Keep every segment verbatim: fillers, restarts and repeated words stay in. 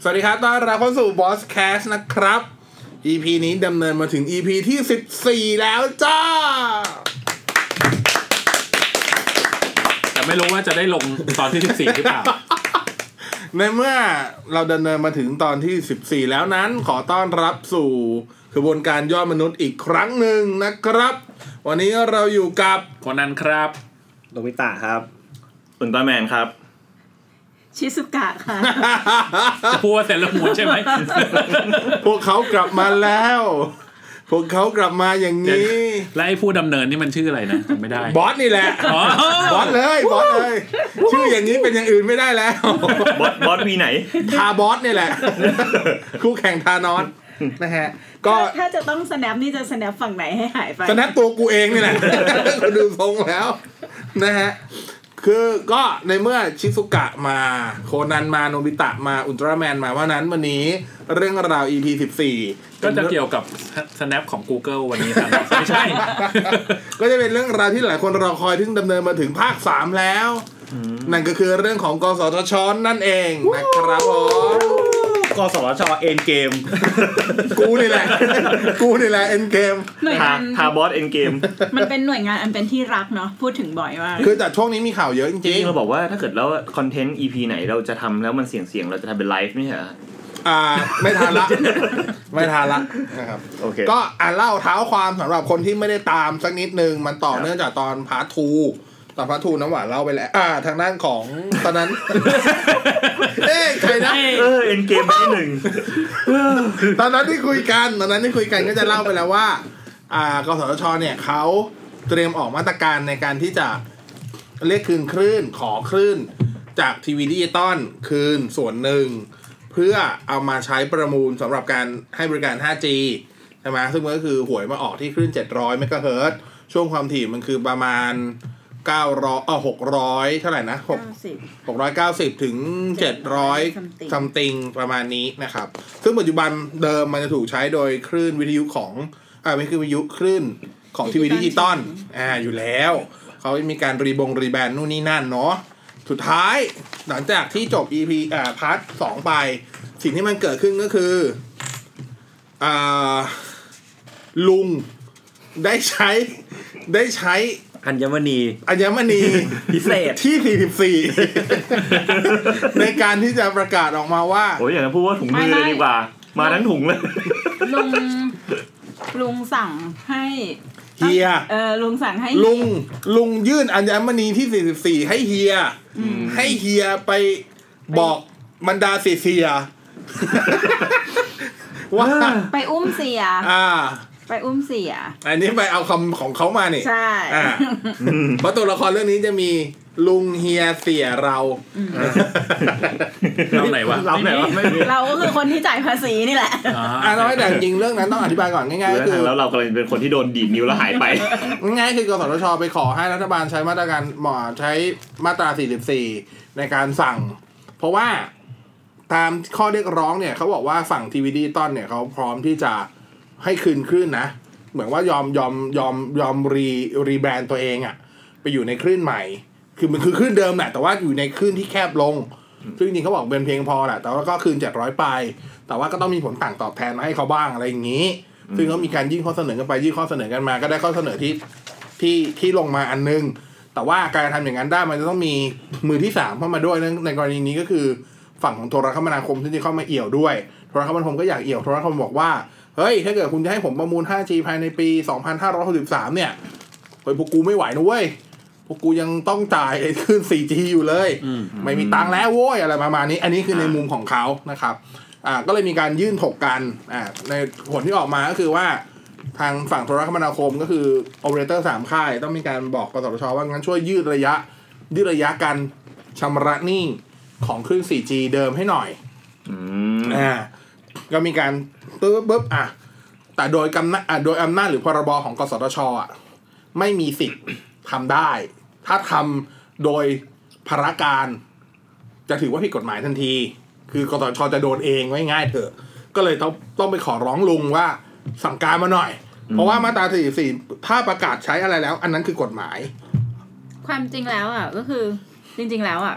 วัสดีครับต้อนรับเข้าสู่ Bosscast นะครับ อี พี นี้ดำเนินมาถึง อี พี ที่สิบสี่แล้วจ้าแต่ไม่รู้ว่าจะได้ลงตอนที่สิบสี่หรือเปล่าในเมื่อเราดำเนินมาถึงตอนที่สิบสี่แล้วนั้นขอต้อนรับสู่กระบวนการยอดมนุษย์อีกครั้งหนึ่งนะครับวันนี้เราอยู่กับคนนั้นครับโนบิตะครับอุลตร้าแมนครับชิซุกะค่ะจะพูดว่าเสร็จแล้วหมูใช่ไหมพวกเขากลับมาแล้วพวกเขากลับมาอย่างนี้แล้วไอ้ผู้ดำเนินนี่มันชื่ออะไรนะจำไม่ได้บอสนี่แหละบอสเลยบอสเลยชื่ออย่างนี้เป็นอย่างอื่นไม่ได้แล้วบอสบอสวีไหนทาบอสนี่แหละคู่แข่งทานอสนะฮะก็ถ้าจะต้องสแนปนี่จะสแนปฝั่งไหนให้หายไปสแนปตัวกูเองนี่แหละดูทรงแล้วนะฮะคือก็ในเมื่อชิซุกะมาโคนันมาโนบิตะมาอุลตร้าแมนมาเพราะนั้นวันนี้เรื่องราว อี พี สิบสี่ก็จะเกี่ยวกับ Snap ของ Google วันนี้ครับไม่ใช่ก็จะเป็นเรื่องราวที่หลายคนรอคอยที่ดำเนินมาถึงภาคสามแล้วนั่นก็คือเรื่องของกสทช.นั่นเองนะครับผมกสทช.เอ็นเกมกูนี่แหละกูนี่แหละเอ็นเกมทาทาบอสเอ็นเกมมันเป็นหน่วยงานอันเป็นที่รักเนาะพูดถึงบ่อยมากคือแต่ช่วงนี้มีข่าวเยอะจริงๆเราบอกว่าถ้าเกิดแล้วคอนเทนต์ อี พี ไหนเราจะทำแล้วมันเสี่ยงๆเราจะทำเป็นไลฟ์ไม่ใช่เหรออ่าไม่ทันละไม่ทันละนะครับโอเคก็อ่านเล่าเท้าความสำหรับคนที่ไม่ได้ตามสักนิดนึงมันต่อเนื่องจากตอนพาร์ททูตอนพาร์ททูน้ำหวานเล่าไปแล้วอ่าทางด้านของตอนนั้นเอ๊ะใครนะเออเอ็นเกมไปหนึ่งตอนนั้นที่คุยกันตอนนั้นที่คุยกันก็จะเล่าไปแล้วว่าอ่ากสทช.เนี่ยเขาเตรียมออกมาตรการในการที่จะเรียกคืนคลื่นขอคลื่นจากทีวีดิจิตอลคืนส่วนหนึ่งเพื่อเอามาใช้ประมูลสำหรับการให้บริการ ห้าจี ใช่ไหมซึ่งมันก็คือหวยมาออกที่คลื่นเจ็ดร้อยเมกะเฮิรตซ์ช่วงความถี่มันคือประมาณเก้าร้อยเอ่อหกร้อยเท่าไหร่นะหก หกร้อยเก้าสิบถึงเจ็ดร้อยซัมติงประมาณนี้นะครับซึ่งปัจจุบันเดิมมันจะถูกใช้โดยคลื่นวิทยุของอ่าไม่คือวิทยุคลื่นของทีวีดิจิตอลอ่าอยู่แล้วเขามีการรีบงรีแบรนด์นู่นนี่นั่นเนาะสุดท้ายหลังจากที่จบ อี พี อ่าพาร์ทสองไปสิ่งที่มันเกิดขึ้นก็คืออ่าลุงได้ใช้ได้ใช้อัญมณีอัญมณีพิเศษที่สี่สิบสี่ในการที่จะประกาศออกมาว่าโอ้ยอย่างนั้นพูดว่าถุงมือเลยดีกว่ามาทั้งถุงเลยลุงลุงสั่งให้เฮียเออลุงสั่งให้ลุงลุงยื่นอัญมณีที่สี่สิบสี่ให้เฮียให้เฮียไปบอกบรรดาเสียว่าไปอุ้มเสียอ่าไปอุ้มเสียอันนี้ไปเอาคำของเขามานี่ใช่อ่าเพราะตัวละครเรื่องนี้จะมีลุงเฮียเสียเราเราไหนวะเราไหนวะเราก็คือคนที่จ่ายภาษีนี่แหละอ่าน้อยแต่จริงเรื่องนั้นต้องอธิบายก่อนง่ายๆก็คือแล้วเรากำลังเป็นคนที่โดนดีดนิ้วแล้วหายไปง่ายๆคือกสทช.ไปขอให้รัฐบาลใช้มาตรการหมอใช้มาตราสี่สิบสี่ในการสั่งเพราะว่าตามข้อเรียกร้องเนี่ยเขาบอกว่าฝั่งทีวีดิจิตอลเนี่ยเขาพร้อมที่จะให้คืนคลื่นนะเหมือนว่ายอมยอมยอมยอมรีรีแบรนด์ตัวเองอะไปอยู่ในคลื่นใหม่คือมันคือคลื่นเดิมแหละแต่ว่าอยู่ในคลื่นที่แคบลงซึ่งจริงๆเขาบอกเป็นเพียงพอแหละแต่ว่าก็คืนเจ็ดร้อยไปแต่ว่าก็ต้องมีผลต่างตอบแทนมาให้เขาบ้างอะไรอย่างนี้ซึ่งเขามีการยื่นข้อเสนอกันไปยื่นข้อเสนอกันมาก็ได้ข้อเสนอที่ที่ที่ลงมาอันนึงแต่ว่าการทำอย่างนั้นได้มันจะต้องมีมือที่สามเข้ามาด้วยในกรณีนี้ก็คือฝั่งของโทรคมนาคมที่จะเข้ามาเอี่ยวด้วยโทรคมนาคมก็อยากเอี่ยวโทรคมนาคมบอกว่าเฮ้ยถ้าเกิดคุณจะให้ผมประมูล ห้าจี ภายในปีสองพันห้าร้อยหกสิบสามเนี่ยเฮ้ยพวกกูไม่ไหวนะเว้ยพวกกูยังต้องจ่ายขึ้น โฟร์จี อยู่เลยไม่มีตังค์แล้วโว้ยอะไรประมาณนี้อันนี้คือในมุมของเขานะครับอ่าก็เลยมีการยื่นถกกันอ่าในผลที่ออกมาก็คือว่าทางฝั่งโทรคมนาคมก็คือโอเปอเรเตอร์สามค่ายต้องมีการบอกกสทช.ว่างั้นช่วยยืดระยะยืดระยะการชำระหนี้ของคลื่น โฟร์จี เดิมให้หน่อยอ่าก็มีการปึ๊บปึ๊บอ่ะแต่โดยกำนาอ่ะโดยอำนาจหรือพรบของกสทช.อ่ะไม่มีสิทธิ์ทำได้ถ้าทำโดยภารการจะถือว่าผิดกฎหมายทันทีคือกสทช.จะโดนเองไว้ง่ายเถอะก็เลยต้องต้องไปขอร้องลุงว่าสั่งการมาหน่อยเพราะว่ามาตราสี่สิบสี่ถ้าประกาศใช้อะไรแล้วอันนั้นคือกฎหมายความจริงแล้วอ่ะก็คือจริงๆแล้วอ่ะ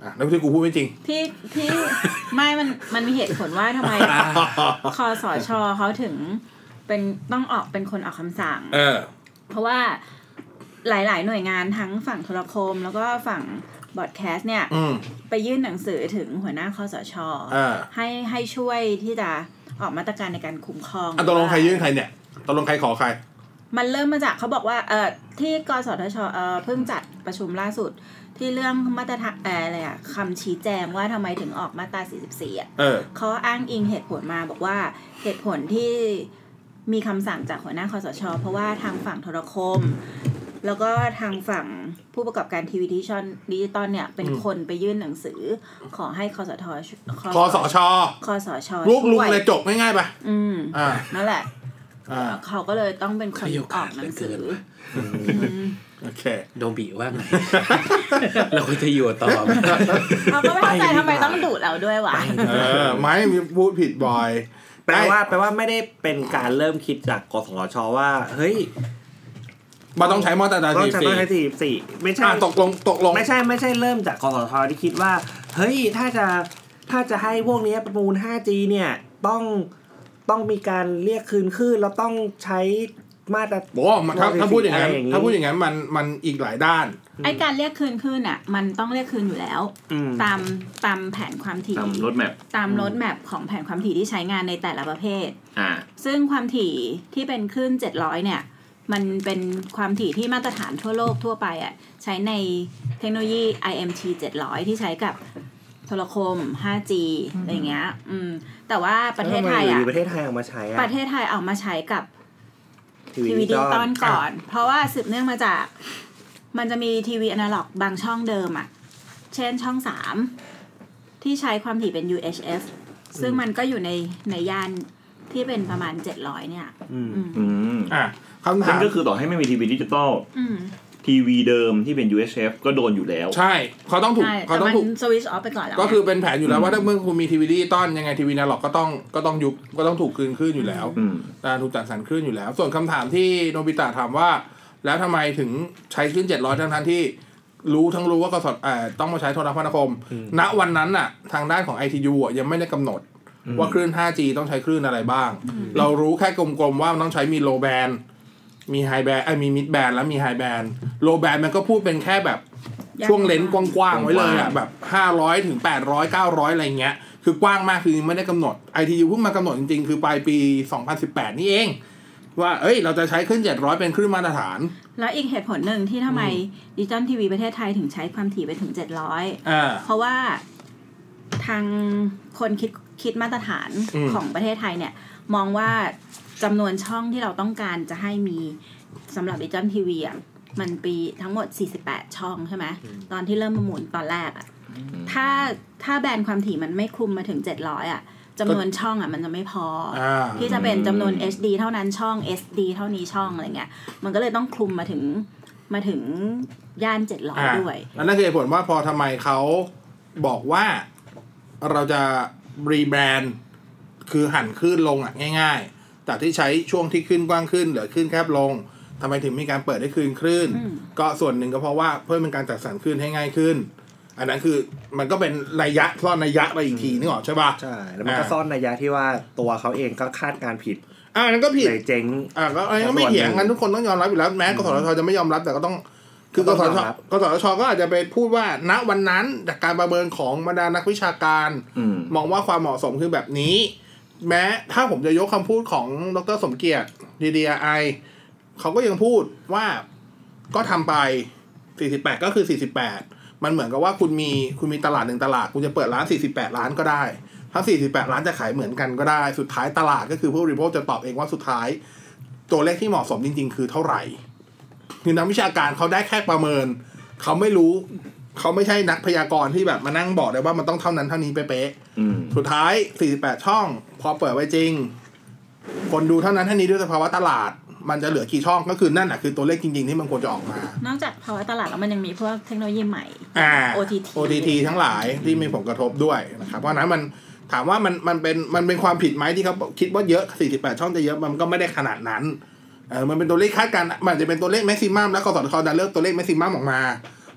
อ่ะแล้วที่กูพูดไม่จริงที่ที่ไม่มันมันมีเหตุผลว่าทำไมคสชเขาถึงเป็นต้องออกเป็นคนออกคำสั่งเออเพราะว่าหลายๆหน่วยงานทั้งฝั่งโทรคมแล้วก็ฝั่งบอดแคสต์เนี่ยไปยื่นหนังสือถึงหัวหน้าคสชให้ให้ช่วยที่จะออกมาตรการในการคุ้มครองอ่ะตกลงใครยื่นใครเนี่ยตกลงใครขอใครมันเริ่มมาจากเขาบอกว่าเอ่อที่กสทชเอ่อเพิ่งจัดประชุมล่าสุดที่เรื่องมาตรฐานอะไรอ่ะคำชี้แจงว่าทำไมถึงออกมาตราสี่สิบสี่อ่ะเขาอ้างอิงเหตุผลมาบอกว่าเหตุผลที่มีคำสั่งจากหัวหน้าคสชเพราะว่าทางฝั่งโทรคมแล้วก็ทางฝั่งผู้ประกอบการทีวีดิจิทัลดิจิตอลเนี่ยเป็นคนไปยื่นหนังสือขอให้คสทคสชคสชลูกลุงเลยจบง่ายๆป่ะอืมอ่านั่นแหละเขาก็เลยต้องเป็นคนออกหนังสือโอเคโดบิว่าไงเราควรจะอยู่ต่อเขาก็ไม่เข้าใจทำไมต้องดูดเราด้วยวะเออไม่มีพูดผิดบ่อยแปลว่าแปลว่าไม่ได้เป็นการเริ่มคิดจากกสทชว่าเฮ้ยมันต้องใช้มาตราสี่สิบสี่ต้องใช้สี่สิบสี่ไม่ใช่ตกลงตกลงไม่ใช่ไม่ใช่เริ่มจากกสทชที่คิดว่าเฮ้ยถ้าจะถ้าจะให้พวกนี้ประมูล ห้าจี เนี่ยต้องต้องมีการเรียกคืนคลื่นแล้วต้องใช้มาตราโอ้ถ้าถ้าพูดอย่างนั้นถ้าพูดอย่างนั้นมันมันอีกหลายด้านไอ้การเรียกคืนคลื่นอ่ะมันต้องเรียกคืนอยู่แล้วตามตามแผนความถี่ตามรถแมพตามรถแมพของแผนความถี่ที่ใช้งานในแต่ละประเภทอ่าซึ่งความถี่ที่เป็นคลื่นเจ็ดร้อยเนี่ยมันเป็นความถี่ที่มาตรฐานทั่วโลกทั่วไปอ่ะใช้ในเทคโนโลยี ไอ เอ็ม ที เจ็ดร้อยที่ใช้กับโทรคม ห้าจี อะไรเงี้ยอืมแต่ว่าประเทศไทยอ่ะประเทศไทยเอามาใช้อ่ะประเทศไทยเอามาใช้กับทีวีดิจิตอลก่อนเพราะว่าสืบเนื่องมาจากมันจะมีทีวีอนาล็อกบางช่องเดิมอ่ะเช่นช่องสามที่ใช้ความถี่เป็น ยู เอช เอฟ ซึ่งมันก็อยู่ในในย่านที่เป็นประมาณเจ็ดร้อยเนี่ยอืมอืมอ่ะคำถามก็คือต่อให้ไม่มีทีวีดิจิตอลทีวีเดิมที่เป็น ยู เอช เอฟ ก็โดนอยู่แล้วใช่เขาต้องถูกเขาต้องถูกสวิตช์ออฟไปก่อนแล้วก็คือเป็นแผนอยู่แล้วว่าถ้าเมื่อคุณมีทีวีดิจิตอลยังไงทีวีอนาล็อกก็ต้องก็ต้องยุบก็ต้องถูกคืนคลื่นอยู่แล้วการถูกจัดสรรคลื่นอยู่แล้วส่วนคำถามที่โนบิตะถามว่าแล้วทำไมถึงใช้คลื่นเจ็ดร้อยทั้งๆที่รู้ทั้งรู้ว่ากสทต้องมาใช้โทรคมนาคมณวันนั้นน่ะทางด้านของ ไอ ที ยู อ่ะยังไม่ได้กำหนดว่าคลื่น ห้าจี ต้องใช้คลื่นอะไรบ้างเรารู้แค่กลมๆว่ามันต้องใช้มีโลแบนมีไฮแบนด์ไอ้มีมิดแบนด์แล้วมีไฮแบนด์โลแบนด์มันก็พูดเป็นแค่แบบช่วงเลนส์กว้างๆไว้เลยอ่ะแบบห้าร้อยถึงแปดร้อย เก้าร้อยอะไรเงี้ยคือกว้างมากคือไม่ได้กำหนด ไอ ที ยู เพิ่งมากำหนดจริงๆคือปลายปีสองพันสิบแปดนี่เองว่าเอ้ยเราจะใช้คลื่นเจ็ดร้อยเป็นคลื่นมาตรฐานแล้วอีกเหตุผลหนึ่งที่ทำไมดิจิตอลทีวีประเทศไทยถึงใช้ความถี่ไปถึงเจ็ดร้อยอ่าเพราะว่าทางคนคิดคิดมาตรฐานของประเทศไทยเนี่ยมองว่าจำนวนช่องที่เราต้องการจะให้มีสำหรับดิจิตอลทีวีอ่ะมันปีทั้งหมดสี่สิบแปดช่องใช่ไหมตอนที่เริ่มประมูลตอนแรกอ่ะถ้าถ้าแบนความถี่มันไม่คลุมมาถึงเจ็ดร้อยอ่ะจำนวนช่องอ่ะมันจะไม่พอที่จะเป็นจำนวน เอช ดี เท่านั้นช่อง เอส ดี เท่านี้ช่องอะไรเงี้ยมันก็เลยต้องคลุมมาถึงมาถึงย่านเจ็ดร้อยด้วยนั่นคือเหตุผลว่าพอทำไมเขาบอกว่าเราจะรีแบรนด์คือหันขึ้นลงอ่ะง่ายๆจากที่ใช้ช่วงที่ขึ้นกว้างขึ้นเหลือขึ้นแคบลงทำไมถึงมีการเปิดให้คืนคลื่นก็ส่วนหนึ่งก็เพราะว่าเพื่อเป็นการจัดสรรคลื่นให้ง่ายขึ้นอันนั้นคือมันก็เป็นนัยยะซ่อนนัยยะไปอีกทีนึกออกใช่ป่ะใช่แล้วมันก็ซ่อนนัยยะที่ว่าตัวเขาเองก็คาดการผิดอ่านั่นก็ผิดเจ๊งอ่าก็อันนี้ก็ไม่เถียงงั้นทุกคนต้องยอมรับอยู่แล้วแม้กสทชจะไม่ยอมรับแต่ก็ต้องคือกสทชกสทชก็อาจจะไปพูดว่าณวันนั้นจากการประเมินของบรรดานักวิชาการมองว่าความเหมาะสมคือแบบนี้แม้ถ้าผมจะยกคำพูดของดร.สมเกียรติ ดี ดี อาร์ ไอ เขาก็ยังพูดว่าก็ทำไปสี่สิบแปดก็คือสี่สิบแปดมันเหมือนกับว่าคุณมีคุณมีตลาดหนึ่งตลาดคุณจะเปิดร้านสี่สิบแปดร้านก็ได้ถ้าสี่สิบแปดร้านจะขายเหมือนกันก็ได้สุดท้ายตลาดก็คือผู้บริโภคจะตอบเองว่าสุดท้ายตัวเลขที่เหมาะสมจริงๆคือเท่าไหร่คือนักวิชาการเขาได้แค่ประเมินเขาไม่รู้เขาไม่ใช่นักพยากรณ์ที่แบบมานั่งบอกได้ว่ามันต้องเท่านั้นเท่านี้เป๊ะๆสุดท้ายสี่สิบแปดช่องพอเปิดไว้จริงคนดูเท่านั้นเท่านี้ด้วยสภาวะตลาดมันจะเหลือกี่ช่องก็คือนั่นแหละคือตัวเลขจริงๆที่มันควรจะออกมานอกจากภาวะตลาดแล้วมันยังมีพวกเทคโนโลยีใหม่โอ ที ที โอ ที ที ทั้งหลายที่มีผลกระทบด้วยนะครับเพราะนั้นมันถามว่ามันมันเป็นมันเป็นความผิดไหมที่เขาคิดว่าเยอะสี่สิบแปดช่องจะเยอะมันก็ไม่ได้ขนาดนั้นเออมันเป็นตัวเลขคาดการณ์มันจะเป็นตัวเลขแม็กซิมัมแล้วกสทชดันเลือกตัวเลขแม็กซิมัมออกมา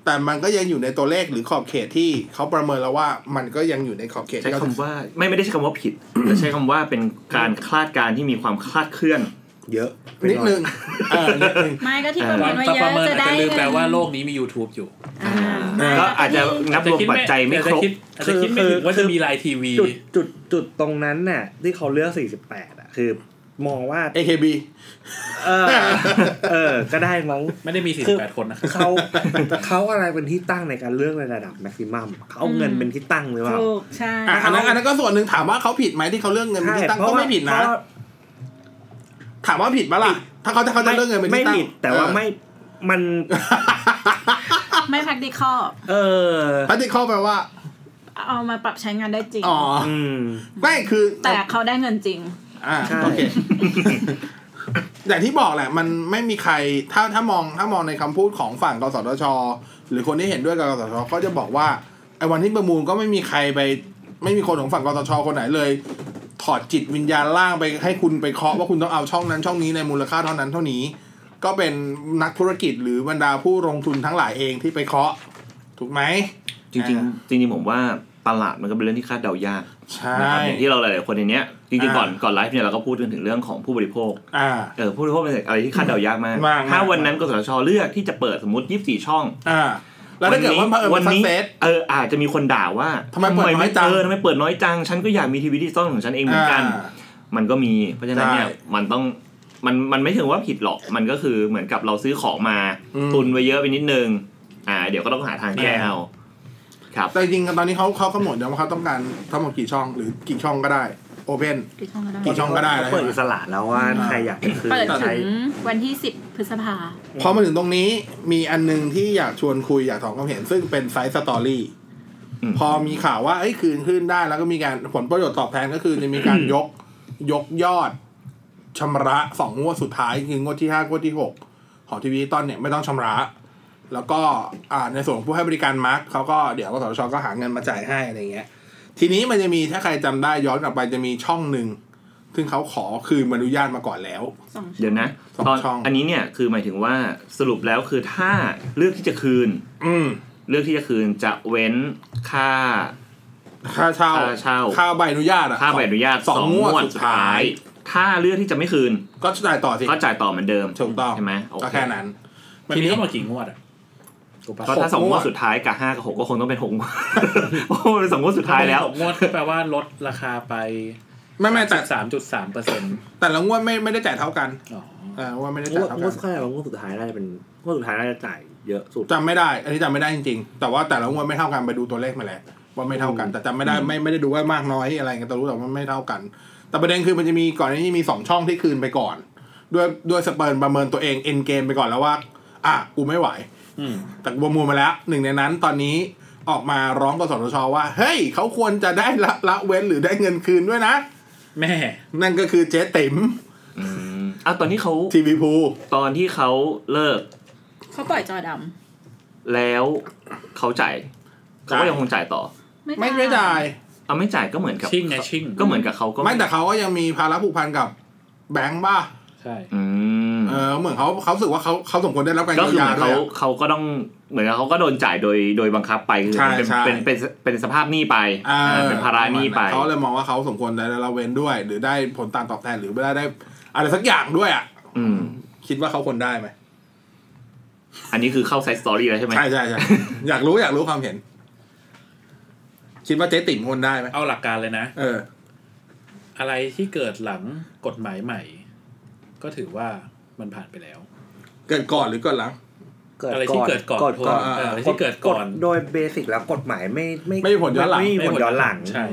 แต่มันก็ยังอยู่ในตัวเลขหรือขอบเขตที่เขาประเมินแล้วว่ามันก็ยังอยู่ในขอบเขตใช้คำว่าไม่ไม่ได้ใช้คำว่าผิดแต่ใช้คำว่าเป็นการคลาดการณ์ที่มีความคลาดเคลื่อนเยอะนิดนึงเออนิดนึงไม่ก็ที่ประเมินไว้เยอะจะได้ลืมแปลว่าโลกนี้มี YouTube อยู่ก็อาจจะนับรวมปัจจัยไม่ครบอาจจะคิดไม่ถึงว่าจะมีไลน์ทีวีจุดจุดจุดตรงนั้นน่ะที่เขาเลือกสี่สิบแปดอ่ะคือมองว่าเอ เค บีเออเออก็ได้มั้งไม่ได้มีสี่สิบแปดคนนะเขาเขาอะไรเป็นที่ตั้งในการเลือกในระดับแม็กซิมัมเขาเอาเงินเป็นที่ตั้งหรือเปล่าถูกใช่อันนั้นอันนั้นก็ส่วนหนึ่งถามว่าเขาผิดไหมที่เขาเลือกเงินเป็นที่ตั้งก็ไม่ผิดนะถามว่าผิดปะล่ะถ้าเขาจะเขาจะเลือกเงินเป็นที่ตั้งไม่ผิดแต่ว่าไม่มันไม่ practical เออ practical แปลว่าเอามาปรับใช้งานได้จริงอ๋อไม่คือแต่เขาได้เงินจริงอ่าโอเคอย่างที่บอกแหละมันไม่มีใครถ้าถ้ามองถ้ามองในคำพูดของฝั่งกสทช.หรือคนที่เห็นด้วยกับกสทช.ก็จะบอกว่าไอ้วันที่ประมูลก็ไม่มีใครไปไม่มีคนของฝั่งกสทช.คนไหนเลยถอดจิตวิญญาณล่างไปให้คุณไปเคาะว่าคุณต้องเอาช่องนั้นช่องนี้ในมูลค่าเท่านั้นเท่านี้ก็เป็นนักธุรกิจหรือบรรดาผู้ลงทุนทั้งหลายเองที่ไปเคาะถูกไหมจริงๆจริงๆผมว่าตลาดมันก็เป็นเรื่องที่คาดเดายากใช่อย่างที่เราหลายๆคนในเนี้ยจริงๆก่อนก่อนไลฟ์เนี่ยเราก็พูดกันถึงเรื่องของผู้บริโภคอ่าเออผู้บริโภคเป็นอะไรที่คาดเดายากมากถ้าวันนั้นกสทช.เลือกที่จะเปิดสมมุติยี่สิบสี่ช่องอ่าแล้วถ้าเกิดว่าวันนี้เอออาจจะมีคนด่าว่าทำไมเปิดน้อยจังเออทำไมเปิดน้อยจังฉันก็อยากมีทีวีดิจิตอลของฉันเองเหมือนกันมันก็มีเพราะฉะนั้นเนี่ยมันต้องมันมันไม่ถึงว่าผิดหรอกมันก็คือเหมือนกับเราซื้อของมาตุนไว้เยอะไปนิดนึงอ่าเดี๋ยวก็ต้องหาทางแก้เอาครับแต่จริงๆตอนนี้เขาเขากำหนดแล้วว่าเขาต้องการทั้งหมดกี่ช่องหรือกี่ช่องก็ได้โอเพ่นกี่ช่องก็ได้กี่ช่องก็ได้เปิดอิสระแล้วว่าใครอยากเปิดถึงวันที่สิบพฤษภาพอมาถึงตรงนี้มีอันนึงที่อยากชวนคุยอยากถามความเห็นซึ่งเป็นไซส์สตอรี่พอมีข่าวว่าไอ้คืนขึ้นได้แล้วก็มีการผลประโยชน์ตอบแทนก็คือจะมีการยกยกยอดชำระสองงวดสุดท้ายคืองวดที่ห้างวดที่หกของทีวีตอนเนี่ยไม่ต้องชำระแล้วก็อ่าในส่วนของผู้ให้บริการมาร์คเขาก็เดี๋ยวกสทช.ก็หาเงินมาจ่ายให้อะไรเงี้ยทีนี้มันจะมีถ้าใครจำได้ย้อนกลับไปจะมีช่องหนึ่งซึ่งเขาขอคืนอนุญาตมาก่อนแล้วเดี๋ยวนะตอนอันนี้เนี่ยคือหมายถึงว่าสรุปแล้วคือถ้าเลือกที่จะคืนอืมเลือกที่จะคืนจะเว้นค่าค่าเช่าค่าเช่าค่าใบอนุญาตอะค่าใบอนุญาตสองงวดสุดท้ายถ้าเลือกที่จะไม่คืนก็จ่ายต่อสิก็จ่ายต่อเหมือนเดิมถูกต้องใช่ไหมก็แค่นั้นทีนี้ก็มากี่งวดอ่ะเพราะถ้าสองงวดสุดท้ายกับห้ากับหกก็คงต้องเป็นหกโอ้เป็นสองงวดสุดท้ายแล้วหกงวดแปลว่าลดราคาไปไม่ไม่แต่สามจุดสามเปอร์เซ็นต์แต่ละงวดไม่ไม่ได้จ่ายเท่ากันอ๋อเออว่าไม่ได้จ่ายเท่ากันงวดสุดท้ายงวดสุดท้ายน่าจะเป็นงวดสุดท้ายน่าจะจ่ายเยอะสุดจำไม่ได้อันนี้จำไม่ได้จริงๆแต่ว่าแต่ละงวดไม่เท่ากันไปดูตัวเลขมาแล้วว่าไม่เท่ากันแต่จำไม่ได้ไม่ไม่ได้ดูว่ามากน้อยอะไรกันแต่รู้แต่ว่าไม่เท่ากันแต่ประเด็นคือมันจะมีก่อนนี้มีสองช่องที่คืนไปก่อนด้วยด้วยสเปิร์นประเมินตัวเองเอ็นเกมไปก่อนแล้วว่าอ่ะกูไม่ไหวแต่ประมูลมาแล้วหนึ่งในนั้นตอนนี้ออกมาร้องกสทช.ว่าเฮ้ยเขาควรจะได้ละละเว้นหรือได้เงินคืนด้วยนะแม่นั่นก็คือเจ๊ติ๋มอืมอ่ะตอนนี้เขาทีวีพูตอนที่เขาเลิกเขาปล่อยจอดำแล้วเขาจ่ายเขาก็ยังคงจ่ายต่อไม่ไม่จ่ายเอาไม่จ่ายก็เหมือนกับชิ่งไงชิ่งก็เหมือนกับเขาก็ไม่แต่เขาก็ยังมีภาระผูกพันกับแบงค์ป่ะใช่อืมเออเหมือนเขาเขาสึกว่าเขาเขาสมควรได้รับการเยียวยาด้วยเขาเขาก็ต้องเหมือนกับเขาก็โดนจ่ายโดยโดยบังคับไปคือเป็นเป็นเป็นเป็นสภาพหนี้ไปเป็นภาระหนี้ไปเขาเลยมองว่าเขาสมควรได้รับเว้นด้วยหรือได้ผลตามตอบแทนหรือไม่ได้ได้อะไรสักอย่างด้วยอ่ะอืมคิดว่าเขาควรได้ไหมอันนี้คือเข้าไซส์สตอรี่แล้วใช่ไหมใช่ใช่ใช่อยากรู้อยากรู้ความเห็นคิดว่าเจ๊ติ๋มควรได้ไหมเอาหลักการเลยนะเอออะไรที่เกิดหลังกฎหมายใหม่ก็ถือว่ามันผ่านไปแล้วเกิดก่อนหรือก่อนหลังอะไรที่เกิดก่อนอะไรที่เกิดก่อนโดยเบสิกแล้วกฎหมายไม่ไม่ไม่ผลย้อนหลังไม่ผลย้อนหลังใช่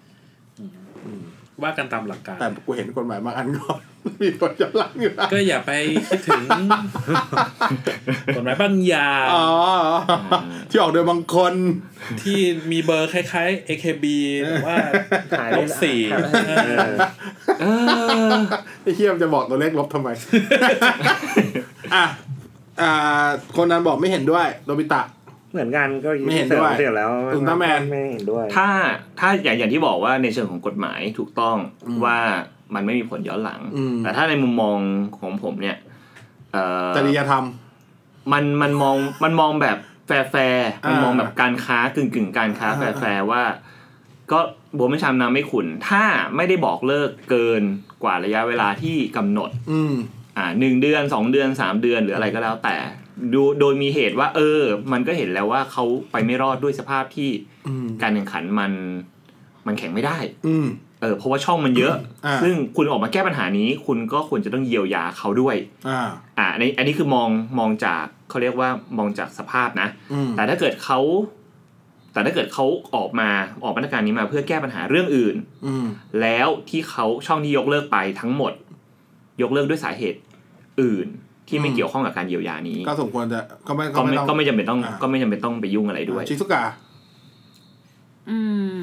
ว่ากันตามหลักการแต่กูเห็นกฎหมายบางอันก่อนมีผลย้อนหลังอยู่ก็อย่าไปคิดถึงกฎหมายบางอย่างอ๋อที่ออกโดยบางคนที่มีเบอร์คล้ายๆ เอ เค บี หรือว่าลบสี่เออไอ้เหี้ยมจะบอกตัวเลขลบทำไมอ่ะอ่าคนนั้นบอกไม่เห็นด้วยโนบิตะเหมือนกันก็ไม่เห็นด้วยแล้วอุลตร้าแมนไม่เห็นด้วยถ้าถ้าอย่างอย่างที่บอกว่าในเชิงของกฎหมายถูกต้องว่ามันไม่มีผลย้อนหลังแต่ถ้าในมุมมองของผมเนี่ยจริยธรรมมันมันมองมันมองแบบแฟร์ๆมันมองแบบการค้ากึ่งๆการค้าแฟร์ๆว่าก็บัวไม่ช้ำน้ำไม่ขุ่นถ้าไม่ได้บอกเลิกเกินกว่าระยะเวลาที่กำหนดอืมอ่าหนึ่งเดือนสองเดือนสามเดือนหรืออะไรก็แล้วแต่ดูโดยมีเหตุว่าเออมันก็เห็นแล้วว่าเขาไปไม่รอดด้วยสภาพที่การแข่งขันมันมันแข่งไม่ได้เออเพราะว่าช่องมันเยอะซึ่งคุณออกมาแก้ปัญหานี้คุณก็ควรจะต้องเยียวยาเขาด้วยอ่าอ่าในอันนี้คือมองมองจากเขาเรียกว่ามองจากสภาพนะแต่ถ้าเกิดเขาแต่ถ้าเกิดเขาออกมาออกมาตรการนี้มาเพื่อแก้ปัญหาเรื่องอื่นแล้วที่เขาช่องที่ยกเลิกไปทั้งหมดยกเลิกด้วยสาเหตุอื่นที่ไม่เกี่ยวข้องกับการเยียวยานี้ก็สมควรจะก็ไม่ก็ไม่ก็ไม่จำเป็นต้องก็ไม่จำเป็นต้องไปยุ่งอะไรด้วยชิซุกะอืม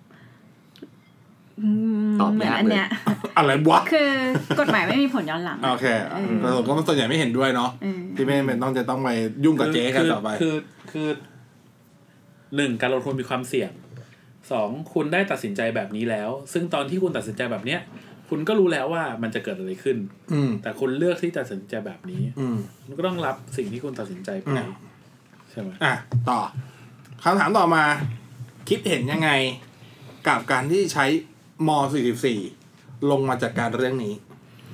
ตอบยากเลยอะไรวะคือกฎหมายไม่มีผลย้อนหลังโอเคแต่ผมก็ส่วนใหญ่ไม่เห็นด้วยเนาะที่ไม่เป็นต้องจะต้องไปยุ่งกับเจ๊กันต่อไปคือคือหนึ่งการลงทุนมีความเสี่ยงสองคุณได้ตัดสินใจแบบนี้แล้วซึ่งตอนที่คุณตัดสินใจแบบเนี้ยคุณก็รู้แล้วว่ามันจะเกิดอะไรขึ้นแต่คุณเลือกที่จะตัดสินใจแบบนี้คุณก็ต้องรับสิ่งที่คุณตัดสินใจไปใช่ไหมอ่ะต่อคำถามต่อมาคิดเห็นยังไงกับการที่ใช้ม.สี่สิบสี่ลงมาจัดการเรื่องนี้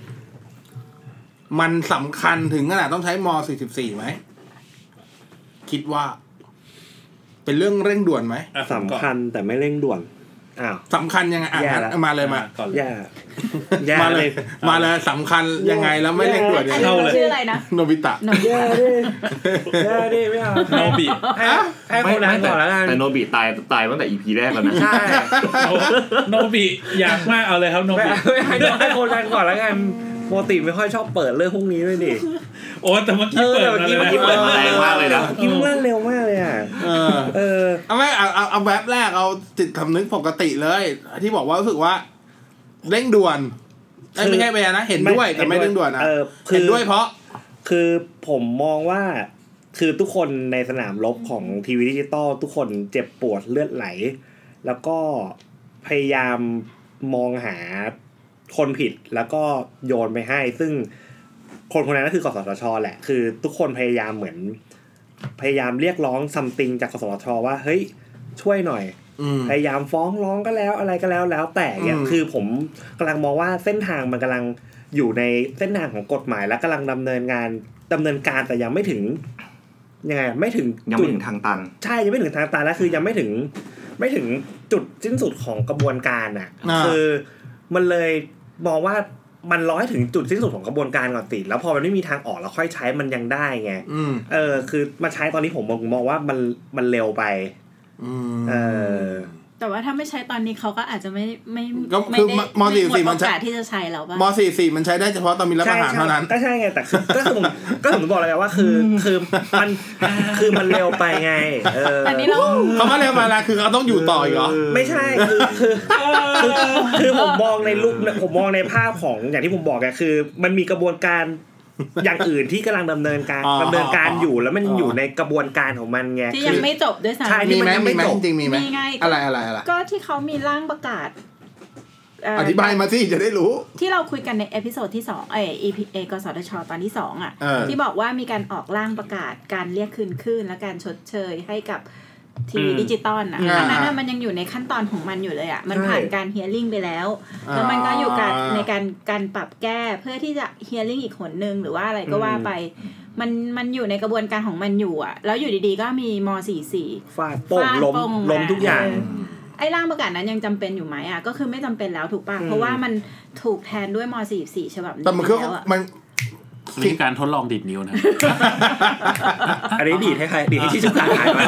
มันสำคัญถึงขนาดต้องใช้ม.สี่สิบสี่ไหมคิดว่าเป็นเรื่องเร่งด่วนไหมสำคัญแต่ไม่เร่งด่วนอ้าวสำคัญยังไงอ่ะมาเลยมาแย่มาเลยมาเลยสำคัญยังไงแล้วไม่เร่งด่วนเข้าเลยชื่ออะไรนะโนบิตะแย่ดิแย่ดิไม่เอาโนบิให้คนนั้นก่อนแล้วกันแต่โนบิตายตายตั้งแต่ อี พี แรกแล้วนะใช่โนบิอยากมากเอาเลยครับโนบิให้ให้คนนั้นก่อนแล้วกันปกติไม่ค่อยชอบเปิดเรื่องพวกนี้ด้วยดิโอ้แต่เมื่อกี้เปิดมาเลยเมื่อกี้เปิดมาแรงมากเลยนะกินเร็วมากเลยอ่ะเออเออเอาไม่เอาเอาเอาแบบแรกเอาจิตสำนึกปกติเลยที่บอกว่ารู้สึกว่าเร่งด่วนไม่ใช่ไปนะเห็นด้วยแต่ไม่เร่งด่วนนะเห็นด้วยเพราะคือผมมองว่าคือทุกคนในสนามรบของทีวีดิจิตอลทุกคนเจ็บปวดเลือดไหลแล้วก็พยายามมองหาคนผิดแล้วก็โยนไปให้ซึ่งคนคนนั้นก็คือกสทช.แหละคือทุกคนพยายามเหมือนพยายามเรียกร้องซัมติงจากกสทช.ว่าเฮ้ยช่วยหน่อยพยายามฟ้องร้องก็แล้วอะไรก็แล้วแล้วแต่เนี่ยคือผมกำลังมองว่าเส้นทางมันกำลังอยู่ในเส้นทางของกฎหมายและกำลังดำเนินงานดำเนินการแต่ยังไม่ถึงยังไงไม่ถึงยังไม่ถึงทางตันใช่ยังไม่ถึงทางตันแล้วคือยังไม่ถึงไม่ถึงจุดสิ้นสุดของกระบวนการอ่ะคือมันเลยมองว่ามันร้อยถึงจุดสิ้นสุดของกระบวนการก่อนสิแล้วพอมันไม่มีทางออกแล้วค่อยใช้มันยังได้ไงเออคือมาใช้ตอนนี้ผมมองว่ามันมันเร็วไปเออแต่ว่าถ้าไม่ใช้ตอนนี้เขาก็อาจจะไม่ไม่ไม่ได้ม.สี่สิบสี่มันใช้ที่จะใช้แล้วป่ะม.สี่สิบสี่มันใช้ได้เฉพาะตอนมีรัฐประหารเท่านั้นก็ใช่ไงแต่ก็คือผมก็ผมบอกเลยว่าคือคือมันคือมันเร็วไปไงเอออันนี้เราเขาว่าเร็วมาแล้วคือเขาต้องอยู่ต่ออีกเหรอไม่ใช่คือคือคือคือผมมองในรูปผมมองในภาพของอย่างที่ผมบอกไงคือมันมีกระบวนการอย่างอื่นที่กำลังดำเนินการดำเนินการอยู่แล้วมันอยู่ในกระบวนการของมันไงที่ยังไม่จบด้วยซ้ำใช่ที่มันยังไม่จบจริงมีไหมอะไรอะไรอะไรก็ที่เขามีร่างประกาศอธิบายมาสิจะได้รู้ที่เราคุยกันในเอพิโซดที่สองเอ อี พี เอ กสทช.ตอนที่สองอ่ะที่บอกว่ามีการออกร่างประกาศการเรียกคืนคลื่นและการชดเชยให้กับทีวีดิจิตอลอ่ะอันนั้นมันยังอยู่ในขั้นตอนของมันอยู่เลยอ่ะมันผ่านการเฮียริ่งไปแล้วแล้วมันก็อยู่การในการการปรับแก้เพื่อที่จะเฮียริ่งอีกหนนึงหรือว่าอะไรก็ว่าไปมันมันอยู่ในกระบวนการของมันอยู่อ่ะแล้วอยู่ดีๆก็มีม.สี่สิบสี่ฟาดโป่งล้มล้มทุกอย่างไอ้ร่างประกาศนั้นยังจำเป็นอยู่ไหมอ่ะก็คือไม่จำเป็นแล้วถูกป่ะเพราะว่ามันถูกแทนด้วยม.สี่สิบสี่ฉบับนี้แต่มันคือมันมีการทดลองดีดนิ้วนะอันนี้ดีดให้ใครดีดให้ที่ชุกการหายไป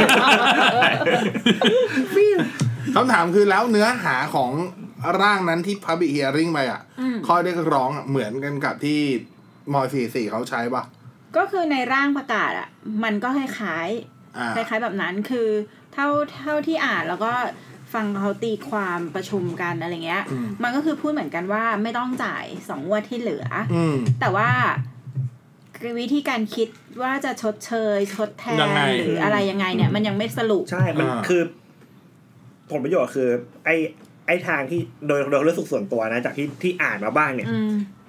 คำถามคือแล้วเนื้อหาของร่างนั้นที่ Public Hearing ไปอ่ะข้อเรียกร้องเหมือนกันกับที่ม.สี่สิบสี่เขาใช้ป่ะก็คือในร่างประกาศอ่ะมันก็คล้ายๆคล้ายๆแบบนั้นคือเท่าเท่าที่อ่านแล้วก็ฟังเขาตีความประชุมกันอะไรเงี้ยมันก็คือพูดเหมือนกันว่าไม่ต้องจ่ายสองงวดที่เหลือแต่ว่าวิธีการคิดว่าจะชดเชยชดแทนหรืออะไรยังไงเนี่ยมันยังไม่สรุปใช่มันคือผลประโยชน์คือไอ้ไอ้ทางที่โดยโดยเรื่องสุขส่วนตัวนะจากที่ที่อ่านมาบ้างเนี่ย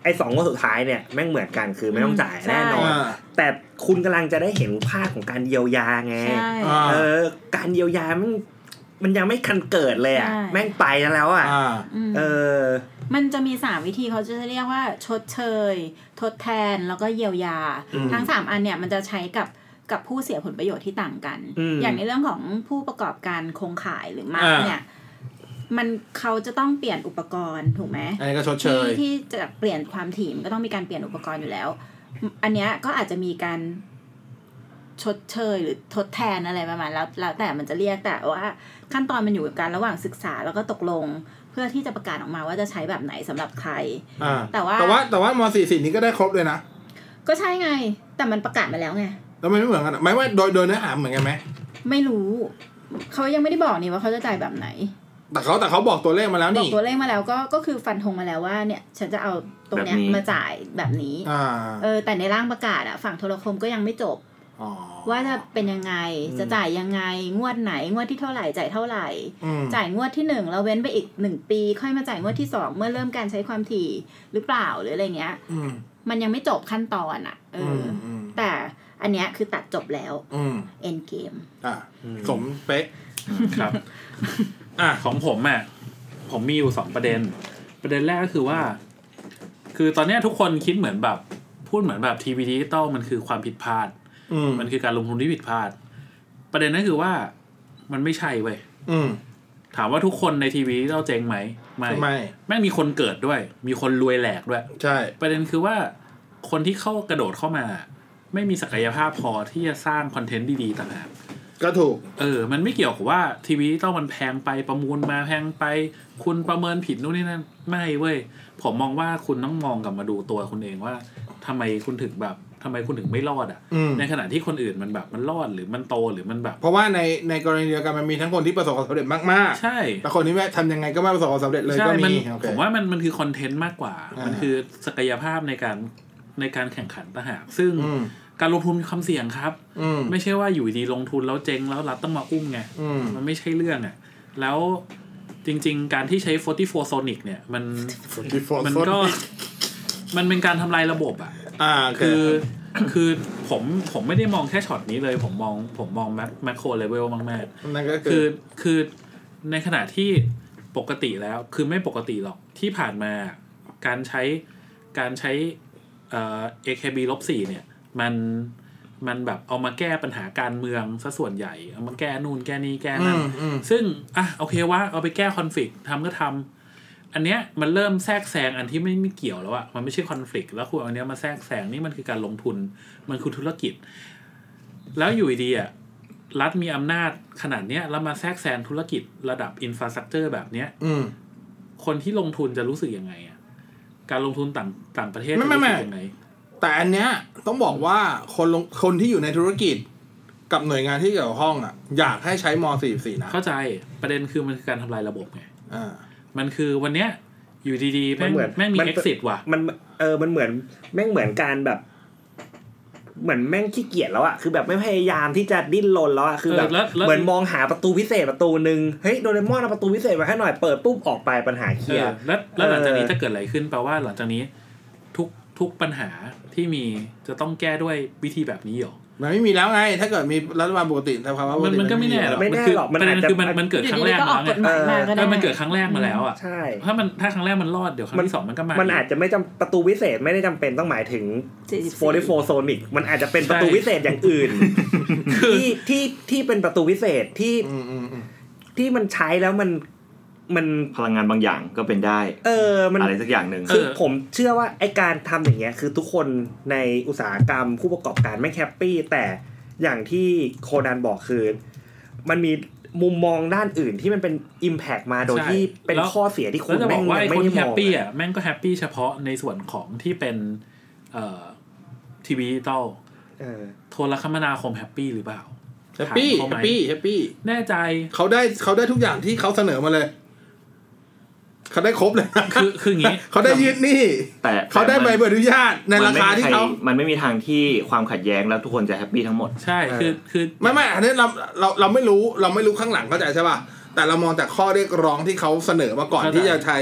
ไอ้สองงวดสุดท้ายเนี่ยแม่งเหมือนกันคือไม่ต้องจ่ายแน่นอนแต่คุณกำลังจะได้เห็นภาคของการเยียวยาไงเออการเยียวยามันมันยังไม่คันเกิดเลยอ่ะแม่งไปแล้วอ่ะเออมันจะมีสามวิธีเขาจะเรียกว่าชดเชยทดแทนแล้วก็เยียวยาทั้งสามอันเนี่ยมันจะใช้กับกับผู้เสียผลประโยชน์ที่ต่างกันอย่างในเรื่องของผู้ประกอบการโครงข่ายหรือมาร์กเนี่ยมันเขาจะต้องเปลี่ยนอุปกรณ์ถูกไหมอันนี้ก็ชดเชยที่จะเปลี่ยนความถี่มันก็ต้องมีการเปลี่ยนอุปกรณ์อยู่แล้วอันเนี้ยก็อาจจะมีการชดเชยหรือทดแทนอะไรประมาณแล้วแล้วแต่มันจะเรียกแต่ว่าขั้นตอนมันอยู่กับการระหว่างศึกษาแล้วก็ตกลงเพื่อที่จะประกาศออกมาว่าจะใช้แบบไหนสำหรับใครแต่ว่าแต่ว่าแต่ว่ามอสี่สิบนี้ก็ได้ครบเลยนะก็ใช่ไงแต่มันประกาศมาแล้วไงแล้วมันไม่เหมือนกันหมายว่าโดยโดยเนื้อหาเหมือนกันไหมไม่รู้เขายังไม่ได้บอกนี่ว่าเขาจะจ่ายแบบไหนแต่เขาแต่เขาบอกตัวเลขมาแล้วนี่บอกตัวเลขมาแล้วก็ก็คือฟันธงมาแล้วว่าเนี่ยฉันจะเอาตรงเนี้ยมาจ่ายแบบนี้เออแต่ในร่างประกาศอะฝั่งโทรคมก็ยังไม่จบว่าจะเป็นยังไงจะจ่ายยังไงงวดไหนงวดที่เท่าไหร่จ่ายเท่าไหร่จ่ายงวดที่หนึ่งแล้วเว้นไปอีกหนึ่งปีค่อยมาจ่ายงวดที่สองเมื่อเริ่มการใช้ความถี่หรือเปล่าหรืออะไรเงี้ยมันยังไม่จบขั้นตอนอะเออแต่อันเนี้ยคือตัดจบแล้วเอ็นเกมอ่ะสมเป๊ะครับอ่ะของผมอ่ะผมมีอยู่สองประเด็นประเด็นแรกก็คือว่าคือตอนนี้ทุกคนคิดเหมือนแบบพูดเหมือนแบบทีวีดิจิตอลมันคือความผิดพลาดมันคือการลงทุนที่ผิดพลาดประเด็นนั้นคือว่ามันไม่ใช่เว้ยถามว่าทุกคนในทีวีดิจิตอลเจ๊งไหมไม่ไม่แม่งมีคนเกิดด้วยมีคนรวยแหลกด้วยใช่ประเด็นคือว่าคนที่เข้ากระโดดเข้ามาไม่มีศักยภาพพอที่จะสร้างคอนเทนต์ดีๆต่างหากก็ถูกเออมันไม่เกี่ยวกับว่าทีวีต้องมันแพงไปประมูลมาแพงไปคุณประเมินผิดนู่นนี่นั่นไม่เว้ยผมมองว่าคุณต้องมองกลับมาดูตัวคุณเองว่าทำไมคุณถึงแบบทำไมคุณถึงไม่รอดอ่ะในขณะที่คนอื่นมันแบบมันรอดหรือมันโตหรือมันแบบเพราะว่าในในกรณีเดียวกันมันมีทั้งคนที่ประสบความสำเร็จมากๆใช่แต่คนที่แม้ทำยังไงก็ไม่ประสบความสำเร็จเลยก็มีผมว่ามันมันคือคอนเทนต์มากกว่ามันคือศักยภาพในการในการแข่งขันต่างหากซึ่งการลงทุนมีความเสี่ยงครับไม่ใช่ว่าอยู่ดีลงทุนแล้วเจ๊งแล้วรัฐต้องมาอุ้มไงมันไม่ใช่เรื่องอ่ะแล้วจริงๆการที่ใช้ สี่สิบสี่ Sonic เนี่ยมันมันก็มันเป็นการทำลายระบบอ่ะคือคือผมผมไม่ได้มองแค่ช็อตนี้เลยผมมองผมมองแมคแมคโครเลเวลมากๆคือคือในขณะที่ปกติแล้วคือไม่ปกติหรอกที่ผ่านมาการใช้การใช้เอ่อ เอ เค บี ลบสี่ เนี่ยมันมันแบบเอามาแก้ปัญหาการเมืองซะส่วนใหญ่เอามาแก้นู่นแก้นี่แก้นั่นซึ่งอ่ะโอเควะเอาไปแก้คอนฟลิกต์ทำก็ทำอันเนี้ยมันเริ่มแทรกแซงอันที่ไม่ไม่เกี่ยวแล้วอะมันไม่ใช่คอนฟลิกต์แล้วคุณเอาอันเนี้ยมาแทรกแซงนี่มันคือการลงทุนมันคือธุรกิจแล้วอยู่ดีอะรัฐมีอำนาจขนาดเนี้ยแล้วมาแทรกแซงธุรกิจระดับอินฟราสตรัคเจอร์แบบเนี้ยคนที่ลงทุนจะรู้สึกยังไงอะการลงทุนต่างต่างประเทศจะรู้สึกยังไงแต่อันเนี้ยต้องบอกว่าคนลงคนที่อยู่ในธุรกิจกับหน่วยงานที่เกี่ยวข้องอ่ะอยากให้ใช้ม.สี่สิบสี่นะเข้าใจประเด็นคือมันคือการทำลายระบบไงอ่ามันคือวันเนี้ยอยู่ดีๆแม่งแม่งมี exit ว่ะมันเออมันเหมือนแม่งเหมือนการแบบเหมือนแม่งขี้เกียจแล้วอ่ะคือแบบไม่พยายามที่จะดิ้นรนแล้วอ่ะคือแบบเหมือนมองหาประตูพิเศษประตูนึงเฮ้ยโดเรมอนเอาประตูพิเศษมาให้หน่อยเปิดปุ๊บออกไปปัญหาเคลียร์แล้วแล้วหลังจากนี้ถ้าเกิดอะไรขึ้นแปลว่าหลังจากนี้ทุกทุกปัญหาที่มีจะต้องแก้ด้วยวิธีแบบนี้หรอมันไม่มีแล้วไงถ้าเกิดมีรัฐบาลปกติแต่ภาวะปกติมันก็ไม่แน่หรอกมันคือมันคือมันมันเกิดครั้งแรกมาไงเออมันเกิดครั้งแรกมาแล้วอ่ะใช่ถ้ามันถ้าครั้งแรกมันรอดเดี๋ยวครั้งที่สองมันก็มามันอาจจะไม่จำประตูวิเศษไม่ได้จำเป็นต้องหมายถึงสี่สิบสี่ Sonic มันอาจจะเป็นประตูวิเศษอย่างอื่นที่ที่ที่เป็นประตูวิเศษที่ที่มันใช้แล้วมันมันพลังงานบางอย่างก็เป็นได้เออมันอะไรสักอย่างนึงคือผมเชื่อว่าไอ้การทำอย่างเงี้ยคือทุกคนในอุตสาหกรรมผู้ประกอบการไม่แฮปปี้แต่อย่างที่โคนันบอกคือมันมีมุมมองด้านอื่นที่มันเป็น impact มาโดยที่เป็นข้อเสียที่คุณแม่งไม่ได้มองแฮปปี้อ่ะแม่งก็แฮปปี้เฉพาะในส่วนของที่เป็นเอ่อทีวีดิจิตอลเออโทรคมนาคมแฮปปี้หรือเปล่าแฮปปี้แฮปปี้แฮปปี้แน่ใจเขาได้เขาได้ทุกอย่างที่เขาเสนอมาเลยเขาได้ครบเลยคือคืออย่างงี้เขาได้ยืดหนี้แต่เขาได้ใบอนุญาตในราคาที่เขามันไม่มีทางที่ความขัดแย้งแล้วทุกคนจะแฮปปี้ทั้งหมดใช่คือคือไม่ไม่อันนี้เราเราเราไม่รู้เราไม่รู้ข้างหลังเข้าใจใช่ป่ะแต่เรามองจากข้อเรียกร้องที่เขาเสนอมาก่อนที่จะใช้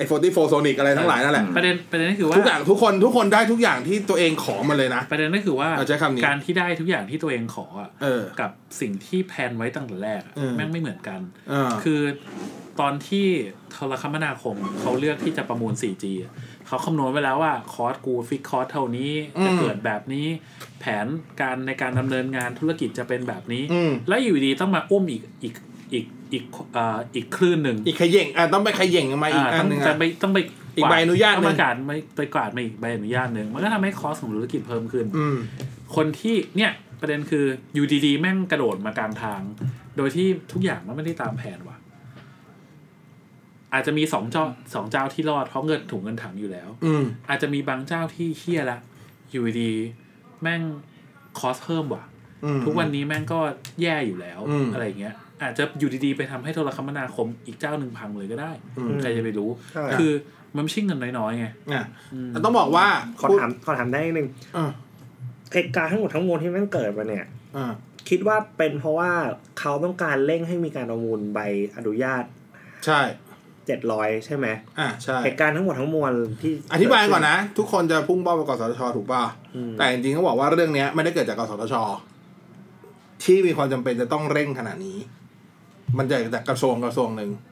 อ้ สี่สิบสี่ Sonic อะไรทั้งหลายนั่นแหละประเด็นประเด็นก็คือว่าทุกอย่างทุกคนทุกคนได้ทุกอย่างที่ตัวเองขอมาเลยนะประเด็นก็คือว่าการที่ได้ทุกอย่างที่ตัวเองขออ่ะกับสิ่งที่แพลนไว้ตั้งแต่แรกแม่งไม่เหมือนกันคือตอนที่โทรคมนาคมเขาเลือกที่จะประมูล โฟร์จี เขาคำนวณไว้แล้วว่าคอสกูฟิกคอสเท่านี้จะเกิดแบบนี้แผนการในการดำเนินงานธุรกิจจะเป็นแบบนี้แล้วอยู่ดีต้องมาอุ้มอีกอีกอีกอีกอ่าอีกคลื่นหนึ่งอีกขย่งอ่าต้องไปขย่งมาอีกอันนึงต้องไปต้องไปอีกใบอนุญาตนึงต้องประกาศไม่ไปกวาดมาอีกใบอนุญาตนึงมันก็ทำให้คอสของธุรกิจเพิ่มขึ้นคนที่เนี่ยประเด็นคืออยู่ดีๆแม่งกระโดดมากลางทางโดยที่ทุกอย่างมันไม่ได้ตามแผนว่ะอาจจะมีสองเจ้าสองเจ้าที่รอดเพราะเงินถุงเงินถังอยู่แล้วอาจจะมีบางเจ้าที่เหี้ยละอยู่ดีแม่งคอสเพิ่มว่ะทุกวันนี้แม่งก็แย่อยู่แล้วอะไรเงี้ยอาจจะอยู่ดีๆไปทำให้โทรคมนาคมอีกเจ้าหนึ่งพังเลยก็ได้ใครจะไปรู้คือมันไม่ใช่เงินน้อยๆไงต้องบอกว่าขอถามขอถามได้นิดนึงเหตุการณ์ทั้งหมดทั้งมวลที่แม่งเกิดมาเนี่ยคิดว่าเป็นเพราะว่าเขาต้องการเร่งให้มีการประมูลใบอนุญาตใช่เจ็ดร้อยใช่ไหมอ่าใช่เหตุการณ์ทั้งหมดทั้งมวลที่อธิบายก่อนนะทุกคนจะพุ่งเป้าไปกสทช.ถูกป่ะแต่จริงๆเขาบอกว่าเรื่องนี้ไม่ได้เกิดจากกสทช.ที่มีความจำเป็นจะต้องเร่งขนาดนี้มันจะจากกระทรวงกระทรวงหนึ่ง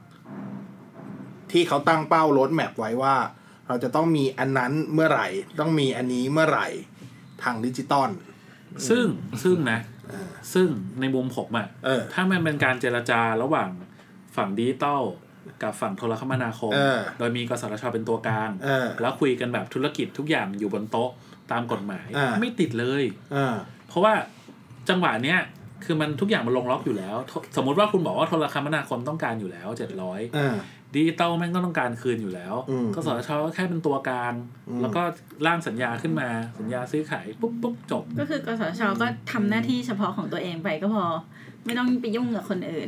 ที่เขาตั้งเป้าโรดแมพไว้ว่าเราจะต้องมีอันนั้นเมื่อไหร่ต้องมีอันนี้เมื่อไหร่ทางดิจิตอลซึ่งซึ่งนะซึ่งในมุมผมอ่ะถ้ามันเป็นการเจรจาระหว่างฝั่งดิจิตอลกับฝั่งโทรคมนาคมโดยมีกสทช.เป็นตัวกลางแล้วคุยกันแบบธุรกิจทุกอย่างอยู่บนโต๊ะตามกฎหมายไม่ติดเลยเพราะว่าจังหวะเนี้ยคือมันทุกอย่างมันลงล็อกอยู่แล้วสมมติว่าคุณบอกว่าโทรคมนาคมต้องการอยู่แล้วเจ็ดร้อยดิจิตอลแม่งก็ต้องการคืนอยู่แล้วกสทช.ก็แค่เป็นตัวกลางแล้วก็ร่างสัญญาขึ้นมาสัญญาซื้อขายปุ๊บปุ๊บจบก็คือกสทช.ก็ทำหน้าที่เฉพาะของตัวเองไปก็พอไม่ต้องไปยุ่งกับคนอื่น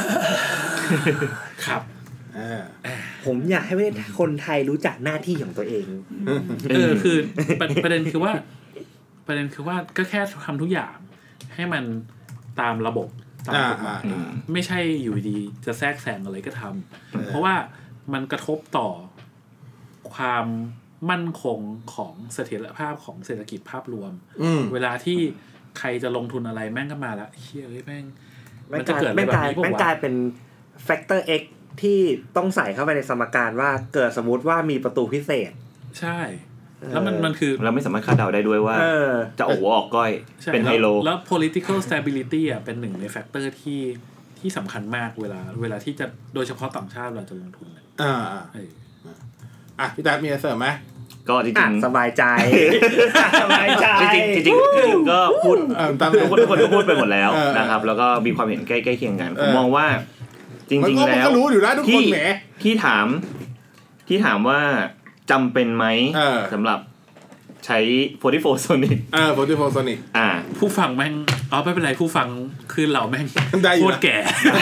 ครับผมอยากให้คนไทยรู้จักหน้าที่ของตัวเองเออคือประเด็นคือว่าประเด็นคือว่าก็แค่ทำทุกอย่างให้มันตามระบบตามกฎหมายไม่ใช่อยู่ดีจะแทรกแซงอะไรก็ทำเพราะว่ามันกระทบต่อความมั่นคงของเสถียรภาพของเศรษฐกิจภาพรวมเวลาที่ใครจะลงทุนอะไรแม่งก็มาละเฮ้ยแม่งมันจะเกิดอะไรแบบนี้พวกว่าแม่งกลายเป็นแฟกเตอร์ X ที่ต้องใส่เข้าไปในสมการว่าเกิดสมมติว่ามีประตูพิเศษใช่แล้วมันมันคือเราไม่สามารถคาดเดาได้ด้วยว่าจะโอ้โหออกก้อยเป็นไฮโลแล้ว political stability อ่ะเป็นหนึ่งในแฟกเตอร์ที่ที่สำคัญมากเวลาเวลาที่จะโดยเฉพาะต่างชาติเราจะลงทุนอ่าอ่ะพี่แต๊บมีอะไรเสริมไหมก็จริงๆสบายใจสบายใจจริงๆจริงๆก็พูดทุกคนทุกคนก็พูดไปหมดแล้วนะครับแล้วก็มีความเห็นใกล้ๆเคียงกันผมมองว่าจริงๆแล้วที่ที่ถามที่ถามว่าจำเป็นไหมสำหรับใช้ สี่สิบสี่ Sonic อ่า สี่สิบสี่ Sonic อ่าผู้ฟังแม่งอ๋อไม่เป็นไรผู้ฟังคือเราแม่งโคตรแก่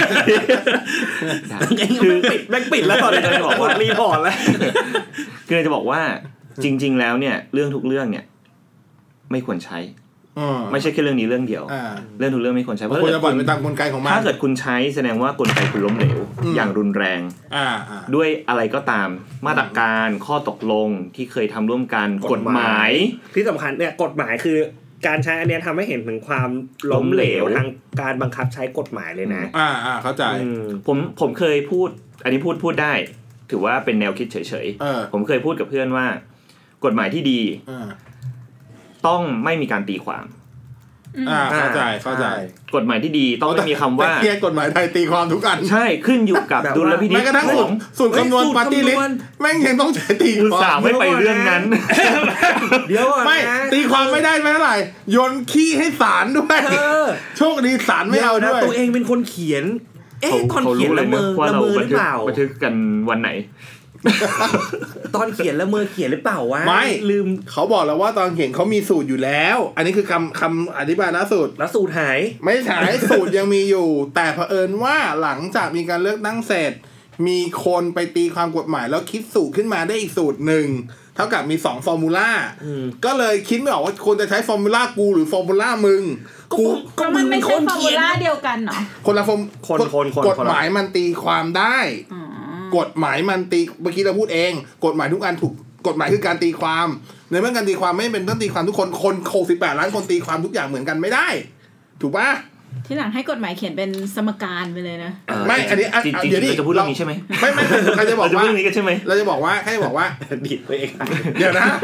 คือปิดแม่งปิดแล้วตอนนี้จะบอกว่ารีพอร์ตแล้วคือจะบอกว่าจริงๆแล้วเนี่ยเรื่องทุกเรื่องเนี่ยไม่ควรใช้ไม่ใช่แค่เรื่องนี้เรื่องเดียวเรื่องทุกเรื่องไม่ควรใช้เพราะควรจะปล่อยไปตามกลไกของมันถ้าเกิดคุณใช้แสดงว่ากลไกคุณล้มเหลวอย่างรุนแรงด้วยอะไรก็ตามมาตรการข้อตกลงที่เคยทำร่วมกันกฎหมายที่สำคัญเนี่ยกฎหมายคือการใช้อันนี้ทำให้เห็นถึงความล้มเหลวทางการบังคับใช้กฎหมายเลยนะอ่าอ่าเข้าใจผมผมเคยพูดอันนี้พูดพูดได้ถือว่าเป็นแนวคิดเฉยๆผมเคยพูดกับเพื่อนว่ากฎหมายที่ดีต้องไม่มีการตีความอ่าเข้าใจเข้าใจกฎหมายที่ดีต้องไม่มีคำว่าแต่กฎหมายไทยตีความทุกอันใช่ขึ้นอยู่กับดุลพินิจแม้กระทั่งสูตรสูตรคำนวณปาร์ตี้ลิสต์แม่งยังต้องใช้ตีความสาวไม่ไปเรื่องนั้นเดี๋ยวไม่ตีความไม่ได้ไม่เท่าไหร่โยนขี้ให้ศาลด้วยโชคดีศาลไม่เอาด้วยตัวเองเป็นคนเขียนเอ๊ะตอนเขียนละเมอละเมอหรือเปล่าบันทึกกันวันไหนตอนเขียนแล้วมือเขียนหรือเปล่าวะไม่ลืมเขาบอกแล้วว่าตอนเขียนเขามีสูตรอยู่แล้วอันนี้คือคำคำอธิบายนะสูตรแล้วสูตรหายไม่หายสูตรยังมีอยู่แต่เผอิญว่าหลังจากมีการเลือกตั้งเสร็จมีคนไปตีความกฎหมายแล้วคิดสูตรขึ้นมาได้อีกสูตรหนึ่งเท่ากับมีสองฟอร์มูล่าก็เลยคิดไม่ออกว่าควรจะใช้ฟอร์มูล่ากูหรือฟอร์มูล่ามึงกูก็มันไม่ใช่ฟอร์มูล่าเดียวกันเหรอคนละฟอร์มกฎหมายมันตีความได้กฎหมายมันตีเมื่อกี้เราพูดเองกฎหมายทุกอันถูกกฎหมายคือการตีความในเมื่อการตีความไม่เป็นต้องตีความทุกคนคนโคสิบแปดล้านคนตีความทุกอย่างเหมือนกันไม่ได้ถูกปะที่หลังให้กฎหมายเขียนเป็นสมการไปเลยนะไม่อันนี้จริงๆเราจะพูดเรื่องนี้ใช่ไหมไม่ไม่เราจะบอกว่าเรื่องนี้กันใช่ไหมเราจะบอกว่าแค่บอกว่าดิดตัวเองเดี๋ยวนะ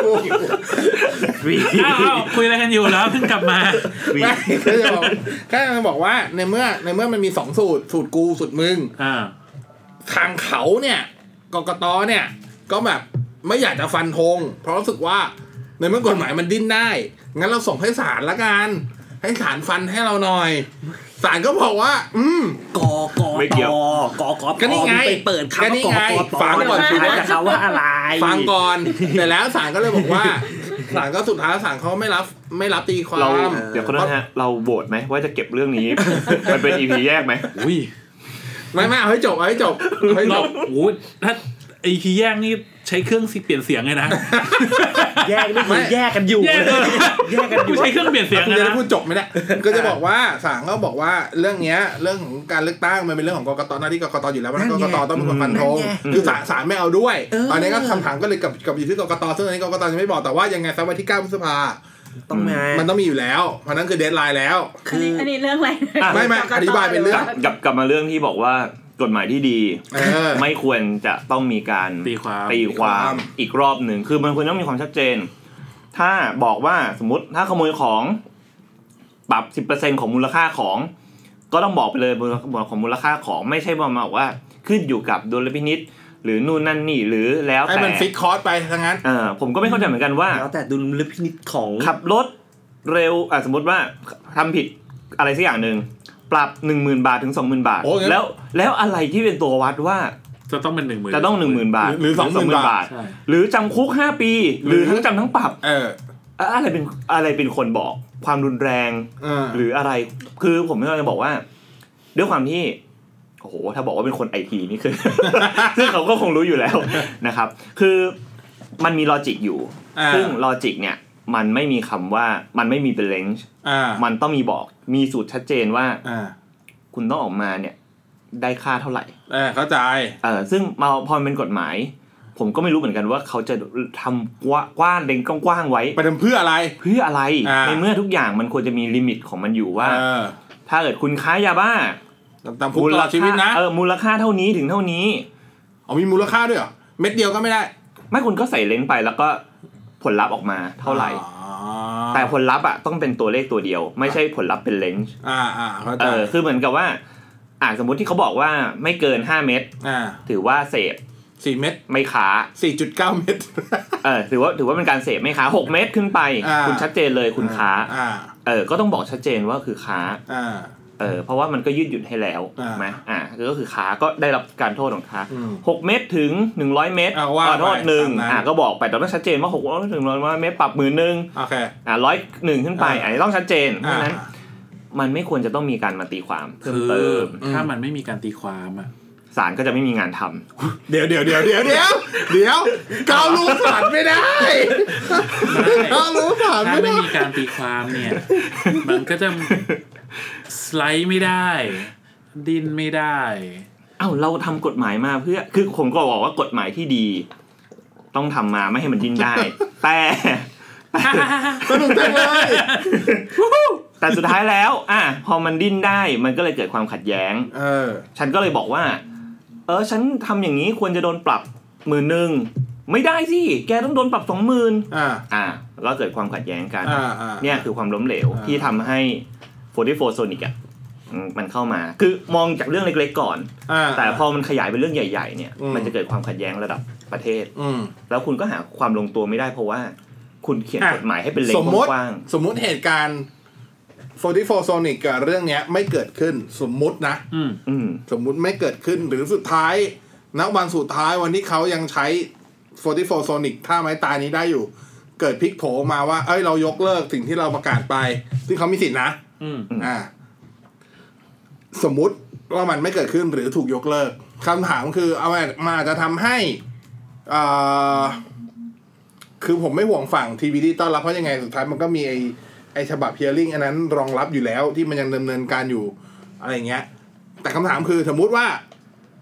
อ้าวคุยอะไรกันอยู่แล้วเพิ่งกลับมาไม่แค่จะบอกแค่จะบอกว่าในเมื่อในเมื่อมันมีสองสูตรสูตรกูสูตรมึงทางเขาเนี่ยกกตเนี่ยก็แบบไม่อยากจะฟันธงเพราะรู้สึกว่าในเมื่อกฎหมายมันดิ้นได้งั้นเราส่งให้ศาลละกันให้ศาลฟันให้เราหน่อยศาลก็บอกว่าอืมกกตกกตก็นี่ไงไปเปิดคำว่ากกตฟังก่อนสิจะเขาว่าอะไรฟังก่อนแต่แล้วศาลก็เลยบอกว่าศาลก็สุดท้ายศาลเขาไม่รับไม่รับตีความเดี๋ยวคนนั้นฮะเราโหวตไหมว่าจะเก็บเรื่องนี้มันเป็น อี พี แยกไหมอุ้ยไม่ไม่เอาให้จบเอาให้จบเอาให้จบโอ้ถ้า อี พี แยกนี่ใช้เครื่องเปลี่ยนเสียงเลยนะแยกนี่คือแยกกันอยู่แยกกันอยู่ใช้เครื่องเปลี่ยนเสียงนะจะพูดจบไหมเนี่ยก็จะบอกว่าศาลก็บอกว่าเรื่องเนี้ยเรื่องของการเลือกตั้งมันเป็นเรื่องของกกตหน้าที่กกตอยู่แล้วมันกกตต้องเป็นคนฟันธงคือศาลศาลไม่เอาด้วยตอนนี้ก็คำถามก็เลยกับกับอยู่ที่กกตซึ่งตอนนี้กกตยังไม่บอกแต่ว่ายังไงซะวันที่เก้าพฤษภาต้องมามันต้องมีอยู่แล้วเพราะนั้นคือเดดไลน์แล้วคืออันนี้เรื่องอะไรไม่ไม่อธิบายเป็นเรื่องกลับกลับมาเรื่องที่บอกว่ากฎหมายที่ดีไม่ควรจะต้องมีการตีความตีความอีกรอบหนึ่งคือมันควรต้องมีความชัดเจนถ้าบอกว่าสมมติถ้าขโมยของปรับ สิบเปอร์เซ็นต์ ของมูลค่าของก็ต้องบอกไปเลยมูลค่าของมูลค่าของไม่ใช่มาบอกว่าขึ้นอยู่กับดุลพินิจหรือนู่นนั่นนี่หรือแล้วแต่ให้มันฟิกคอร์สไปทั้งนั้นเออผมก็ไม่เข้าใจเหมือนกันว่าแล้วแต่ดุลพินิจของขับรถเร็วอ่ะสมมติว่าทำผิดอะไรสักอย่างนึงปรับ หนึ่งหมื่น บาทถึง สองหมื่น บาทแล้วแล้วอะไรที่เป็นตัววัดว่าจะต้องเป็น หนึ่งหมื่นจะต้อง หนึ่งหมื่น บาทหรือ สองหมื่น บาทหรือจำคุกห้าปีหรือทั้งจำทั้งปรับเอออะไรเป็นอะไรเป็นคนบอกความรุนแรงหรืออะไรคือผมไม่ได้บอกว่าด้วยความที่โอ้โหถ้าบอกว่าเป็นคน ไอ ที นี่คือซึ่งเขาก็คงรู้อยู่แล้วนะครับคือมันมีลอจิกอยู่ซึ่งลอจิกเนี่ยมันไม่มีคำว่ามันไม่มีเป็นเลนจ์มันต้องมีบอกมีสูตรชัดเจนว่าคุณต้องออกมาเนี่ยได้ค่าเท่าไหร่เออเข้าใจเออซึ่งมาพอเป็นกฎหมายผมก็ไม่รู้เหมือนกันว่าเขาจะทำกว้างเด้งกว้างๆไว้ไปทำเพื่ออะไรเพื่ออะไรในเมื่อทุกอย่างมันควรจะมีลิมิตของมันอยู่ว่าถ้าเกิดคุณค้ายาบ้าตามคุกตลอดชีวิตนะเออมูลค่าเท่านี้ถึงเท่านี้อ๋อมีมูลค่าด้วยเหรอเม็ดเดียวก็ไม่ได้ไม่คุณก็ใส่เลนส์ไปแล้วก็ผลลัพธ์ออกมาเท่าไหร่แต่ผลลัพธ์อ่ะต้องเป็นตัวเลขตัวเดียวไม่ใช่ผลลัพธ์เป็นเลนส์อ่าอ่าเข้าใจเออคือเหมือนกับว่าอ่าสมมติที่เขาบอกว่าไม่เกินห้าเม็ดอ่าถือว่าเสพสี่เม็ดไม่ค้าสี่จุดเก้า เม็ดเออถือว่าถือว่าเป็นการเสพไม่ค้าหกเม็ดขึ้นไปคุณชัดเจนเลยคุณค้าเออก็ต้องบอกชัดเจนว่าคือค้าเออเพราะว่ามันก็ยืดหยุ่นให้แล้วถูกมั้ยอ่าก็คือค้าก็ได้รับการโทษของค้าหกเม็ดถึงหนึ่งร้อยเม็ดก็โทษหนึ่งอ่าก็บอกไปแต่ต้องชัดเจนว่าหกถึงหนึ่งร้อยเม็ดปรับหมื่นนึงโอเคอ่าหนึ่งร้อยเอ็ดขึ้นไปอันนี้ต้องชัดเจนเพราะฉะนั้นมันไม่ควรจะต้องมีการมาตีความเพิ่มเติมถ้ามันไม่มีการตีความอ่ะศาลก็จะไม่มีงานทำเดี๋ยวเดี๋ยวเดี๋ยวเดี๋ยวเดี๋ยวเดี๋ยวก้าวรู้ศาลไม่ได้ก้าวรู้ศาลไม่ได้ถ้าไม่มีการตีความเนี่ยมันก็จะสไลด์ไม่ได้ดิ้นไม่ได้เอ้าเราทำกฎหมายมาเพื่อคือผมก็บอกว่ากฎหมายที่ดีต้องทำมาไม่ให้มันดิ้นได้แต่สนุกจังเลยแต่สุดท้ายแล้วอ่ะพอมันดิ้นได้มันก็เลยเกิดความขัดแย้งเออฉันก็เลยบอกว่าเออฉันทำอย่างนี้ควรจะโดนปรับหมื่นนึงไม่ได้สิแกต้องโดนปรับ สองหมื่น อ่าอ่าแล้วเกิดความขัดแย้งกันเนี่ยคือความล้มเหลวที่ทำให้โฟร์ตี้โฟร์ Sonic อ่ะมันเข้ามาคือมองจากเรื่องเล็กๆก่อนแต่พอมันขยายเป็นเรื่องใหญ่ๆเนี่ยมันจะเกิดความขัดแย้งระดับประเทศแล้วคุณก็หาความลงตัวไม่ได้เพราะว่าคุณเขียนกฎหมายให้เป็นเลนส์กว้างสมมติเหตุการณ์โฟร์ตี้โฟร์ Sonic กับเรื่องเนี้ยไม่เกิดขึ้นสมมุตินะอืมอืมสมมุติไม่เกิดขึ้นหรือสุดท้ายณวันสุดท้ายวันที่เขายังใช้โฟร์ตี้โฟร์ Sonic ท่าไม้ตายนี้ได้อยู่เกิดพลิกโผมาว่าเอ้ยเรายกเลิกสิ่งที่เราประกาศไปซึ่งเขามีสิทธินะอืมอ่าสมมุติว่ามันไม่เกิดขึ้นหรือถูกยกเลิกคำถามคือเอามาอาจจะทำให้อ่าคือผมไม่ห่วงฝั่งทีวีที่ต้อนรับเพราะยังไงสุดท้ายมันก็มีไอไอฉบับ hearing อันนั้นรองรับอยู่แล้วที่มันยังดำเนินการอยู่อะไรเงี้ยแต่คำถามคือสมมุติว่า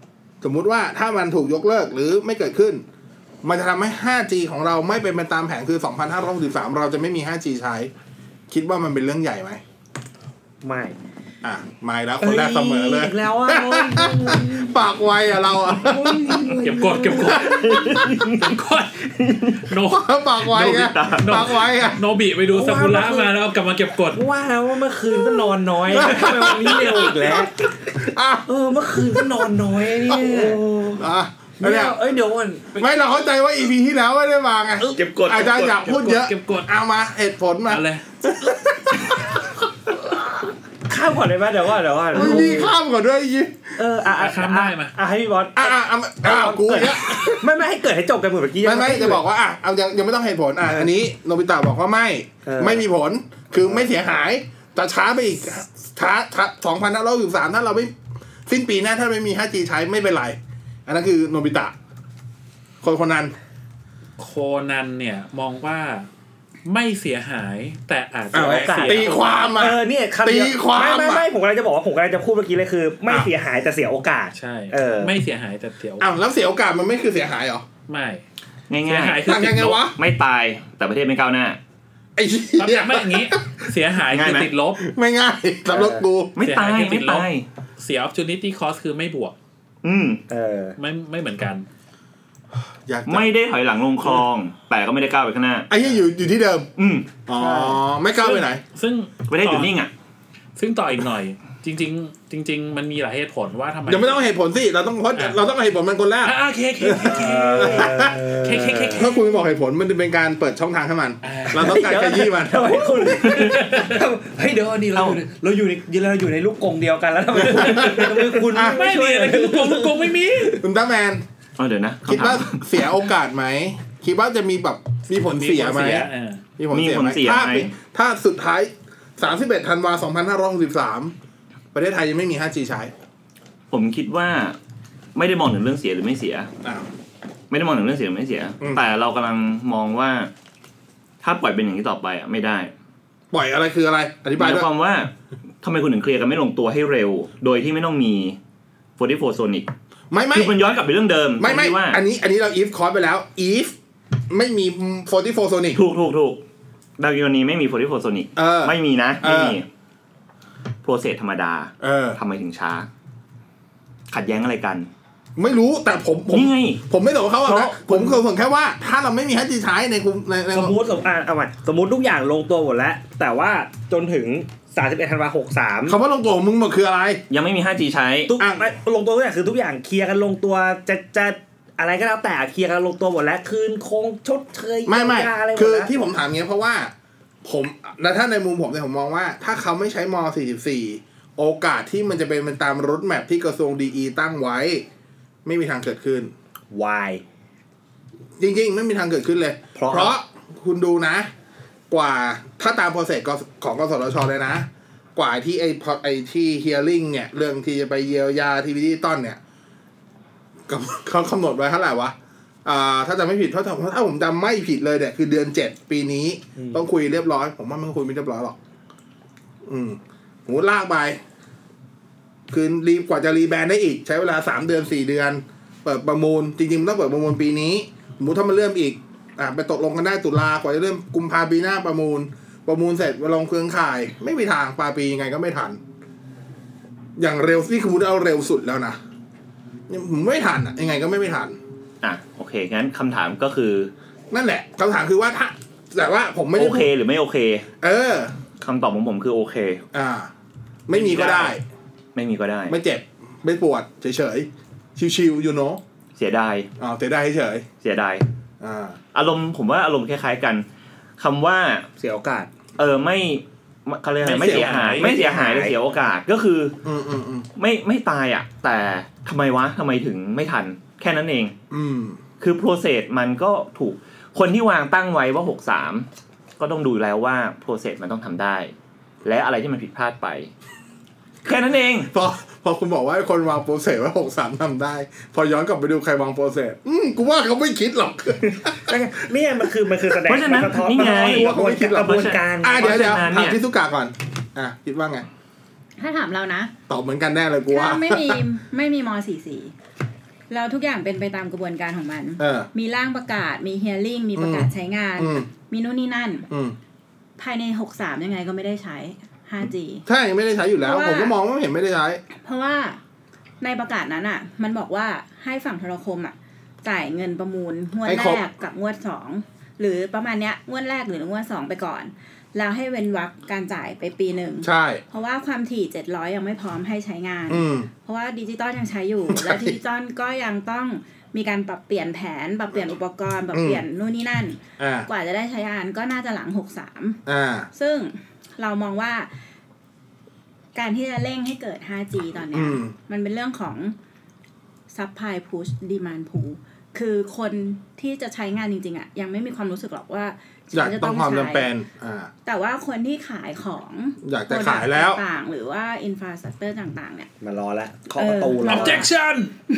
สมมุติว่าถ้ามันถูกยกเลิกหรือไม่เกิดขึ้นมันจะทำให้ ห้าจี ของเราไม่เป็นไปตามแผนคือสองพันห้าร้อยหกสิบสามเราจะไม่มี ห้าจี ใช้คิดว่ามันเป็นเรื่องใหญ่ไหมไม่อ่ะไม่แล้วคนแรกเสมอเลยอีกแล้วอ่ะปากไวอ่ะเราอ่ะเก็บกดเก็บกดเก็บกดโนปากไวไงปากไวอ่ะโนบิไปดูซากุระมาแล้วกลับมาเก็บกดว่าแล้วว่าเมื่อคืนก็นอนน้อยทำไมวันนี้เร็วอีกแล้วเออเมื่อคืนก็นอนน้อยเนี่ยอ่ะเอ้ยเดี๋ยวก่อนไม่เราเข้าใจว่า อี พี ที่แล้วไม่ได้มาไงเก็บกดอาจารย์อยากพูดเยอะเก็บกดเอามาเหตุผลมาเลยข้ามก่อนได้ไหมเดี๋ยวก่อนเดี๋ยวก่อนไม่มีข้ามก่อนด้วยยี่เอออ่ะข้ามได้มาอ่ะให้พี่บอสอ่ะอ่ะอ่ะกูเนี่ยไม่ไม่ให้เกิดให้จบกันเหมือนเมื่อกี้ไม่ไม่จะบอกว่าอ่ะเอายังยังไม่ต้องเหตุผลอ่ะอันนี้โนบิตะบอกว่าไม่ไม่มีผลคือไม่เสียหายแต่ช้าไปอีกช้าสองพันห้าร้อยสิบสามถ้าเราไม่สิ้นปีหน้าถ้าไม่มี ห้าจี ใช้ไม่เป็นไรอันนั้นคือโนบิตะคนคนนั้นโคนันเนี่ยมองว่าไม่เสียหายแต่อาจจะตีความเออเนี่ยตีความไม่ไม่ไม่ผมกำลังจะบอกว่าผมกำลังจะพูดเมื่อกี้เลยคือไม่เสียหายแต่เสียโอกาสใช่เออไม่เสียหายแต่เสียอ้าวแล้วเสียโอกาสมันไม่คือเสียหายหรอไม่ง่ายๆเสียหายคือยังไงวะไม่ตายแต่ประเทศไม่ก้าวหน้าไอ้เนี่ยไม่อย่างงี้เสียหายคือติดลบไม่ง่ายสำหรับกูไม่ตายไม่ตายเสีย opportunity cost คือไม่บวกอืมเออไม่ไม่เหมือนกันไม่ได้ถอยหลังลงคลองแต่ก็ไม่ได้ก้าวไปข้างหน้าไอ้ยังอยู่อยู่ที่เดิมอืมอ๋อไม่ก้าวไปไหนซึ่งประเทศอยู่นิ่งอ่ะซึ่งต่ออีกหน่อยจริงๆจริงๆมันมีหลายเหตุผลว่าทำไมยังไม่ต้องเหตุผลสิเราต้องเราต้องเหตุผลมันคนแรกอ่าโอเคโอเคโอเคโอเคโอเคถ้าคุณบอกเหตุผลมันจะเป็นการเปิดช่องทางให้มันเราต้องการขยี้มันทำไมคุณเฮ้ยเดี๋ยวนี่เราเราอยู่ในเราอยู่ในลูกกงเดียวกันแล้วทำไมคุณไม่ช่วยอะไรลูกกงลูกกงไม่มีคุณตาแมนเดี๋ยวนะคิดว่าเสียโอกาสไหมคิดว่าจะมีแบบมีผลเสียไหมมีผลเสียไหมถ้าถ้าสุดท้ายสามสิบเอ็ดธันวาคมสองพันห้าร้อยหกสิบสามประเทศไทยยังไม่มี ห้าจี ใช้ผมคิดว่าไม่ได้มองถึงเรื่องเสียหรือไม่เสียไม่ได้มองถึงเรื่องเสียหรือไม่เสียแต่เรากำลังมองว่าถ้าปล่อยเป็นอย่างนี้ต่อไปอ่ะไม่ได้ปล่อยอะไรคืออะไรอธิบายด้วยความว่าทำไมคุณถึงเคลียร์กันไม่ลงตัวให้เร็วโดยที่ไม่ต้องมีโฟร์ตี้โฟร์ Sonic ไม่ไม่คือมันย้อนกลับไปเรื่องเดิมไม่ไม่อันนี้อันนี้เรา if คอร์สไปแล้ว if ไม่มีโฟร์ตี้โฟร์ Sonic ถูกถูกถูกบางกรณีไม่มีโฟร์ตี้โฟร์ Sonic ไม่มีนะไม่มีโปรเซสธรรมดาทำไมถึงช้าขัดแย้งอะไรกันไม่รู้แต่ผมผมนี่ไงผมไม่บอกเขาอะนะผมเคยบอกแค่ว่าถ้าเราไม่มี ห้าจี ใช้ในกลุ่มในสมมติสมอ่าเอาใหม่สมมติทุกอย่างลงตัวหมดแล้วแต่ว่าจนถึงสามสิบเอ็ดธันวาคมหกสิบสามคำว่าลงตัวของมึงมันคืออะไรยังไม่มี ห้าจี ใช้ทุกลงตัวทุกอย่างคือทุกอย่างเคลียร์กันลงตัวจะจะอะไรก็แล้วแต่เคลียร์กันลงตัวหมดแล้วคืนคงชดเชยไม่ไม่คือที่ผมถามเงี้ยเพราะว่าผมแล้วถ้าในมุมผมเนี่ยผมมองว่าถ้าเขาไม่ใช้ม.สี่สิบสี่โอกาสที่มันจะเป็นตามรถแมพที่กระทรวงดีอีตั้งไว้ไม่มีทางเกิดขึ้น why จริงๆไม่มีทางเกิดขึ้นเลยเพราะ, เพราะคุณดูนะกว่าถ้าตามโปรเซสของกสทช.เลยนะกว่าที่ไอ้ไอ้ที่ hearing เนี่ยเรื่องที่จะไปเยียวยาทีวีดิจิตอลเนี่ยเขากำหนดไว้เท่าไหร่วะอ่าถ้าจะไม่ผิดถ้าถ้าผมจำไม่ผิดเลยเนี่ยคือเดือนเจ็ดปีนี้ต้องคุยเรียบร้อยผมว่าไม่คุยไม่เรียบร้อยหรอกอืมโหลากไปคือรีกว่าจะรีแบรนด์ได้อีกใช้เวลาสามเดือนสี่เดือนเปิดประมูลจริงๆต้องเปิดประมูลปีนี้สมมุติถ้ามันเริ่มอีกอ่าไปตกลงกันได้ตุลากว่าจะเริ่มกุมภาพันธ์ปีหน้าประมูลประมูลเสร็จมาลงเครือข่ายไม่มีทางปลายปียังไงก็ไม่ทันอย่างเร็วที่คุณเอาเร็วสุดแล้วนะไม่ทันอ่ะยังไงก็ไม่ไม่ทันอ่ะโอเคงั้นคำถามก็คือนั่นแหละคำถามคือว่าถ้าแต่ว่าผมไม่ได้โอเคหรือไม่โอเคเออคำตอบของผมคือโอเคอ่าไม่มีก็ได้ไม่มีก็ได้ไม่เจ็บไม่ปวดเฉยๆชิวๆอยู่เนาะเสียดายอ๋อเสียดายเฉยเสียดายอ่าอารมณ์ผมว่าอารมณ์คล้ายๆกันคำว่าเสียโอกาสเออไม่เขาเรียกอะไรไม่เสียหายไม่เสียหายแต่เสียโอกาสก็คืออืมอืมอืมไม่ไม่ตายอ่ะแต่ทำไมวะทำไมถึงไม่ทันแค่นั้นเองอืมคือโปรเซสมันก็ถูกคนที่วางตั้งไว้ว่าหกสิบสามก็ต้องดูแล้วว่าโปรเซสมันต้องทำได้และอะไรที่มันผิดพลาดไปแค่นั้นเองพอพอคุณบอกว่าคนวางโปรเซสว่าหกสิบสามทำได้พอย้อนกลับไปดูใครวางโปรเซสอืมกูว่าเขาไม่คิดหรอกนี่มันคือมันคือแสดงเพราะฉะนั้นนี่ไงว่าเขาไม่คิดหรอกกระบวนการอ่ะเดี๋ยวเดี๋ยวถามพี่สุกาก่อนอ่ะคิดว่าไงถ้าถามเรานะตอบเหมือนกันแน่เลยกูว่าถ้าไม่มีไม่มีม.สี่สิบสี่แล้วทุกอย่างเป็นไปตามกระบวนการของมันมีร่างประกาศมีเฮียริ่งมีประกาศใช้งานมีนู่นนี่นั่นภายในหกสิบสามยังไงก็ไม่ได้ใช้ ไฟว์จีใช่ไม่ได้ใช้อยู่แล้วผมก็มองว่าเห็นไม่ได้ใช้เพราะว่าในประกาศนั้นอ่ะมันบอกว่าให้ฝั่งโทรคมอ่ะจ่ายเงินประมูลงวดแรกกับงวดสองหรือประมาณเนี้ยงวดแรกหรืองวดสองไปก่อนแล้วให้เว้นวรรคการจ่ายไปปีหนึ่งใช่เพราะว่าความถี่เจ็ดร้อยยังไม่พร้อมให้ใช้งานเพราะว่าดิจิตอลยังใช้อยู่ และดิจิตอลก็ยังต้องมีการปรับเปลี่ยนแผนปรับเปลี่ยนอุปกรณ์ปรับเปลี่ยนนู่นนี่นั่นกว่าจะได้ใช้งานก็น่าจะหลังหกสิบสามอ่าซึ่งเรามองว่าการที่จะเร่งให้เกิด ไฟว์จี ตอนเนี้ยมันเป็นเรื่องของ supply push demand pull คือคนที่จะใช้งานจริงๆอ่ะยังไม่มีความรู้สึกหรอกว่าอยากต้องความจำเป็นอ่าแต่ว่าคนที่ขายของอยากจะขายแล้วต่างๆหรือว่า infrastructure ต่างๆเนี่ยมารอแล้วเคาะประตูแล้ว objection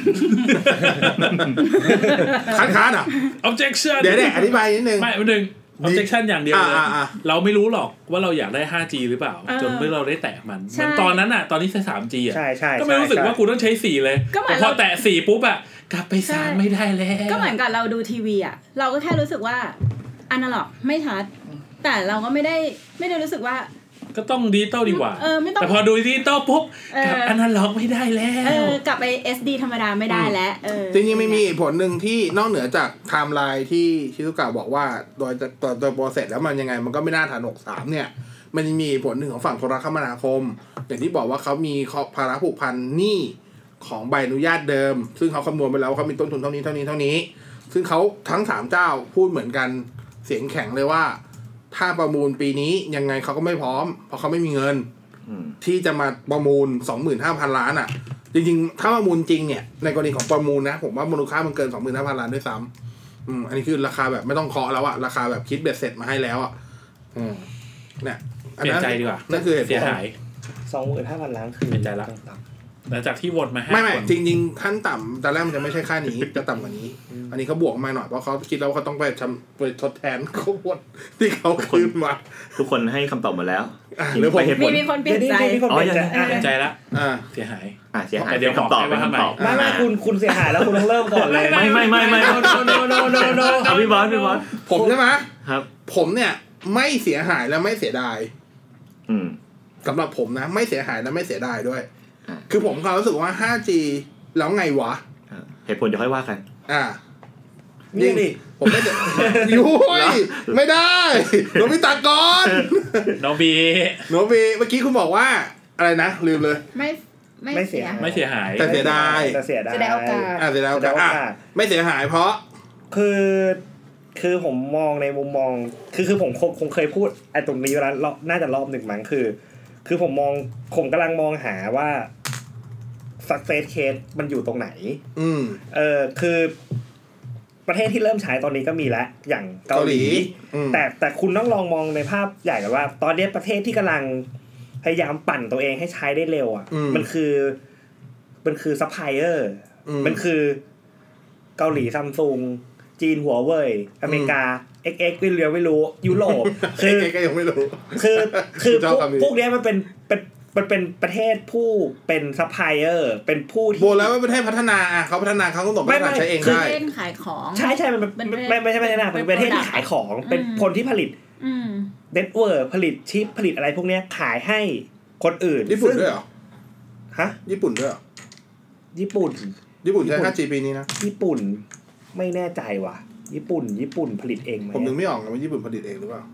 ค้านๆอ่ะ objection เดี๋ยวๆอธิบายนิดนึงไม่นิดนึง objection อย่างเดียวเลยเราไม่รู้หรอกว่าเราอยากได้ ไฟว์จี หรือเปล่าจนเมื่อเราได้แตะมันเหมือนตอนนั้นอ่ะตอนนี้ใช้ ทรีจี อ่ะก็ไม่รู้สึกว่ากูต้องใช้สี่เลยแต่พอแตะสี่ปุ๊บอ่ะกลับไปสามไม่ได้แล้วก็เหมือนกับเราดูทีวีอ่ะเราก็แค่รู้สึกว่าอนาล็อกไม่ชัดแต่เราก็ไม่ได้ไม่ได้รู้สึกว่าก็ต้องดิจิตอลดีกว่าแต่พอดูดิจิตอลปุ๊บกลับอนาล็อกไม่ได้แล้วเออกลับไป เอส ดี ธรรมดาไม่ได้แล้วเออจริงๆไม่มีผลหนึ่งที่นอกเหนือจากไทม์ไลน์ที่ชิซุกะบอกว่าโดยตัวตัวโปรเซสแล้วมันยังไงมันก็ไม่น่าทันหกสิบสามเนี่ยมันมีผลหนึ่งของฝั่งโทรคมนาคมอย่างที่บอกว่าเขามีภาระผูกพันหนี้ของใบอนุญาตเดิมซึ่งเขาคำนวณไปแล้วว่าเขามีต้นทุนเท่านี้เท่านี้เท่านี้ซึ่งเขาทั้งสามเจ้าพูดเหมือนกันเสียงแข็งเลยว่าถ้าประมูลปีนี้ยังไงเขาก็ไม่พร้อมเพราะเขาไม่มีเงินที่จะมาประมูล สองหมื่นห้าพัน ล้านอ่ะจริงๆถ้าประมูลจริงเนี่ยในกรณีของประมูลนะผมว่ามูลค่ามันเกิน สองหมื่นห้าพัน ล้านด้วยซ้ำอืมอันนี้คือราคาแบบไม่ต้องเคาะแล้วอะราคาแบบคิดเบ็ดเสร็จมาให้แล้วอะอืมเนี่ยเปลี่ยนใจดีกว่านั่นคือเสียหายสองหมื่นห้าพัน ล้านคือเปลี่ยนใจละหลังจากที่วนมาห้าไม่ไม่จริงๆขั้นต่ำตอนแรกมันจะไม่ใช่ค่านี้จะต่ำกว่านี้อันนี้เขาบวกมาหน่อยเพราะเขาคิดแล้วว่าเขาต้องไปทำไปทดแทนเขาวนที่เขาคืนมาทุกคนให้คำตอบหมดแล้วหรือผมมีมีคนเปลี่ยนใจอ๋อเปลี่ยนใจละเสียหายอ่าเสียหายเดี๋ยวคำตอบไปคำตอบไม่ไม่คุณคุณเสียหายแล้วคุณต้องเริ่มก่อนเลยไม่ไม่ไม่ไม่ no no no no no เอาพี่บอสพี่บอสผมใช่ไหมครับผมเนี่ยไม่เสียหายและไม่เสียดายอืมสำหรับผมนะไม่เสียหายและไม่เสียดายด้วยคือผมความรู้สึกว่า ไฟว์จี แล้วไงวะเหตุผลจะค่อยว่ากันอ่านี่ดิผมไม่ได้ยุ้ยไม่ได้โนบิตะก่อนโนบิโนบิเมื่อกี้คุณบอกว่าอะไรนะลืมเลยไม่ไม่เสียไม่เสียหายแต่เสียดายแต่เสียดายเสียดายโอกาสอ่าเสียดายโอกาสไม่เสียหายเพราะคือคือผมมองในมุมมองคือคือผมคงเคยพูดไอ้ตรงนี้แล้วน่าจะรอบหนึ่งมั้งคือคือผมมองผมกำลังมองหาว่า success case มันอยู่ตรงไหนอืมเออคือประเทศที่เริ่มใช้ตอนนี้ก็มีแล้วอย่างเกาหลีแต่แต่คุณต้องลองมองในภาพใหญ่กันว่าตอนนี้ประเทศที่กำลังพยายามปั่นตัวเองให้ใช้ได้เร็วอ่ะมันคือมันคือซัพพลายเออร์มันคือเกาหลีซัมซุงจีนหัวเว่ยอเมริกา เอ็กซ์ เอ็กซ์ ไม่รู้ไม่รู้ยุโรปคือ เอ็กซ์ เอ็กซ์ ยังไม่รู้คือคือพวกนี้มันเป็นเป็นมันเป็นประเทศผู้เป็นซัพพลายเออร์เป็นผู้ที่บอกแล้วว่าประเทศพัฒนาอ่ะเขาพัฒนาเขาต้องตกมาใช้เองได้เป็นขายของใช่ๆมันไม่ไม่ใช่พัฒนาเป็นประเทศที่ขายของเป็นคนที่ผลิตเน็ตเวิร์คผลิตชิปผลิตอะไรพวกนี้ขายให้คนอื่นญี่ปุ่นด้วยเหรอฮะญี่ปุ่นด้วยเหรอญี่ปุ่นญี่ปุ่นใช้ ไฟว์จี ปีนี้นะญี่ปุ่นไม่แน่ใจว่ะญี่ปุ่นญี่ปุ่นผลิตเองมั้ยผมนึกไม่ออกว่าญี่ปุ่นผลิตเองหรือเปล่า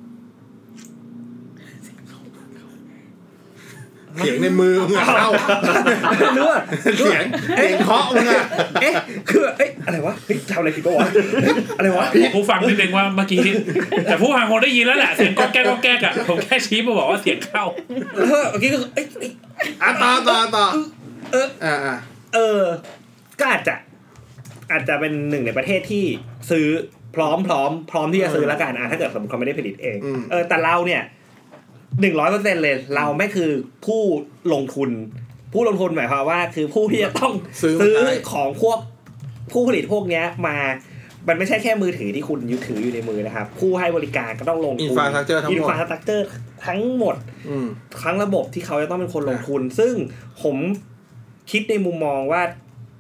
เสียงในมือมึงอ่ะเข้ารู้อ่ะเสียงเสียงเคาะมึงอ่ะเอ๊ะคือเอ๊ะอะไรวะเฮ้ยทำอะไรผิดป่ะวะอะไรวะผู้ฟังนิดนึงว่าเมื่อกี้แต่ผู้ฟังคงได้ยินแล้วแหละเสียงก๊อกแก๊กก๊อกแก๊กอ่ะผมแค่ชี้มาบอกว่าเสียงเข้าเออเมื่อกี้ก็เอ๊ะอ่ะต่อต่อต่อเอออ่าเออก็อาจจะอาจจะเป็นหนึ่งในประเทศที่ซื้อพร้อมพร้อมพร้อมที่จะซื้อแล้วกันอ่ะถ้าเกิดสมมติเขาไม่ได้ผลิตเองเออแต่เราเนี่ยหนึ่งร้อยเปอร์เซ็นต์เลยเราไม่คือผู้ลงทุนผู้ลงทุนหมายความว่าคือผู้ที่จะต้องซื้อของพวกผู้ผลิตพวกนี้มามันไม่ใช่แค่มือถือที่คุณยึดถืออยู่ในมือนะครับผู้ให้บริการก็ต้องลงทุน infrastructure ทั้งหมด infrastructure ทั้งหมดทั้งระบบที่เขาจะต้องเป็นคนลงทุนซึ่งผมคิดในมุมมองว่า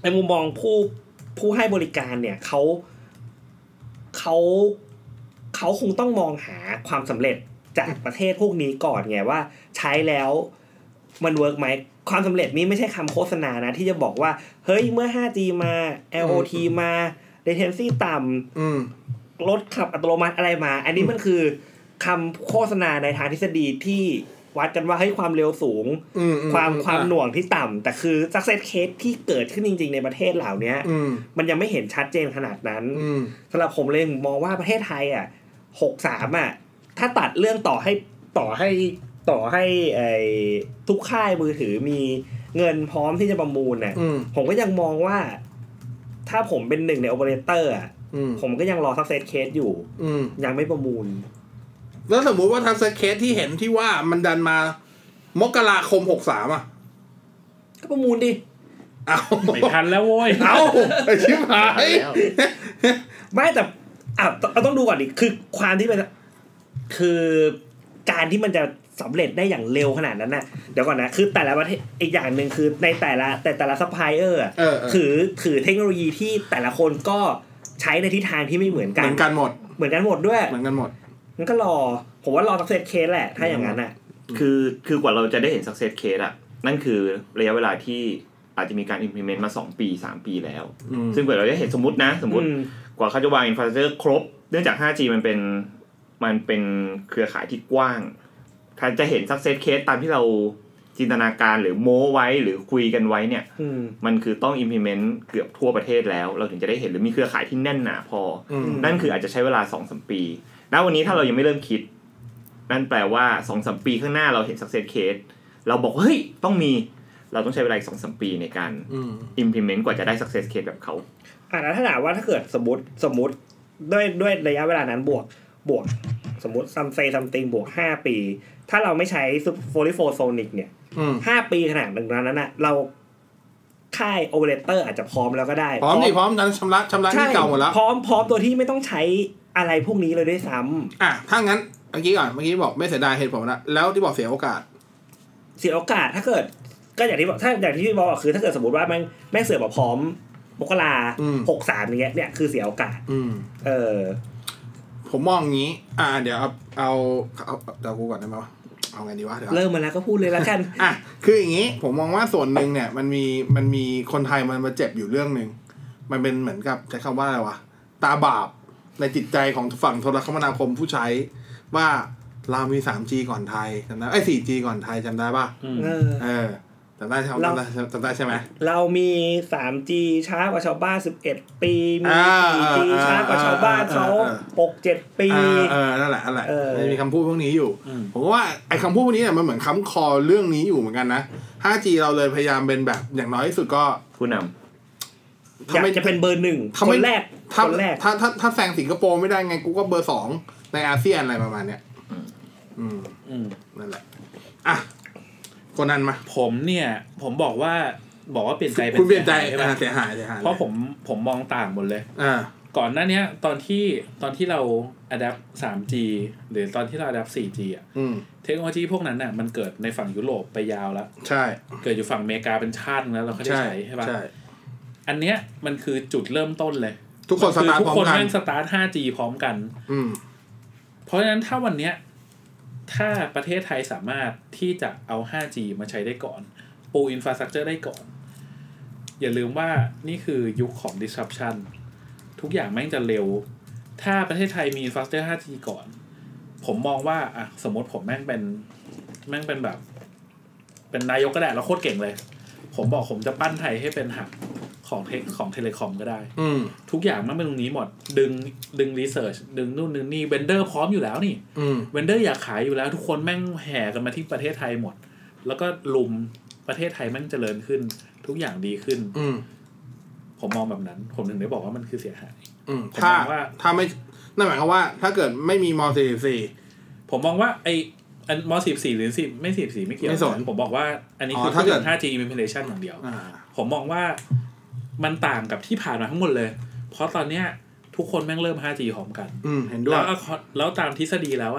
ในมุมมองผู้ผู้ให้บริการเนี่ยเขาเขาเขาคงต้องมองหาความสำเร็จจากประเทศพวกนี้ก่อนไงว่าใช้แล้วมันเวิร์กไหมความสำเร็จนี้ไม่ใช่คำโฆษณานะที่จะบอกว่าเฮ้ยเมื่อ ไฟว์จี มา แอล โอ ที มา latency ต่ำรถขับอัตโนมัติอะไรมาอันนี้มันคือคำโฆษณาในทางทฤษฎีที่วัดกันว่าให้ความเร็วสูงความความหน่วงที่ต่ำแต่คือ success case ที่เกิดขึ้นจริงๆในประเทศเหล่านี้มันยังไม่เห็นชัดเจนขนาดนั้นสำหรับผมเลยมองว่าประเทศไทยอ่ะหกสิบสามอ่ะถ้าตัดเรื่องต่อให้ต่อให้ต่อให้ไอ้ทุกค่ายมือถือมีเงินพร้อมที่จะประมูลน่ะผมก็ยังมองว่าถ้าผมเป็นหนึ่งในโอเปอเรเตอร์อ่ะผมก็ยังรอ success case อยู่ยังไม่ประมูลแล้วสมมุติว่าทัสเคสที่เห็นที่ว่ามันดันมามกราคมหกสิบสามอ่ะก็ประมูลดิเอาไม่ทันแล้วโว้ยเอาไอ้ชิบหายไม่แต่อ่ะเราต้องดูก่อนดิคือความที่เป็นคือการที่มันจะสำเร็จได้อย่างเร็วขนาดนั้นน่ะเดี๋ยวก่อนนะคือแต่ละประเทศอีกอย่างนึงคือในแต่ละแต่แต่ละซัพพลายเออร์ถือถือเทคโนโลยีที่แต่ละคนก็ใช้ในทิศทางที่ไม่เหมือนกันเหมือนกันหมดเหมือนกันหมดด้วยเหมือนกันหมดงั้นก็รอผมว่ารอ success case แหละถ้าอย่างนั้นน่ะคือคือกว่าเราจะได้เห็น success case อ่ะนั่นคือระยะเวลาที่อาจจะมีการ implement มาสองปีสามปีแล้วซึ่งกว่าเราจะเห็นสมมุตินะสมมุติกว่าเขาจะวาง infrastructure ครบเนื่องจาก ไฟว์จี มันเป็นมันเป็นเครือข่ายที่กว้างถ้าจะเห็น success case ตามที่เราจินตนาการหรือโม้ไว้หรือคุยกันไว้เนี่ยมันคือต้อง implement เกือบทั่วประเทศแล้วเราถึงจะได้เห็นหรือมีเครือข่ายที่แน่นหนาพอนั่นคืออาจจะใช้เวลา สองถึงสาม ปีณวันนี้ถ้าเรายังไม่เริ่มคิดนั่นแปลว่า สองถึงสาม ปีข้างหน้าเราเห็น success case เราบอกเฮ้ยต้องมีเราต้องใช้เวลาอีก สองถึงสาม ปีในการ implement กว่าจะได้ success case แบบเขาอ่ะแล้วถ้าถามว่าถ้าเกิดสมมุติสมมุติด้วยด้วยระยะเวลานั้นบวกบวกสมมุติ some say something บวกห้าปีถ้าเราไม่ใช้ โฟร์ตี้โฟร์ Sonic เนี่ยห้าปีขนาดนั้นน่ะเราค่ายโอเปอเรเตอร์อาจจะพร้อมแล้วก็ได้พร้อมดิพร้อมนั้นชำระชำระที่เก่าหมดแล้วพร้อมพร้อมตัวที่ไม่ต้องใช้อะไรพวกนี้เลยด้วยซ้ำอ่ะถ้างั้นเมื่อกี้ก่อนเมื่อกี้บอกไม่เสียดายเหตุผลนะแล้วที่บอกเสียโอกาสเสียโอกาสถ้าเกิดก็อย่างที่บอกถ้าอย่างที่พี่บอกคือถ้าเกิดสมมติว่าแม่งแม่งเสือมาพร้อมมกราหกสิบสามอย่างเงี้ยเนี่ยคือเสียโอกาสเออผมมองงี้อ่าเดี๋ยวเอาเอาเอาเดี๋ยวกูก่อนได้ไหมวะเอาไงดีวะเริ่มมาแล้วก็พูดเลยละกันอ่ะคืออย่างงี้ผมมองว่าส่วนหนึ่งเนี่ยมันมีมันมีคนไทยมันมาเจ็บอยู่เรื่องนึงมันเป็นเหมือนกับใช้คำว่าอะไรวะตาบาปในจิตใจของฝั่งโทรคมนาคมผู้ใช้ว่าเรามี ทรีจี ก่อนไทยจำได้ไอ้ โฟร์จี ก่อนไทยจำได้ป่ะเออเออจำได้จำได้จำได้ใช่ไหมเรามี ทรีจี ช้ากว่าชาวบ้านสิบเอ็ดปีมี โฟร์จี ช้ากว่าชาวบ้านเขาหกเจ็ดปีเออนั่นแหละนั่นแหละมีคำพูดพวกนี้อยู่ผมว่าไอ้คำพูดพวกนี้เนี่ยมันเหมือนค้ำคอเรื่องนี้อยู่เหมือนกันนะ ไฟว์จี เราเลยพยายามเป็นแบบอย่างน้อยที่สุดก็ผู้นำอยากจะเป็นเบอร์หนึ่งคนแรกคนแรกถ้าถ้าถ้าแซงสิงคโปร์ไม่ได้ไงกูก็เบอร์สองในอาเซียนอะไรประมาณเนี้ยอืมอืมนั่นแหละอ่ะคนนั้นมาผมเนี่ยผมบอกว่าบอกว่าเปลี่ยนใจเป็นคุณเปลี่ยนใจเสียหายเสียหายเพราะผมผมมองต่างหมดเลยอ่าก่อนหน้านี้ตอนที่ตอนที่เรา adapt ทรีจี หรือตอนที่เรา adapt โฟร์จี อ่ะเทคโนโลยีพวกนั้นน่ะมันเกิดในฝั่งยุโรปไปยาวแล้วใช่เกิดอยู่ฝั่งอเมริกาเป็นชาติแล้วเราก็ได้ใช้ใช่ป่ะอันเนี้ยมันคือจุดเริ่มต้นเลยทุกคนสตาร์ทพร้อมกันทุกคนแม่งสตาร์ท ไฟว์จี พร้อมกันเพราะฉะนั้นถ้าวันเนี้ยถ้าประเทศไทยสามารถที่จะเอา ไฟว์จี มาใช้ได้ก่อนปูอินฟราสตรัคเจอร์ได้ก่อนอย่าลืมว่านี่คือยุคของ disruption ทุกอย่างแม่งจะเร็วถ้าประเทศไทยมีอินฟราสตรัคเจอร์ ไฟว์จี ก่อนผมมองว่าอ่ะสมมติผมแม่งเป็นแม่งเป็นแบบเป็นนายกก็ได้แล้วโคตรเก่งเลยผมบอกผมจะปั้นไทยให้เป็นหับของเทคของเทเลคอมก็ได้ทุกอย่างมันเป็นตรงนี้หมดดึงดึงรีเสิร์ชดึงนู่นดึงนี่เวนเดอร์พร้อมอยู่แล้วนี่เวนเดอร์อยากขายอยู่แล้วทุกคนแม่งแห่กันมาที่ประเทศไทยหมดแล้วก็ลุมประเทศไทยแม่งเจริญขึ้นทุกอย่างดีขึ้นผมมองแบบนั้นผมถึงได้บอกว่ามันคือเสียหายถ้าถ้าไม่นั่นหมายความว่าถ้าเกิดไม่มีมอสี่สิบสี่ผมมองว่าไออันมสี่สิบสี่หรือสิบไม่สี่สิบสี่ไม่เกี่ยวผมบอกว่าอันนี้คือ ไฟว์จี implementation อย่างเดียวผมมองว่ามันต่างกับที่ผ่านมาทั้งหมดเลยเพราะตอนเนี้ยทุกคนแม่งเริ่ม ไฟว์จี พร้อมกันอืมเห็นด้วยแล้วแล้วตามทฤษฎีแล้วอ่ะ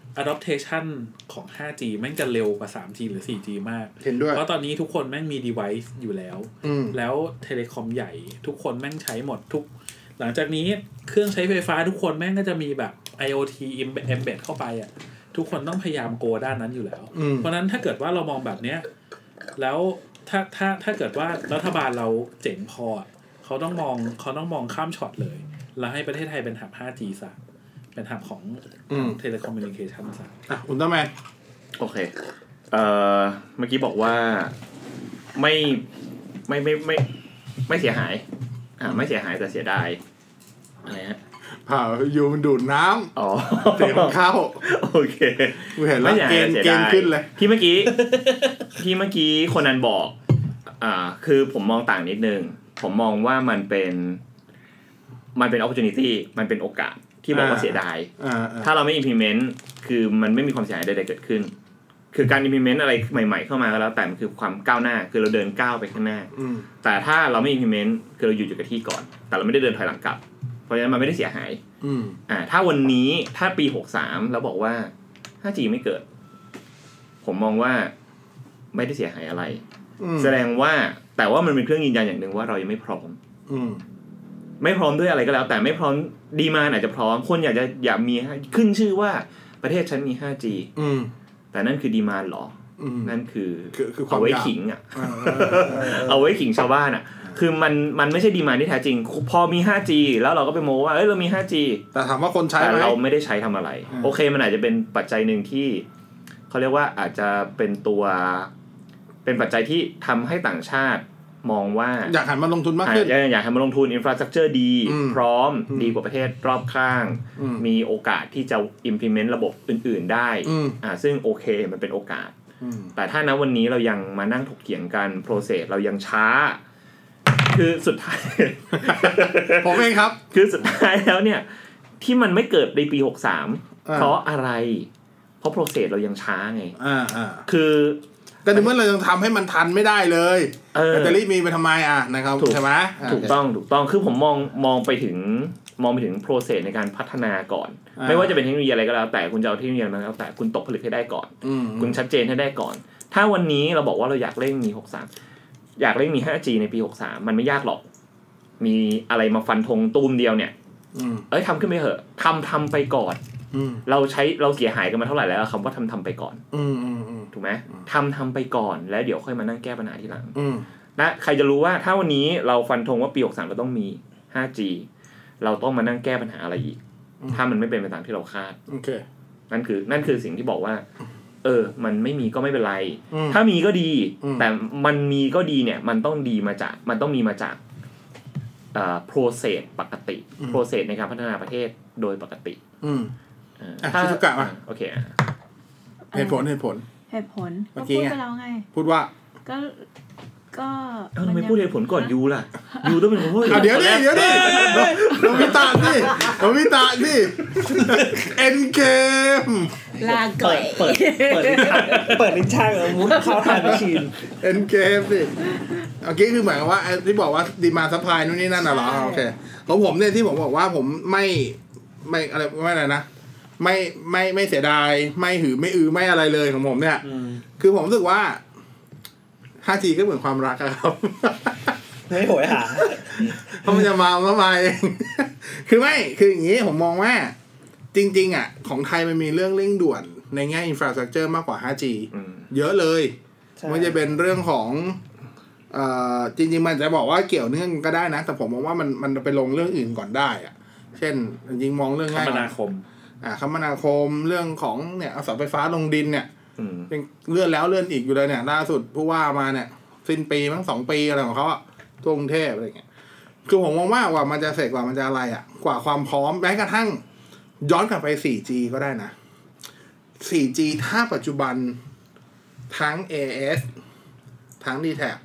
adoption ของ ห้าจี แม่งจะเร็วกว่า สามจี หรือ โฟร์จี มากเห็นด้วยเพราะตอนนี้ทุกคนแม่งมี device อยู่แล้วแล้วเทเลคอมใหญ่ทุกคนแม่งใช้หมดทุกหลังจากนี้เครื่องใช้ไฟฟ้าทุกคนแม่งก็จะมีแบบ IoT embed เข้าไปอ่ะทุกคนต้องพยายามโกด้านนั้นอยู่แล้วเพราะนั้นถ้าเกิดว่าเรามองแบบเนี้ยแล้วถ้าถ้าถ้าเกิดว่ารัฐบาลเราเจ๋งพอเขาต้องมองเขาต้องมองข้ามช็อตเลยแล้วให้ประเทศไทยเป็นหับ ห้าจี ซะเป็นหับของเทเลคอมมิวนิเคชันซะอ่ะอุลตร้าแมนโอเคเอ่อเมื่อกี้บอกว่าไม่ไม่ไม่ไม่ไม่เสียหายอ่าไม่เสียหายแต่เสียดายอะไรฮะผ่าอยู่มันดูดน้ำอ๋อเสียงเข้าโอเคเห็นแล้วเกณฑ์เกณฑ์ขึ้นเลยที่เมื่อกี้ที่เมื่อกี้คนนั้นบอกอ่าคือผมมองต่างนิดนึงผมมองว่ามันเป็นมันเป็น opportunity มันเป็นโอกาสที่บอกว่าเสียดายถ้าเราไม่ implement คือมันไม่มีความเสียหายใดๆเกิดขึ้นคือการ implement อะไรใหม่ๆเข้ามาก็แล้วแต่มันคือความก้าวหน้าคือเราเดินก้าวไปข้างหน้าแต่ถ้าเราไม่ implement คือเราอยู่อยู่กับที่ก่อนแต่เราไม่ได้เดินถอยหลังกลับเพราะฉะนั้นมันไม่ได้เสียหายอ่าถ้าวันนี้ถ้าปีหกสามแล้วบอกว่า ห้าจี ไม่เกิดผมมองว่าไม่ได้เสียหายอะไรแสดงว่าแต่ว่ามันเป็นเครื่องยืนยันอย่างนึงว่าเรายังไม่พร้อมไม่พร้อมด้วยอะไรก็แล้วแต่ไม่พร้อมดีมานด์อาจจะพร้อมคนอยากจะอยากมีขึ้นชื่อว่าประเทศฉันมี ห้าจีอืมแต่นั่นคือดีมานด์หรอนั่นคือเอาไว้ขิงอ่ะเอาไว้ขิงชาวบ้านอ่ะคือมันมันไม่ใช่ดีมานด์ที่แท้จริงพอมี ห้าจี แล้วเราก็ไปโม้ว่าเอ้ยเรามี ห้าจีแต่ถามว่าคนใช้มั้ยแต่เราไม่ได้ใช้ทำอะไรโอเคมันอาจจะเป็นปัจจัยนึงที่เขาเรียกว่าอาจจะเป็นตัวเป็นปัจจัยที่ทำให้ต่างชาติมองว่าอยากหันมาลงทุนมากขึ้นอยากหันมาลงทุนอินฟราสตรัคเจอร์ดีพร้อมดีกว่าประเทศรอบข้างมีโอกาสที่จะ implement ระบบอื่นๆได้อ่าซึ่งโอเคมันเป็นโอกาสแต่ถ้าณวันนี้เรายังมานั่งถกเถียงกัน process เรายังช้าคือสุดท้ายผมเองครับคือสุดท้ายแล้วเนี่ยที่มันไม่เกิดในปีหกสามเพราะอะไรเพราะ process เรายังช้าไงอ่าๆคือก็ในเมื่อเรายังทำให้มันทันไม่ได้เลยแต่รีบมีไปทำไมอ่ะนะครับใช่ไหมถูกต้องถูกต้องคือผมมองมองไปถึงมองไปถึง process ในการพัฒนาก่อนไม่ว่าจะเป็นเทคโนโลยีอะไรก็แล้วแต่คุณจะเอาเทคโนโลยีอะไรก็แล้วแต่คุณตกผลึกให้ได้ก่อนคุณชัดเจนให้ได้ก่อนถ้าวันนี้เราบอกว่าเราอยากเร่งมีหกสามอยากเร่งมี ห้าจี ในปีหกสามมันไม่ยากหรอกมีอะไรมาฟันธงตูมเดียวเนี่ยเอ้ยทำขึ้นไปเถอะทำทำไปก่อนเราใช้เราเสียหายกันมาเท่าไหร่แล้วคำว่าทำทำไปก่อนถูกไหมทำทำไปก่อนแล้วเดี๋ยวค่อยมานั่งแก้ปัญหาทีหลังและใครจะรู้ว่าถ้าวันนี้เราฟันธงว่าปีหกสามเราต้องมี ห้าจี เราต้องมานั่งแก้ปัญหาอะไรอีกถ้ามันไม่เป็นไปตามที่เราคาดนั่นคือนั่นคือสิ่งที่บอกว่าเออมันไม่มีก็ไม่เป็นไรถ้ามีก็ดีแต่มันมีก็ดีเนี่ยมันต้องดีมาจากมันต้องมีมาจากเอ่อ process ปกติ process ในการพัฒนาประเทศโดยปกติอืมอ่ะชิซุกะมาโอเคเหตุผลเหตุผลเหตุผลก็พูดไปแล้วไงพูดว่าก็ก็เอ้าทำไมพูดเหตุผลก่อนยูล่ะยูต้องเป็นคนพูดเดี๋ยวดิเดี๋ยวดิโนบิตะดิโนบิตะดิเอ็นเกมลาก่อยเปิดเปิดเปิดลิ้นชักเออมุดเข้าทางแมชชีนเอ็นเกมดิโอเคคือหมายความว่าที่บอกว่าดีมาซัพพลายนู่นนี่นั่นน่ะเหรอโอเคของผมเนี่ยที่ผมบอกว่าผมไม่ไม่อะไรไม่อะไรนะไม่ไม่ไม่เสียดายไม่หือไม่อือไม่อะไรเลยของผมเนี่ยคือผมรู้สึกว่า ห้าจี ก็เหมือนความรักครับไม่โหยหาเพราะมันจะมาแล้วมาเองคือไม่คืออย่างนี้ผมมองว่าจริงๆอ่ะของไทยมันมีเรื่องเร่งด่วนในแง่อินฟราสตรัคเจอร์มากกว่า ห้าจี เยอะเลยมันจะเป็นเรื่องของเอ่อจริงๆมันจะบอกว่าเกี่ยวเนื่องก็ได้นะแต่ผมมองว่ามันมันไปลงเรื่องอื่นก่อนได้อ่ะเช่นจริงๆมองเรื่องง่ายคมนาคมอ่าคมนาคมเรื่องของเนี่ยเสาไฟฟ้าลงดินเนี่ยเป็นเลื่อนแล้วเลื่อนอีกอยู่เลยเนี่ยล่าสุดผู้ว่ามาเนี่ยสิ้นปีมั้งสองปีอะไรของเขาอ่ะทั่วกรุงเทพอะไรเงี้ยคือผมมองว่ากว่ามันจะเสร็จกว่ามันจะอะไรอ่ะกว่าความพร้อมแม้กระทั่งย้อนกลับไป โฟร์จี ก็ได้นะ โฟร์จี ถ้าปัจจุบันทั้ง เอ เอส ทั้ง ดี แท็ก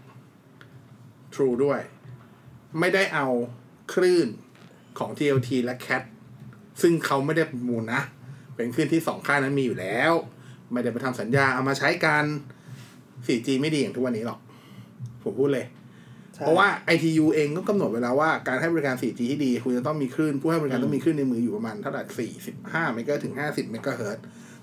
True ด้วยไม่ได้เอาคลื่นของ ที แอล ที และ แคท ซึ่งเขาไม่ได้ประมูลนะเป็นคลื่นที่สองค่ายนั้นมีอยู่แล้วไม่ได้ไปทำสัญญาเอามาใช้กัน โฟร์จี ไม่ดีอย่างทุกวันนี้หรอกผมพูดเลยเพราะว่า ไอ ที ยู เองก็กำหนดไว้แล้วว่าการให้บริการ โฟร์จี ที่ดีคุณจะต้องมีคลื่นผู้ให้บริการต้องมีคลื่นในมืออยู่ประมาณเท่าไหร่สี่สิบห้าเมกะเฮิรตซ์ถึงห้าสิบเมกะเฮิรตซ์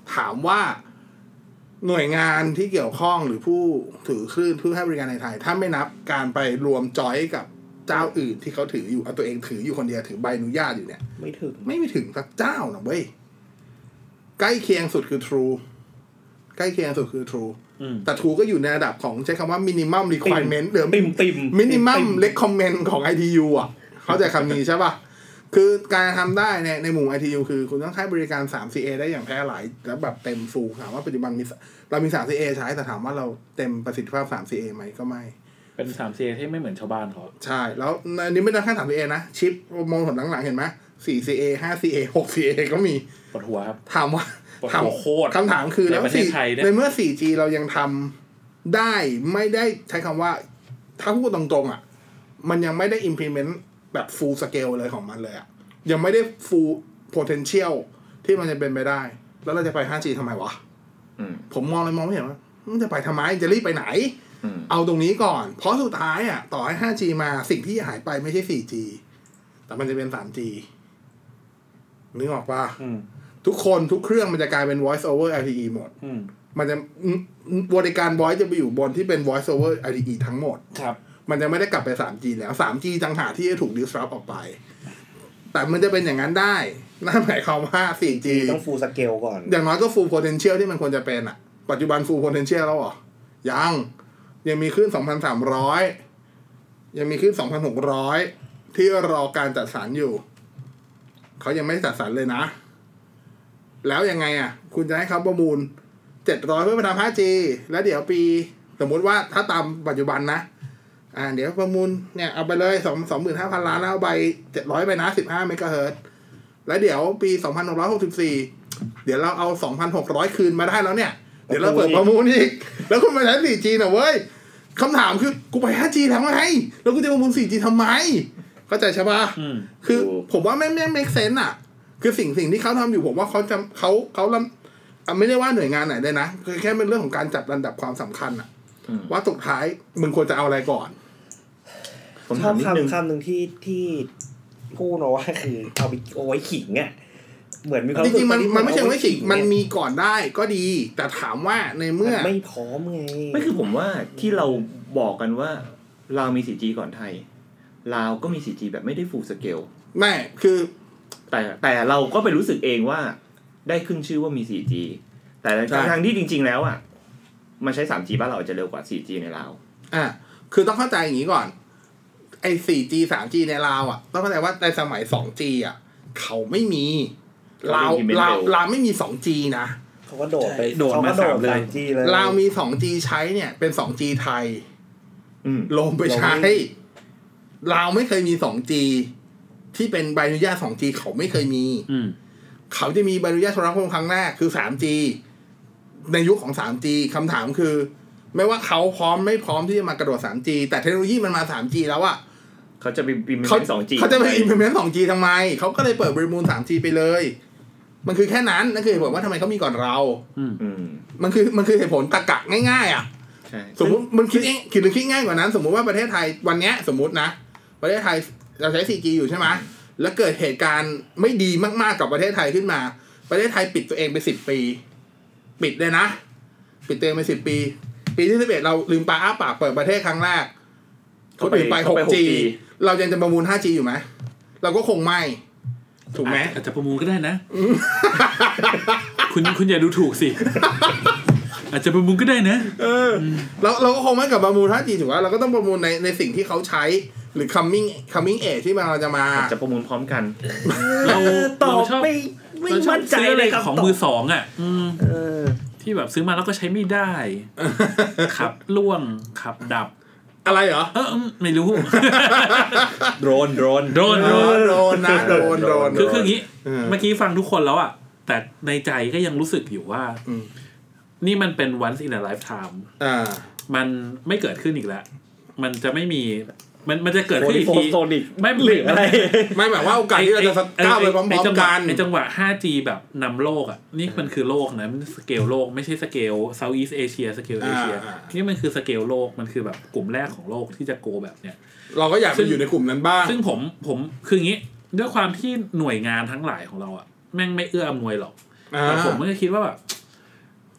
ถามว่าหน่วยงานที่เกี่ยวข้องหรือผู้ถือคลื่นผู้ให้บริการในไทยถ้าไม่นับการไปรวมจอยกับเจ้าอื่นที่เขาถืออยู่เอาตัวเองถืออยู่คนเดียวถือใบอนุญาตอยู่เนี่ยไม่ถึงไม่มีถึงสักเจ้านะเว้ยใกล้เคียงสุดคือ True ใกล้เคียงสุดคือ True แต่ True ก็อยู่ในระดับของใช้คำว่า minimum requirement หรือ minimum recommend ของ ไอ ที ยู อ่ะเข้าใจคำนี้ใช่ป่ะคือการทำได้ในในหมู่ ไอ ที ยู คือคุณต้องใช้บริการ ทรี ซี เอ ได้อย่างแพร่หลายแล้วแบบเต็มฟูลถามว่าปัจจุบันมีเรามี ทรี ซี เอ ใช้แต่ถามว่าเราเต็มประสิทธิภาพ ทรี ซี เอ ไหมก็ไม่เป็น ทรี ซี เอ ที่ไม่เหมือนชาวบ้านเขาใช่แล้วอันนี้ไม่ได้แค่ ทรี ซี เอ นะชิปมองผลหลังๆเห็นไหม สี่ ซี เอ ห้า ซี เอ หก ซี เอ ก็มีปวดหัวครับถามว่าถามโคตรคำถามคือแล้วในเมื่อ โฟร์จี เรายังทำได้ไม่ได้ใช้คำว่าถ้าพูดตรงๆอ่ะมันยังไม่ได้ implement แบบ full scale เลยของมันเลยอ่ะยังไม่ได้ full potential ที่มันจะเป็นไปได้แล้วเราจะไป ไฟว์จี ทำไมวะผมมองเลยมองไม่เห็นว่ามันจะไปทำไมจะรีบไปไหนเอาตรงนี้ก่อนเพราะสุดท้ายอ่ะต่อให้ ไฟว์จี มาสิ่งที่หายไปไม่ใช่ โฟร์จี แต่มันจะเป็น ทรี จี นึกออกป่ะทุกคนทุกเครื่องมันจะกลายเป็น voice over แอล ที อี หมดมันจะบริการ voice จะไปอยู่บนที่เป็น voice over แอล ที อี ทั้งหมดครับมันจะไม่ได้กลับไป ทรี จี แล้ว ทรี จี ต่างหากที่จะถูก disrupt ออกไปแต่มันจะเป็นอย่างนั้นได้นั่นหมายความว่า โฟร์จีต้อง full scale ก่อนอย่างน้อยก็ full potential ที่มันควรจะเป็นอ่ะปัจจุบัน full potential แล้วเหรอยังยังมีคลื่น สองพันสามร้อย ยังมีคลื่น สองพันหกร้อย ที่รอการจัดสรรอยู่เขายังไม่จัดสรรเลยนะแล้วยังไงอ่ะคุณจะให้เขาประมูลเจ็ดร้อยเพื่อไปทำ ไฟว์จี แล้วเดี๋ยวปีสมมุติว่าถ้าตามปัจจุบันนะอ่าเดี๋ยวประมูลเนี่ยเอาไปเลยสอง สองหมื่นห้าพัน ล้านแล้วเอาใบเจ็ดร้อยไปนะสิบห้าเมกะเฮิรตซ์แล้วเดี๋ยวปีสองพันหกร้อยหกสิบสี่เดี๋ยวเราเอา สองพันหกร้อย คืนมาได้แล้วเนี่ยเดี๋ยวเราเปิดประมูลอีกแล้วคุณมาใช้ โฟร์จี น่ะเว้ยคำถามคือกูไป ไฟว์จี แล้วไงแล้วกูจะประมูล โฟร์จี ทำไมเข้าใจใช่ป่ะคือผมว่าไม่ไม่ make sense อ่ะคือสิ่งสิ่งที่เขาทำอยู่ผมว่าเขาจะเขาเขาไม่ได้ว่าหน่วยงานไหนเลยนะคือแค่เป็นเรื่องของการจัดลำดับความสำคัญอ่ะว่าสุดท้ายมึงควรจะเอาอะไรก่อนผมชอบคำคำหนึ่งที่ที่พูดเอาไว้คือเอาไปเอาไว้ขิงอ่ะเหมือนมีความจริงๆมันมันไม่ใช่ไว้ขิงมันมีก่อนได้ก็ดีแต่ถามว่าในเมื่อไม่พร้อมไงไม่คือผมว่าที่เราบอกกันว่าเรามี โฟร์จี ก่อนไทยลาวก็มี โฟร์จี แบบไม่ได้ full scale ไม่คือแต่แต่เราก็ไปรู้สึกเองว่าได้ขึ้นชื่อว่ามี โฟร์จี แต่ทางที่จริงๆแล้วอ่ะมันใช้ ทรี จี บ้านเราจะเร็วกว่า โฟร์จี ในลาวอ่ะคือต้องเข้าใจอย่างนี้ก่อนไอ้ โฟร์จี ทรีจี ในลาวอ่ะต้องเข้าใจว่าในสมัย ทูจี อ่ะเขาไม่มีลาวลาวลาวไม่มี ทูจี นะเขาก็โดดไปโดดมาสามเลยลาวมี ทูจี ใช้เนี่ยเป็น ทูจี ไทยลงไปใช้ลาวไม่เคยมี ทูจี ที่เป็นใบอนุญาต ทูจี เขาไม่เคยมีเขาจะมีใบอนุญาตโทรคมนาคมครั้งแรกคือ ทรีจี ในยุคของ ทรีจี คำถามคือไม่ว่าเขาพร้อมไม่พร้อมที่จะมากระโดด ทรีจี แต่เทคโนโลยีมันมา ทรีจี แล้วอะเขาจะไป implement ทูจีเขาจะไป implement ทูจี ทำไมเขาก็เลยเปิดประมูล ทรีจี ไปเลยมันคือแค่นั้นนั่นคือเหตุผลว่าทำไมเขามีก่อนเรามันคือมันคือเหตุผลตรรกะง่ายๆอ่ะสมมติมันคิดเองคิดหรือคิดง่ายกว่านั้นสมมุติว่าประเทศไทยวันนี้สมมุตินะประเทศไทยเราใช้ โฟร์จี อยู่ใช่ไหมแล้วเกิดเหตุการณ์ไม่ดีมากๆกับประเทศไทยขึ้นมาประเทศไทยปิดตัวเองไปสิบปีปิดเลยนะปิดตัวเองไปสิบปีปีที่สิบเอ็ดเราลืมปากอ้าปากเปิดประเทศครั้งแรกคนอื่นไป หกจี เรายังจะประมูล ห้าจี อยู่ไหมเราก็คงไม่ถูกไหมอาจจะประมูลก็ได้นะคุณคุณอย่าดูถูกสิอาจจะประมูลก็ได้นะเออเราเราก็คงไม่กับประมูล ห้าจี ถูกป่ะเราก็ต้องประมูลในในสิ่งที่เขาใช้หรือ coming coming age ที่มันเราจะมาจะประมูลพร้อมกันเราตอบไม่ไม่มั่นใจเลยของมือสองอ่ะที่แบบซื้อมาแล้วก็ใช้ไม่ได้ขับล่วงขับดับอะไรเหรอเออไม่รู้โดรนโดรนโดรนโดรนโดรนนะโดรนโดรนคือคืออย่างงี้เมื่อกี้ฟังทุกคนแล้วอ่ะแต่ในใจก็ยังรู้สึกอยู่ว่านี่มันเป็น once in a lifetime อ่ามันไม่เกิดขึ้นอีกแล้วมันจะไม่มีมันมันจะเกิดขึ้นอีกทีไม่เหลืออะไรไม่แบบว่าโอกาสที่เราจะก้าวไปพร้อมๆกันในจังหวะ ห้าจี แบบนำโลกอ่ะนี่มันคือโลกนะมันสเกลโลกไม่ใช่สเกล Southeast Asia สเกลเอเชียนี่มันคือสเกลโลกมันคือแบบกลุ่มแรกของโลกที่จะโกแบบเนี้ยเราก็อยากไปอยู่ในกลุ่มนั้นบ้างซึ่งผมผมคืออย่างงี้ด้วยความที่หน่วยงานทั้งหลายของเราอ่ะแม่งไม่เอื้ออำนวยหรอกแต่ผมก็คิดว่าแบบ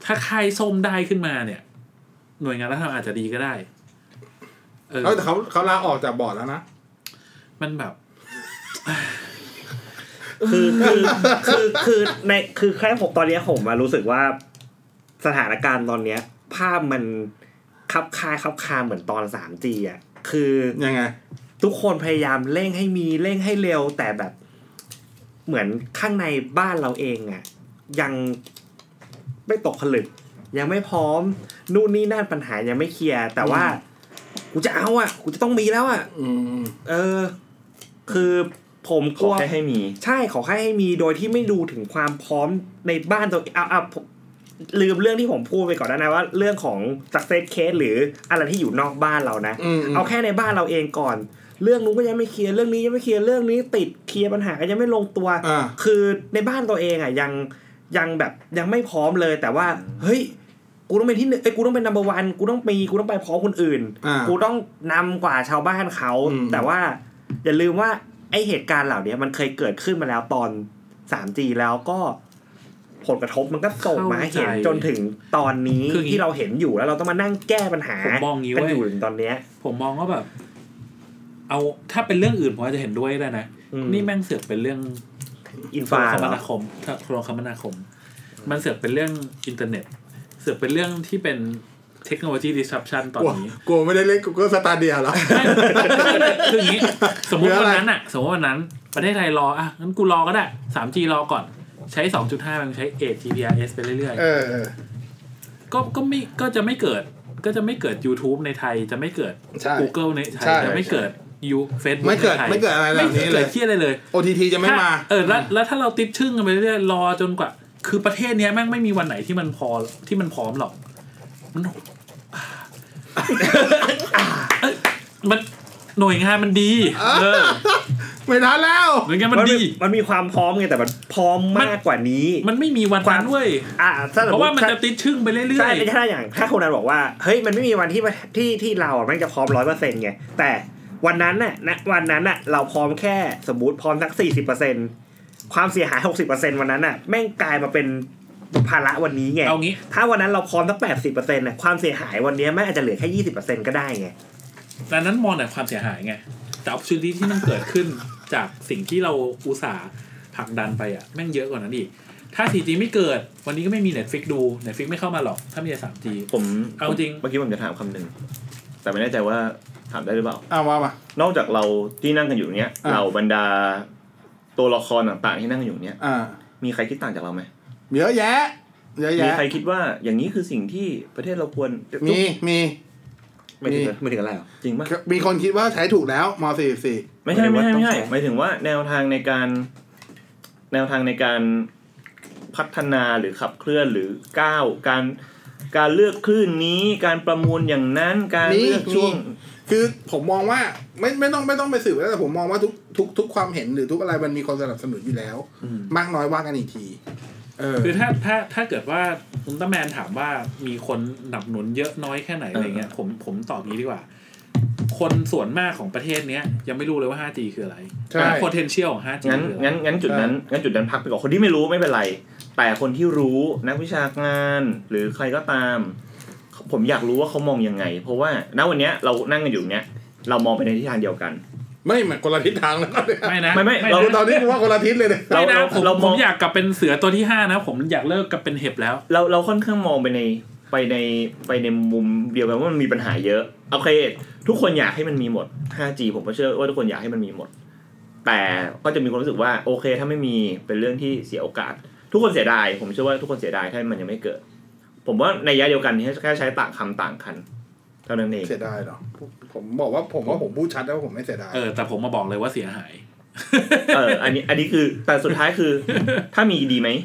ถ้าค่ายส้มได้ขึ้นมาเนี่ยหน่วยงานรัฐบาลอาจจะดีก็ได้เออแต่เขาเขาลาออกจากบอร์ดแล้วนะมันแบบคือคือคือคือในคือแค่ผมตอนนี้ผมมารู้สึกว่าสถานการณ์ตอนเนี้ยภาพมันคับคายคับคาเหมือนตอน ทรี จี อ่ะคือยังไงทุกคนพยายามเร่งให้มีเร่งให้เร็วแต่แบบเหมือนข้างในบ้านเราเองอ่ะยังไม่ตกผลึกยังไม่พร้อมนู่นนี่นั่นปัญหายังไม่เคลียร์แต่ว่ากูจะเอาอ่ะกูจะต้องมีแล้วอ่ะเออคือผมขอแค่ให้มีใช่ขอแค่ให้มีโดยที่ไม่ดูถึงความพร้อมในบ้านตัวเอาเอาลืมเรื่องที่ผมพูดไปก่อนนะว่าเรื่องของ success case หรืออะไรที่อยู่นอกบ้านเรานะเอาแค่ในบ้านเราเองก่อนเรื่องนู้นก็ยังไม่เคลียร์เรื่องนี้ยังไม่เคลียร์เรื่องนี้ติดเคลียร์ปัญหาก็ยังไม่ลงตัวคือในบ้านตัวเองอ่ะยังยังแบบยังไม่พร้อมเลยแต่ว่าเฮ้ยกูต้องเป็นที่หนึ่งไอ้กูต้องเป็น number one กูต้องมีกูต้องไปพร้อมคนอื่นกูต้องนำกว่าชาวบ้านเขาแต่ว่าอย่าลืมว่าไอ้เหตุการณ์เหล่านี้มันเคยเกิดขึ้นมาแล้วตอน ทรี จี แล้วก็ผลกระทบมันก็ส่งมาให้เห็นจนถึงตอนนี้ที่เราเห็นอยู่แล้วเราต้องมานั่งแก้ปัญหากันอยู่ตอนนี้ผมมองว่าแบบเอาถ้าเป็นเรื่องอื่นผมอาจจะเห็นด้วยได้นะนี่แม่งเสือกเป็นเรื่องอินฟาคมนาคมโทรคมนาคมมันเสือกเป็นเรื่องอินเทอร์เน็ตเสือกเป็นเรื่องที่เป็นเทคโนโลยี disruption ตอนนี้กูไม่ได้เล่น Google Stadia หรอคืออย่างนี้สมมุติวันนั้นน่ะสมมุติวันนั้นประเทศไทยรออ่ะงั้นกูรอก็ได้ ทรี จี รอก่อนใช้ สองจุดห้า มันใช้ เอ ที พี อาร์ เอส ไปเรื่อยๆเออก็ก็ไม่ก็จะไม่เกิดก็จะไม่เกิด YouTube ในไทยจะไม่เกิด Google ในไทยจะไม่เกิดยู Facebook ไม่เกิดไม่เกิดอะไรแบบนี้เลยไม่เกิดอะไรเลยโอ ที ที จะไม่มาเออแล้วแล้วถ้าเราติดชึ่งกันไปเรื่อยๆรอจนกว่าคือประเทศนี้แม่งไม่มีวันไหนที่มันพอที่มันพร้อมหรอกมันมันหน่วยงานมันดีเออไม่ทันแล้วหน่วยงานมันดีมันมีความพร้อมไงแต่มันพร้อมมากกว่านี้มันไม่มีวันนั้นเว้ยอ่าเพราะว่ามันจะติดชึ่งไปเรื่อยๆใช่ไม่ใช่อย่างถ้าคนนั้นบอกว่าเฮ้ยมันไม่มีวันที่ที่ที่เราอ่ะมันจะพร้อม ร้อยเปอร์เซ็นต์ ไงแต่วันนั้นน่ะณวันนั้นน่ะเราพร้อมแค่สมมุติพร้อมสัก สี่สิบเปอร์เซ็นต์ ความเสียหาย หกสิบเปอร์เซ็นต์ วันนั้นน่ะแม่งกลายมาเป็นภาระวันนี้ไงเอางี้ถ้าวันนั้นเราพร้อมสัก แปดสิบเปอร์เซ็นต์ น่ะความเสียหายวันนี้แม่งอาจจะเหลือแค่ ยี่สิบเปอร์เซ็นต์ ก็ได้ไงดังนั้นมองแต่ความเสียหายไงแต่ opportunity ที่มันเกิดขึ้นจากสิ่งที่เราอุตส่าห์ผลักดันไปอ่ะแม่งเยอะกว่านั้นอีกถ้า โฟร์จี ไม่เกิดวันนี้ก็ไม่มี Netflix ดู Netflix ไม่เข้ามาหรอกถ้ามีแต่ ทรี จีผมเอาจริงเมื่อกี้ผมจะถามคำนึงแต่ไม่แน่ใจว่าถามได้หรือเปล่าอ้าวว่ามานอกจากเราที่นั่งกันอยู่เนี้ยเราบรรดาตัวละครต่างๆที่นั่งกันอยู่เนี้ยมีใครคิดต่างจากเราไหมเยอะแยะเยอะแยะมีใครคิดว่าอย่างนี้คือสิ่งที่ประเทศเราควรมีมีไม่ถึงไม่ถึงอะไรหรอจริงป่ะมีคนคิดว่าใช้ถูกแล้วม.สี่สิบสี่ไม่ใช่ไม่ใช่ไม่ใช่หมายถึงว่าแนวทางในการแนวทางในการพัฒนาหรือขับเคลื่อนหรือก้าวการการเลือกคลื่นนี้การประมูลอย่างนั้นการเลือกช่วงคือผมมองว่าไม่ไม่ต้องไม่ต้องไปสืบแล้วแต่ผมมองว่าทุกทุกทุกความเห็นหรือทุกอะไรมันมีคนสนับสนุนอยู่แล้วมากน้อยว่ากันอีกทีคือถ้าถ้าถ้าเกิดว่าอุลตร้าแมนถามว่ามีคนสนับสนุนเยอะน้อยแค่ไหนอะไรเงี้ยผมผมตอบนี้ดีกว่าคนส่วนมากของประเทศเนี้ยยังไม่รู้เลยว่า ห้าจี คืออะไรแต่ potential ของ ห้าจีงั้นงั้นงั้นจุดนั้นงั้นจุดนั้นพักไปก่อนคนที่ไม่รู้ไม่เป็นไรแต่คนที่รู้นักวิชาการหรือใครก็ตามผมอยากรู้ว่าเขามองยังไงเพราะว่าณวันเนี้ยเรานั่งกันอยู่เนี้ยเรามองไปในทิศทางเดียวกันไม่เหมือนคนละทิศทางแล้วไม่นะไม่ไม่เราตอนนี้ว่าคนละทิศเลยเราเราเราผมอยากกลับเป็นเสือตัวที่ห้านะผมอยากเลิกกับเป็นเห็บแล้วเราเราค่อนข้างมองไปในไปในไปในมุมเดียวกันว่ามันมีปัญหาเยอะโอเคทุกคนอยากให้มันมีหมด ห้าจี ผมก็เชื่อว่าทุกคนอยากให้มันมีหมดแต่ก็จะมีความรู้สึกว่าโอเคถ้าไม่มีเป็นเรื่องที่เสียโอกาสทุกคนเสียดายผมเชื่อว่าทุกคนเสียดายถ้ามันยังไม่เกิดผมว่าในระยะเดียวกันแค่ใช้ต่างคำต่างกันเท่านั้นเองเสียดายหรอผมบอกว่าผมว่าผมพูดชัดแล้วผมไม่เสียดายเออแต่ผมมาบอกเลยว่าเสียหายเอออันนี้อันนี้คือแต่สุดท้ายคือถ้ามีดีไหม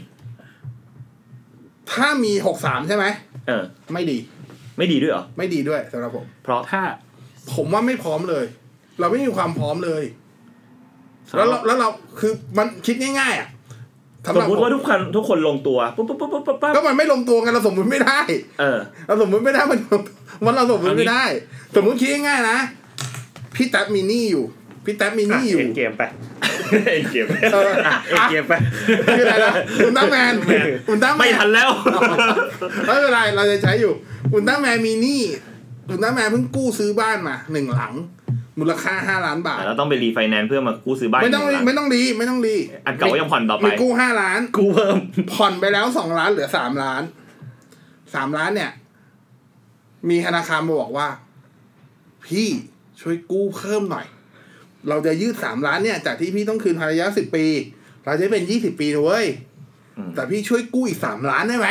ถ้ามีหกสิบสามใช่ไหมเออไม่ดีไม่ดีด้วยเหรอไม่ดีด้วยสำหรับผมเพราะถ้าผมว่าไม่พร้อมเลยเราไม่มีความพร้อมเลยแล้วเราแล้วเราคือมันคิดง่ายๆอ่ะสมมติว่าทุกคนทุกคนลงตัวปุ๊บปุ๊บปุ๊บปุ๊บก็มันไม่ลงตัวกันเราสมมติไม่ได้เออเราสมมติไม่ได้มันมันเราสมมติไม่ได้สมมติคิดง่ายๆนะพี่ตั๊ดมีหนี้อยู่พี่แท็บมีหนี้อยู่เอ็นเกมไปเอ็นเกมเออเอ็นเกมไปคืออะไรนะอุลตร้าแมนอุลตร้าแมนไม่ทันแล้วไม่เป็นไรเราจะใช้อยู่อุลตร้าแมนมีหนี้อุลตร้าแมนเพิ่งกู้ซื้อบ้านมาหนึ่งหลังมูลค่าห้าล้านบาทแล้วต้องไปรีไฟแนนซ์เพื่อมากู้ซื้อบ้านไม่ต้องไม่ต้องรีไม่ต้องรีอันเก่าก็ยังผ่อนต่อไปมีกู้ห้าล้านกู้เพิ่มผ่อนไปแล้วสองล้านเหลือสามล้านสามล้านเนี่ยมีธนาคารมาบอกว่าพี่ช่วยกู้เพิ่มหน่อยเราจะยืดสามล้านเนี่ยจากที่พี่ต้องคืนภายในระยะสิบปีเราจะเป็นยี่สิบปีนะเว้ยแต่พี่ช่วยกู้อีกสามล้านได้ไหม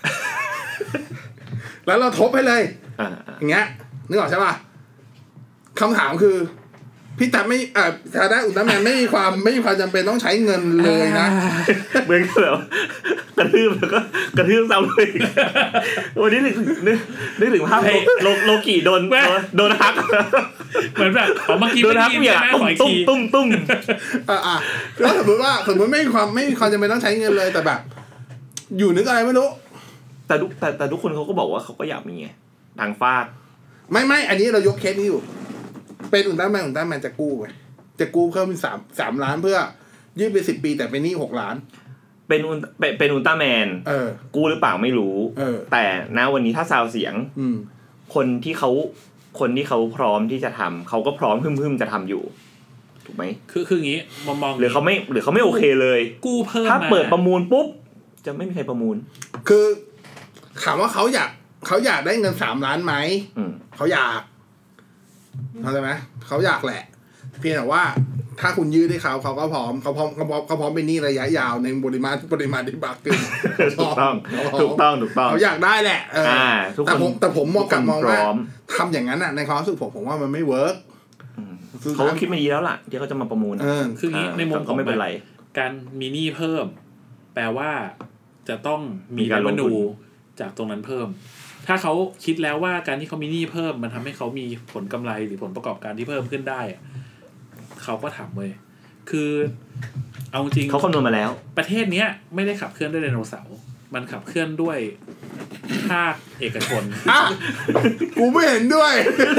แล้วเราทบให้เลยอย่างเงี้ยนึกออกใช่ป่ะคำถามคือพี่แต่ไม่อ่าชาด้าอุลตร้าแมนไม่มีความไม่มีความจำเป็นต้องใช้เงินเลยนะเหมือนแบบกระทืบแล้วก็กระทืบซ้ำเลยวันนี้นึกนึกนึกถึงภาพโลโลกิโดนโดนฮักเหมือนแบบอ๋อเมื่อกี้โดนฮักอย่างตุ้มตุ้มตุ้มอ่าอ่าแล้วสมมติว่าสมมติไม่มีความไม่มีความจำเป็นต้องใช้เงินเลยแต่แบบอยู่นึกอะไรไม่รู้แต่ทุกแต่แต่ทุกคนเขาก็บอกว่าเขาก็อยากมีไงทางฟาดไม่ไม่อันนี้เรายกเคสนี้อยู่เป็นอุลตร้าแมนอุลตร้าแมนจะกู้ไปจะกู้เพิ่มเป็นสามสามล้านเพื่อยืดไปสิบปีแต่เป็นหนี้หกล้านเป็นอุลเป็นอุลตร้าแมนเออกู้หรือเปล่าไม่รู้เออแต่ณวันนี้ถ้าซาวเสียงอืมคนที่เขาคนที่เขาพร้อมที่จะทำเขาก็พร้อมฮึ่มๆจะทำอยู่ถูกไหมคือคืออย่างนี้มองมองหรือเขาไม่หรือเขาไม่โอเคเลยกู้เพิ่มถ้าเปิดประมูลปุ๊บจะไม่มีใครประมูลคือถามว่าเขาอยากเขาอยากได้เงินสามล้านไหมเขาอยากเข้าใจไหมเขาอยากแหละเพียงแต่ว่าถ้าคุณยืดให้เขาเขาก็พร้อมเขาพร้อมเขาพร้อมเขาพร้อมเป็นหนี้ระยะยาวในปริมาณปริมาณที่มากขึ้นถูกต้องถูกต้องถูกต้องเขาอยากได้แหละเออแต่ผมแต่ผมมองกลับมองว่าทำอย่างนั้นอ่ะในความรู้สึกผมผมว่ามันไม่เวิร์กเขาคิดมาดีแล้วล่ะที่เขาจะมาประมูลคืออย่างนี้ในมุมเขาไม่เป็นไรการมีหนี้เพิ่มแปลว่าจะต้องมีการลงทุนจากตรงนั้นเพิ่มถ้าเขาคิดแล้วว่าการที่เขามีหนี้เพิ่มมันทำให้เขามีผลกำไรหรือผลประกอบการที่เพิ่มขึ้นได้อะเขาก็ทำเว้ยคือเอาจริงเขาคำนวณมาแล้วประเทศเนี้ยไม่ได้ขับเคลื่อนด้วยไดโนเสาร์มันขับเคลื่อนด้วยภาคเอกชนกูไม่เห็นด้วย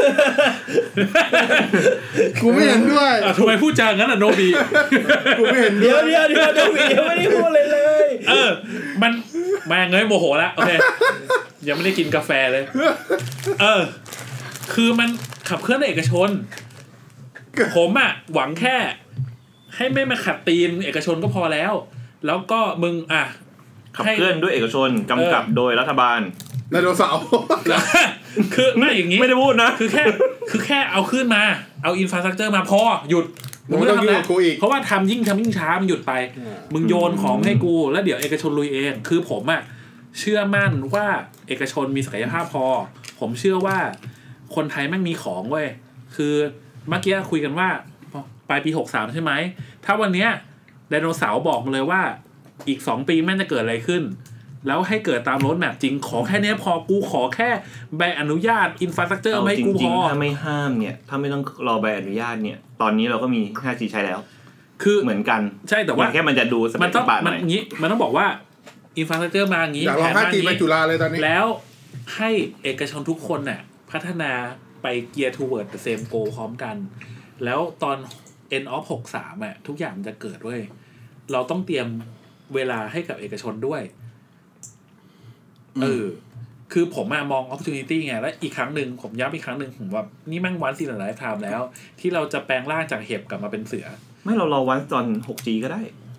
กูไม่เห็นด้วยทำไมพูดจางั้นอ่ะโนบีกูไม่เห็นเดี๋ยวเดี๋ยวเดี๋ยวโนบียังไม่ได้พูดเลยเลยเออมันมาเงยโมโหแล้วโอเคยังไม่ได้กินกาแฟเลยเออคือมันขับเคลื่อนด้วยเอกชนผมอ่ะหวังแค่ให้ไม่มาขัดตีนเอกชนก็พอแล้วแล้วก็มึงอ่ะขับเคลื่อนด้วยเอกชนกำกับโดยรัฐบาลไดโนเสาร์คือไม่อย่างงี้ไม่ได้พูดนะคือแค่คือแค่เอาขึ้นมาเอาอินฟราสตรัคเจอร์มาพอหยุดมึงไม่ต้องทำแล้วเพราะว่าทำยิ่งทำยิ่งช้ามันหยุดไปมึงโยนของให้กูแล้วเดี๋ยวเอกชนลุยเองคือผมอ่ะเชื่อมั่นว่าเอกชนมีศักยภาพพอผมเชื่อว่าคนไทยแม่งมีของเว้ยคือเมื่อกี้คุยกันว่าปลายปีหกสิบสามใช่ไหมถ้าวันเนี้ยไดโนเสาร์บอกมาเลยว่าอีกสองปีแม่งจะเกิดอะไรขึ้นแล้วให้เกิดตามโรดแมพจริงขอแค่นี้พอกูขอแค่ใบอนุญาตอินฟราสตรัคเจอร์ไม่กูพอถ้าไม่ห้ามเนี่ยถ้าไม่ต้องรอใบอนุญาตเนี่ยตอนนี้เราก็มี ห้าจี ใช้แล้วคือเหมือนกันใช่แต่ว่าแค่มันจะดูสเปคบาทหน่อยมันงี้มันต้องบอกว่าอินฟราสตรัคเจอร์มาอย่างงี้อยากลอง ห้าจี ไปจุฬาเลยตอนนี้แล้วให้เอกชนทุกคนน่ะพัฒนาไป gear toward the same goal พร้อมกันแล้วตอน end of หกสิบสามอ่ะทุกอย่างมันจะเกิดเว้ยเราต้องเตรียมเวลาให้กับเอกชนด้วยเออคือผมมามอง opportunity ไงและอีกครั้งหนึ่งผมย้ำอีกครั้งหนึ่งผมว่านี่แม่งวันซีนไลฟ์ไทม์แล้วที่เราจะแปลงร่างจากเห็บกลับมาเป็นเสือไม่เรารอวันตอน หกจี ก็ได้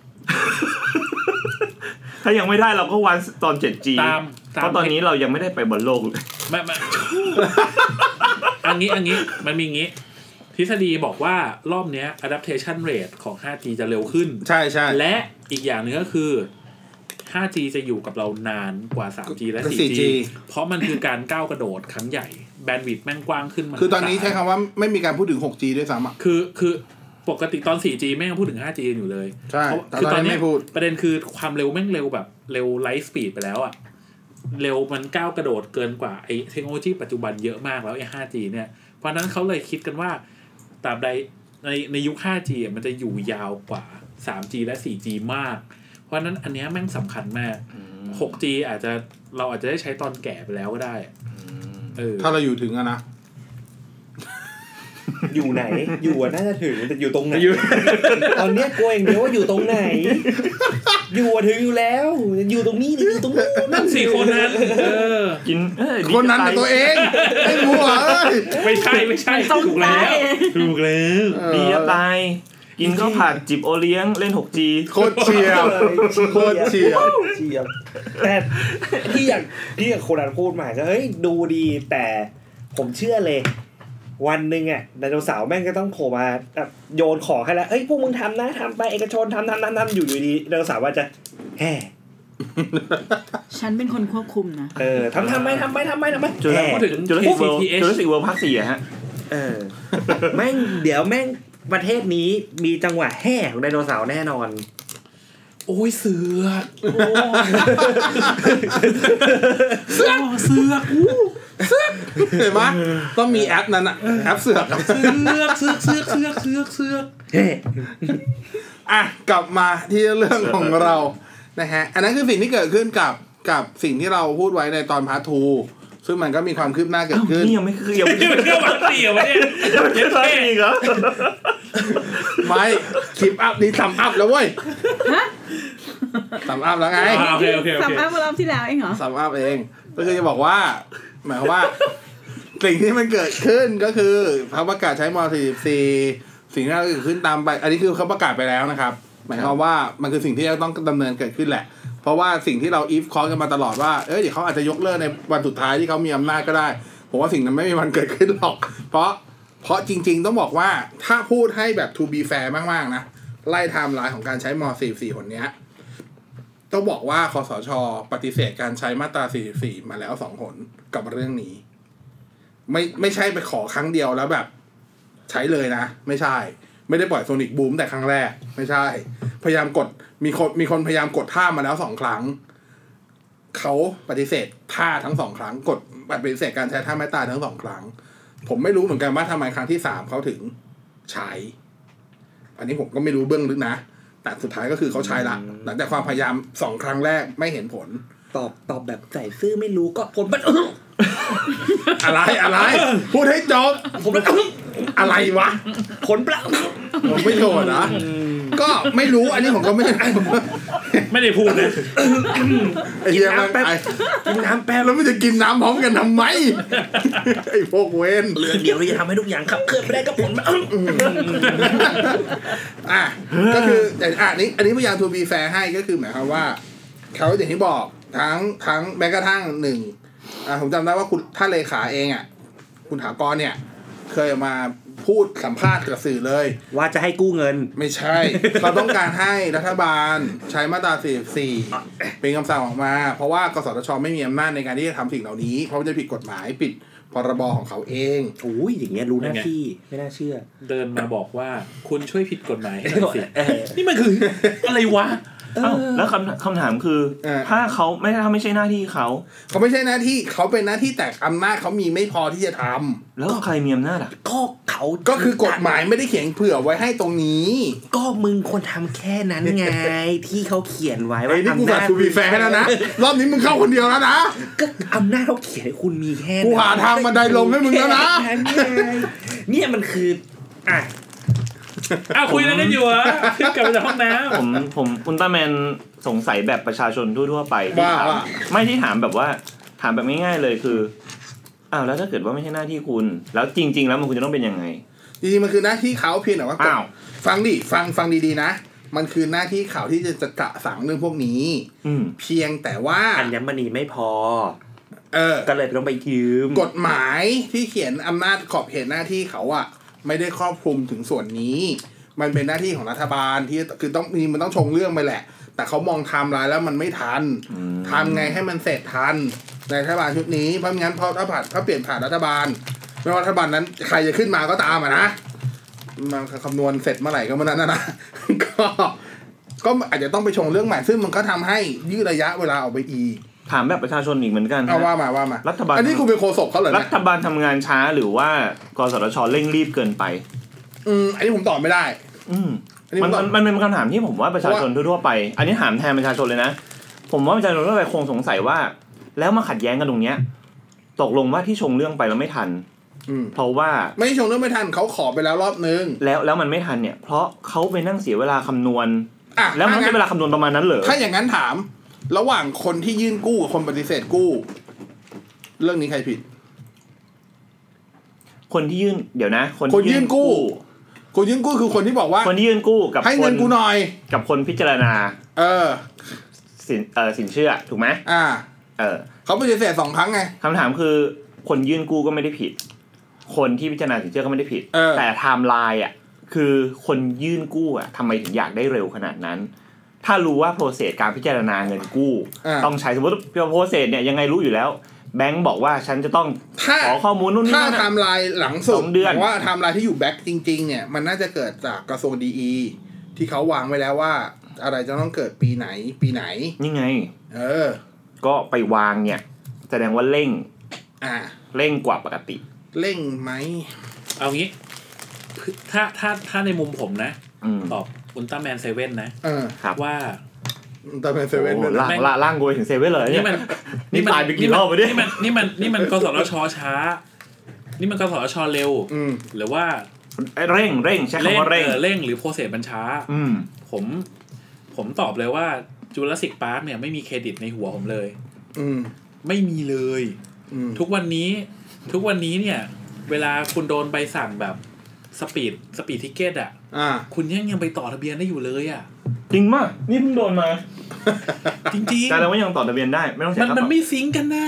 ถ้ายังไม่ได้เราก็วันตอน เจ็ดจีตามเพราะตอนนี้เรายังไม่ได้ไปบนโลกเลยไม่ไม่อันนี้อันนี้มันมีงี้ทฤษฎีบอกว่ารอบเนี้ย adaptation rate ของ ห้าจี จะเร็วขึ้นใช่ๆและอีกอย่างนึงก็คือ ห้าจี จะอยู่กับเรานานกว่า สามจี และ สี่จี เพราะมันคือการก้าวกระโดดครั้งใหญ่แบนด์วิดต์แม่งกว้างขึ้นมาคือตอนนี้ใช้คำว่าไม่มีการพูดถึง หกจี ด้วยซ้ำอ่ะคือคือปกติตอน สี่จี แม่งพูดถึง ห้าจี อยู่เลยใช่คือตอนนี้ประเด็นคือความเร็วแม่งเร็วแบบเร็วไลท์สปีดไปแล้วอ่ะเร็วมันก้าวกระโดดเกินกว่าไอ้เทคโนโลยีปัจจุบันเยอะมากแล้วไอ้ ห้าจี เนี่ยเพราะนั้นเขาเลยคิดกันว่าตราบใดในในยุค ห้าจี อ่ะมันจะอยู่ยาวกว่า สามจี และ สี่จี มากเพราะนั้นอันเนี้ยแม่งสำคัญมาก หกจี อาจจะเราอาจจะได้ใช้ตอนแก่ไปแล้วก็ได้เออถ้าเราอยู่ถึงอะนะอยู่ไหนอยู่น่าจะถึงแต่อยู่ตรงไหนตอนเนี้ยกลัวอย่างเดียวว่าอยู่ตรงไหนอยู่ถึงอยู่แล้วอยู่ตรงนี้หรืออยู่ตรงนู้นนั่นสี่คนนั้นเออกินคนนั้นตัวเองไอ้มัวเอ้ยไม่ใช่ไม่ใช่ถูกแล้วถูกแล้วดีจะตายกินข้าวผัดจิบโอเลี้ยงเล่น หกจีโคตรเชียบโคตรเชียบเชียบแต่ที่อย่างที่อย่างคนนั้นพูดมาก็เฮ้ยดูดีแต่ผมเชื่อเลยวันนึงอ่ะไดโนเสาร์แม่งก็ต้องโผล่มาแบบโยนของให้แล้วเฮ้ยพวกมึงทำนะทำไปเอกชนทำทำทำทำอยู่อยู่ดีไดโนเสาร์ว่าจะแฮ่ฉันเป็นคนควบคุมนะเออทำทำไปทำไปทำไปทำไปจุลพูดถึงจุลศิษย์เวิลด์จุลศิษย์เวิลด์ภาคสี่อะฮะเออแม่งเดี๋ยวแม่งประเทศนี้มีจังหวะแห่ของไดโนเสาร์แน่นอนโอ้ยเสือกเสือกเสือกเห็นไหมต้องมีแอปนั้นอะแอปเสือกเสือกเสือกเสือกเสือกเสือกเสือกเฮ้อ่ะกลับมาที่เรื่องของเรานะฮะอันนั้นคือสิ่งที่เกิดขึ้นกับกับสิ่งที่เราพูดไว้ในตอนพาร์ททูซึ่งมันก็มีความคืบหน้าเกิดขึ้นนี่ยังไม่คือยังไม่คือเรื่องพาร์ทสี่อ่ะวะเนี่ยยังไม่อีกเหรอไม่คลิปอัพนี้ซัมอัพแล้วเว้ยฮะซัมอัพแล้วไงโอเคโอเคซัมอัพรอบที่แล้วเองเหรอซัมอัพเองก็คือจะบอกว่าหมายความว่าสิ่งที่มันเกิดขึ้นก็คือเขาประกาศใช้ม.สี่สิบสี่สิ่งที่เกิดขึ้นตามไปอันนี้คือเขาประกาศไปแล้วนะครับหมายความว่ามันคือสิ่งที่ต้องดำเนินเกิดขึ้นแหละเพราะว่าสิ่งที่เราอีฟคอร์กันมาตลอดว่าเอ้ยเดี๋ยวเขาอาจจะยกเลิกในวันสุดท้ายที่เขามีอำนาจก็ได้ผมว่าสิ่งนั้นไม่มีวันเกิดขึ้นหรอกเพราะเพราะจริงๆต้องบอกว่าถ้าพูดให้แบบ to be fair มากๆนะไล่ไทม์ไลน์ของการใช้ม.สี่สิบสี่คนนี้ต้องบอกว่าคสช.ปฏิเสธการใช้มาตราสี่สิบสี่มาแล้วสองหนกับเรื่องนี้ไม่ไม่ใช่ไปขอครั้งเดียวแล้วแบบใช้เลยนะไม่ใช่ไม่ได้ปล่อยโซนิกบูมแต่ครั้งแรกไม่ใช่พยายามกดมีคนมีคนพยายามกดท่ามาแล้วสองครั้งเขาปฏิเสธท่าทั้งสองครั้งกดปฏิเสธการใช้ท่าไม้ตายทั้งสองครั้งผมไม่รู้เหมือนกันว่าทำไมครั้งที่สามเขาถึงใช้อันนี้ผมก็ไม่รู้เบื้องลึกนะแต่สุดท้ายก็คือเขาใช้ละหลังจากความพยายามสองครั้งแรกไม่เห็นผลตอบตอบแบบใส่ซื่อไม่รู้ก็ผลมันอะไรอะไรพูดให้จบผมอะไรวะผลเปล่าผมไม่โกรธนะก็ไม่รู้อันนี้ผมก็ไม่ไม่ได้พูดนะไอ้เหี้ยมันไปกินน้ำแป๊บแล้วมันจะกินน้ำพร้อมกันทำไมไอ้พวกเว้นเรื่องเดียวที่จะทำให้ทุกอย่างขับเคลื่อนไปได้ก็ผลอ่ะก็คือแต่อ่ะนี้อันนี้พยายาม to be fair ให้ก็คือหมายความว่าเขาอย่างที่บอกทั้งทั้งแม้กระทั่งหนึ่งอ่าผมจำได้ว่าคุณท่านเลขาเองอ่ะคุณถากรเนี่ยเคยมาพูดสัมภาษณ์กับสื่อเลยว่าจะให้กู้เงินไม่ใช่เขาต้องการให้รัฐบาลใช้มาตราสี่สิบสี่เป็นคำสั่งออกมาเพราะว่ากสทช.ไม่มีอำนาจในการที่จะทำสิ่งเหล่านี้เพราะมันจะผิดกฎหมายผิดพรบของเขาเองโอ้ยอย่างเงี้ยรู้หน้าที่ไม่น่าเชื่อเดินมาบอกว่าคุณช่วยผิดกฎหมายให้หน่อยสินี่มันคืออะไรวะแล้วคำคำถามคือถ้าเขาไม่ถ้าไม่ใช่หน้าที่เขาเขาไม่ใช่หน้าที่เขาเป็นหน้าที่แต่อำนาจเขามีไม่พอที่จะทำแล้วใครมีอำนาจอ่ะก็เขาก็คือกฎหมายไม่ได้เขียนเผื่อไว้ให้ตรงนี้ก็มึงควรทำแค่นั้นไงที่เขาเขียนไว้ว่าอำนาจกูมีแฟนแล้วนะรอบนี้มึงเข้าคนเดียวแล้วนะก็อำนาจเขาเขียนให้คุณมีแค่กูหาทางบันไดลงให้มึงแล้วนะเนี่ยมันคืออ่ะอ้าวคุยแล้วกันอยู่อ่ะขึ้นกลับมาจากห้องน้ำผมผมอุลตร้าแมนสงสัยแบบประชาชนทั่วๆไปที่ถามไม่ที่ถามแบบว่าถามแบบง่ายๆเลยคืออ้าวแล้วถ้าเกิดว่าไม่ใช่หน้าที่คุณแล้วจริงๆแล้วมันควรจะต้องเป็นยังไงจริงๆมันคือหน้าที่เขาเพียงแต่ว่าอ้าวฟังดิฟังฟังดีๆนะมันคือหน้าที่เขาที่จะจะกะสั่งเรื่องพวกนี้เพียงแต่ว่าอัญมณีไม่พอเออก็เลยต้องไปยืมกฎหมายที่เขียนอำนาจขอบเขตหน้าที่เขาอะไม่ได้ครอบคลุมถึงส่วนนี้มันเป็นหน้าที่ของรัฐบาลที่คือต้องมีมันต้องชงเรื่องไปแหละแต่เขามองไทม์ไลน์แล้วมันไม่ทันทำไงให้มันเสร็จทันในรัฐบาลชุดนี้เพราะงั้นพอถ้าผ่านถ้าเปลี่ยนผ่านรัฐบาลไม่ว่ารัฐบาลนั้นใครจะขึ้นมาก็ตามอ่ะนะมันคำนวณเสร็จเมื่อไหร่ก็เมื่อนั้นนะก็ก็อาจจะต้องไปชงเรื่องใหม่ซึ่งมันก็ทำให้ยืดระยะเวลาออกไปอีกถามแบบประชาชนอีกเหมือนกันเอาว่ามาว่ามารัฐบาลอันนี้คุณเป็นโฆษกเขาเหรอรัฐบาลทำงานช้าหรือว่ากสทช.เร่งรีบเกินไปอืมอันนี้ผมตอบไม่ได้อืมมันมันเป็นคำถามที่ผมว่าประชาชนทั่วๆไปอันนี้ถามแทนประชาชนเลยนะผมว่าประชาชนทั่วไปคงสงสัยว่าแล้วมาขัดแย้งกันตรงเนี้ยตกลงว่าที่ชงเรื่องไปแล้วไม่ทันเพราะว่าไม่ชงเรื่องไม่ทันเขาขอไปแล้วรอบนึงแล้วแล้วมันไม่ทันเนี่ยเพราะเขาไปนั่งเสียเวลาคำนวณแล้วมันใช้เวลาคำนวณประมาณนั้นเหรอถ้าอย่างนั้นถามระหว่างคนที่ยื่นกู้กับคนปฏิเสธกู้เรื่องนี้ใครผิดคนที่ยื่นเดี๋ยวนะคนที่ยื่นกู้คนยื่นกู้คือคนที่บอกว่าคนที่ยื่นกู้กับให้เงินกูหน่อยกับคนพิจารณาเออสินเออสินเชื่อถูกไหมอ่าเออเขาปฏิเสธสองครั้งไงคำถามคือคนยื่นกู้ก็ไม่ได้ผิดคนที่พิจารณาสินเชื่อก็ไม่ได้ผิดแต่ไทม์ไลน์อ่ะคือคนยื่นกู้อ่ะทำไมถึงอยากได้เร็วขนาดนั้นถ้ารู้ว่าโปรเซสการพิจารณาเงินกู้ต้องใช้สมมติโปรเซสเนี่ยยังไงรู้อยู่แล้วแบงก์บอกว่าฉันจะต้องขอข้อมูลนู่นนี่นั่นถ้าไทม์ไลน์หลังสุดบอกว่าไทม์ไลน์ที่อยู่แบ็คจริงๆเนี่ยมันน่าจะเกิดจากกระทรวงดีอีที่เขาวางไว้แล้วว่าอะไรจะต้องเกิดปีไหนปีไหนนี่ไงเออก็ไปวางเนี่ยแสดงว่าเร่งอ่าเร่งกว่าปกติเร่งไหมเอางี้ถ้าถ้าถ้าในมุมผมนะตอบอุลตร้าแมนเซเว่นนะว่าอุลตร้าแมนเซเว่นล่างล่างโกยถึงเซเว่นเลยนี่มันนี่ตายไปกี่รอบไปดินี่มันนี่มันนี่มันกสทชช้านี่มันกสทชเร็วหรือว่าเร่งเร่งใช้คำว่าเร่งเร่งหรือโปรเซสมันช้าผมผมตอบเลยว่าจูราสสิคพาร์คเนี่ยไม่มีเครดิตในหัวผมเลยไม่มีเลยทุกวันนี้ทุกวันนี้เนี่ยเวลาคุณโดนใบสั่งแบบสปีดสปีดทิเก็ตอ่ะคุณยังยังไปต่อทะเบียนได้อยู่เลยอ่ะจริงมากนี่เพิ่งโดนมาจริงๆแต่เราว่ายังต่อทะเบียนได้ไม่ต้องใช้มันมันไม่ซิงกันน่ะ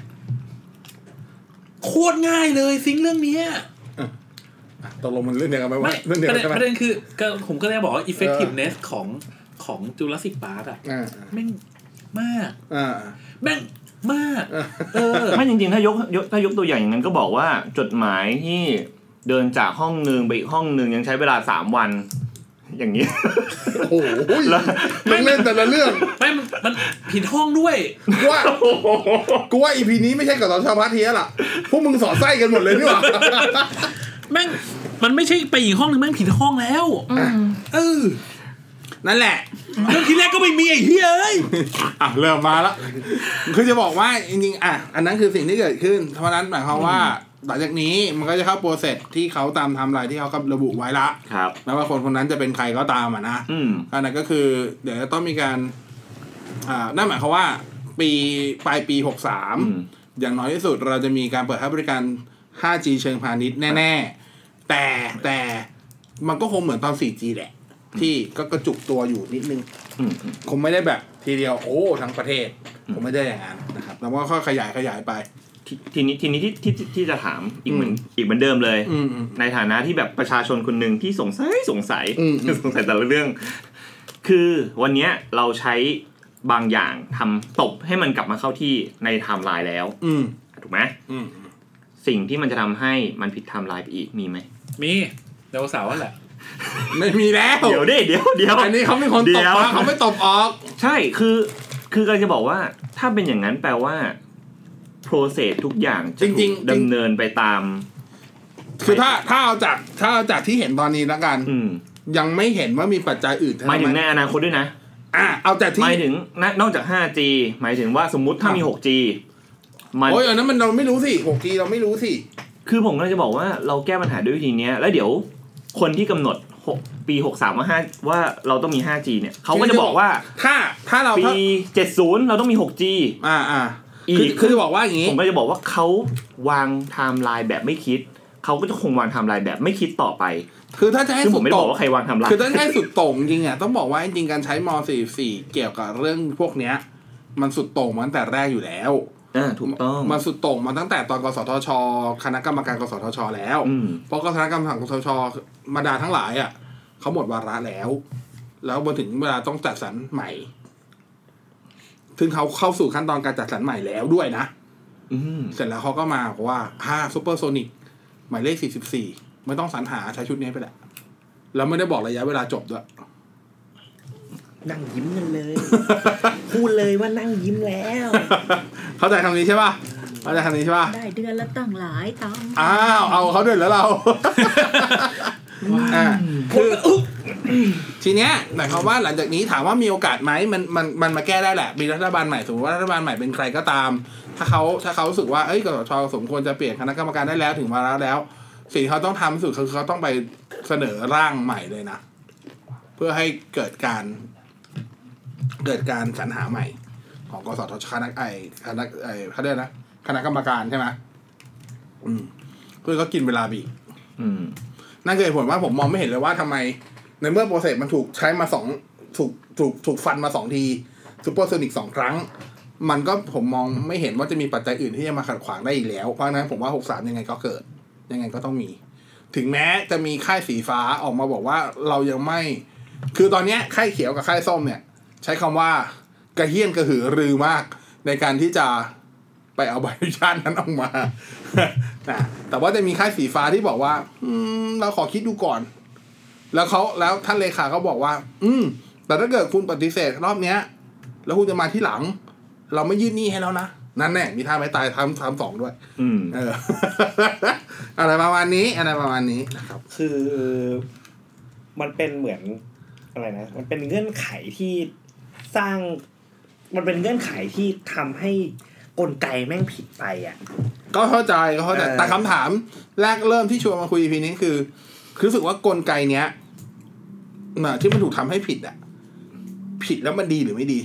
โคตรง่ายเลยซิงเรื่องนี้ตกลงมันเรื่องเดียวกันไหมวะเรื่องเดียวกันประเด็นคือผมก็เลยบอกว่า effectiveness ของของจูราสสิคพาร์คอ่ะแม่งมากแม่งมากเออไม่จริงๆถ้ายกถ้ายกตัวอย่างอย่างนั้นก็บอกว่าจดหมายที่เดินจากห้องนึงไปอีกห้องนึงยังใช้เวลาสามวันอย่างนี้โอ้โหไม่เล่นแต่ละเรื่องไม่มันผิดห้องด้วยกูว่ากูว่า อี พี นี้ไม่ใช่กับตอนชาวพาร์ทเทียล่ะพวกมึงสอดไส้กันหมดเลยนี่หว่าแม่งมันไม่ใช่ไปอีกห้องนึงแม่งผิดห้องแล้วเออนั่นแหละเรื่องที่แรกก็ไม่มีไอ้เหี้ยเอ้ยอ่ะเริ่มมาแล้วคือจะบอกว่าจริงๆอ่ะอันนั้นคือสิ่งที่เกิดขึ้นเพราะนั้นหมายความว่าหลังจากนี้มันก็จะเข้าโปรเซสที่เขาตามไทม์ไลน์ที่เขากำระบุไว้ละครับไม่ว่าคนคนนั้นจะเป็นใครก็ตามอ่ะนะอันนั้นก็คือเดี๋ยวจะต้องมีการอ่านั่นหมายความว่าปีปลายปีหกสิบสามอย่างน้อยที่สุดเราจะมีการเปิดให้บริการ ห้าจี เชิงพาณิชย์แน่ๆแต่แต่มันก็คงเหมือนตอน โฟร์จี แหละที่ก็กระจุกตัวอยู่นิดนึงคงไม่ได้แบบทีเดียวโอ้ทั้งประเทศคงไม่ได้อย่างนั้นนะครับแล้วก็ค่อยขยายขยายไปทีนี้ทีนี้ที่ที่ที่จะถามอีกเหมือนอีกเหมือนเดิมเลยในฐานะที่แบบประชาชนคนหนึ่งที่สงสัยสงสัยสงสัยแต่ละเรื่องคือวันนี้เราใช้บางอย่างทำตบให้มันกลับมาเข้าที่ในไทม์ไลน์แล้วถูกไหมสิ่งที่มันจะทำให้มันผิดไทม์ไลน์ไปอีกมีไหมมีเดี๋ยวสาวนั่นแหละไม่มีแล้วเดี๋ยวดิเดี๋ยวเดี๋ยวอันนี้เขาไม่คนตบมาเขาไม่ตบออกใช่คือคือกำลังจะบอกว่าถ้าเป็นอย่างนั้นแปลว่าโปรเซสทุกอย่างจริงๆดำเนินไปตามคือถ้าถ้าเอาจากถ้าเอาจากที่เห็นตอนนี้แล้วกันยังไม่เห็นว่ามีปัจจัยอื่นหมายถึงในอนาคตด้วยนะอ่ะเอาแต่ที่หมายถึงนอกจาก ห้าจี หมายถึงว่าสมมุติถ้ามี หกจีมันโอ้ยอันนั้นมันเราไม่รู้สิ หกจี เราไม่รู้สิคือผมกำลังจะบอกว่าเราแก้ปัญหาด้วยวิธีนี้แล้วเดี๋ยวคนที่กำหนดปีหกสิบสามว่าห้าว่าเราต้องมี ห้าจี เนี่ยเขาก็จะบอกว่าถ้าถ้าเราปีเจ็ดสิบเราต้องมี หกจีอ่าๆคือคือจะบอกว่าอย่างงี้ผมก็จะบอกว่าเขาวางไทม์ไลน์แบบไม่คิดเขาก็จะคงวางไทม์ไลน์แบบไม่คิดต่อไปคือถ้าจะให้สุดโต่งว่าใครวางไทม์ไลน์คือถ้าให้สุดโต่งจริงอ่ะต้องบอกว่าจริงๆการใช้ม.สี่สิบสี่เกี่ยวกับเรื่องพวกเนี้ยมันสุดโต่งมาตั้งแต่แรกอยู่แล้วอ่าถูกต้องมันสุดโต่งมาตั้งแต่ตอนกสทช.คณะกรรมการกสทช.แล้วเพราะคณะกรรมการกสทช.มาดาทั้งหลายอ่ะเขาหมดวาระแล้วแล้วมาถึงเวลาต้องจัดสรรใหม่ถึงเขาเข้าสู่ขั้นตอนการจัดสรรใหม่แล้วด้วยนะเสร็จแล้วเขาก็มาบอกว่าห้าซูเปอร์โซนิกหมายเลขสี่สิบสี่ไม่ต้องสรรหาใช้ชุดนี้ไปแหละแล้วไม่ได้บอกระยะเวลาจบด้วยนั่งยิ้มกันเลย พูดเลยว่านั่งยิ้มแล้วเข้าใจคำนี้ใช่ป่ะเข้าใจคำนี้ใช่ป่ะได้เดือนละตั้งหลายตังค์อ้าวเอาเขาด้วยแล้วเราอ่าคือทีเนี้ยหมายความว่าหลังจากนี้ถามว่ามีโอกาสไหมมันมันมันมาแก้ได้แหละมีรัฐบาลใหม่สมมติว่ารัฐบาลใหม่เป็นใครก็ตามถ้าเขาถ้าเขารู้สึกว่าเอ้ยกสชสมควรจะเปลี่ยนคณะกรรมการได้แล้วถึงวาระแล้วสิ่งที่เขาต้องทำสุดคือเขาต้องไปเสนอร่างใหม่เลยนะเพื่อให้เกิดการเกิดการสรรหาใหม่ของกสทชคณะไอคณะไอเขาเรียกนะคณะกรรมการใช่ไหมอืมเพื่อก็กินเวลาบีอืมนั่นคือเหตุผลว่าผมมองไม่เห็นเลยว่าทำไมในเมื่อโปรเซสมันถูกใช้มาสองถูกถูกถูกฟันมาสองทีซูเปอร์โซนิกสองครั้งมันก็ผมมองไม่เห็นว่าจะมีปัจจัยอื่นที่จะมาขัดขวางได้อีกแล้วเพราะฉะนั้นผมว่าหกสิบสามยังไงก็เกิดยังไงก็ต้องมีถึงแม้จะมีค่ายสีฟ้าออกมาบอกว่าเรายังไม่คือตอนนี้ค่ายเขียวกับค่ายส้มเนี่ยใช้คำว่ากระเฮี้ยนกระหือรือมากในการที่จะไปเอาใบอนุญาตนั้นออกมานะแต่ว่าจะมีค่ายสีฟ้าที่บอกว่าอืมเราขอคิดดูก่อนแล้วเขาแล้วท่านเลขาเขาบอกว่าอืมแต่ถ้าเกิดคุณปฏิเสธรอบเนี้ยแล้วคุณจะมาที่หลังเราไม่ยื่นหนี้ให้แล้วนะนั่นแน่มีท่าไม่ตายทำทำสองด้วยอืมเออ อะไรประมาณนี้อะไรประมาณนี้นะครับคือมันเป็นเหมือนอะไรนะมันเป็นเงื่อนไขที่สร้างมันเป็นเงื่อนไขที่ทำให้กลไกแม่งผิดไปอ่ะก็เข้าใจก็เข้าใจแต่คำถามแรกเริ่มที่ชวนมาคุย อี พี นี้คือรู้สึกว่ากลไกเนี้ยน่ะที่มันถูกทำให้ผิดอ่ะผิดแล้วมันดีหรือไม่ดี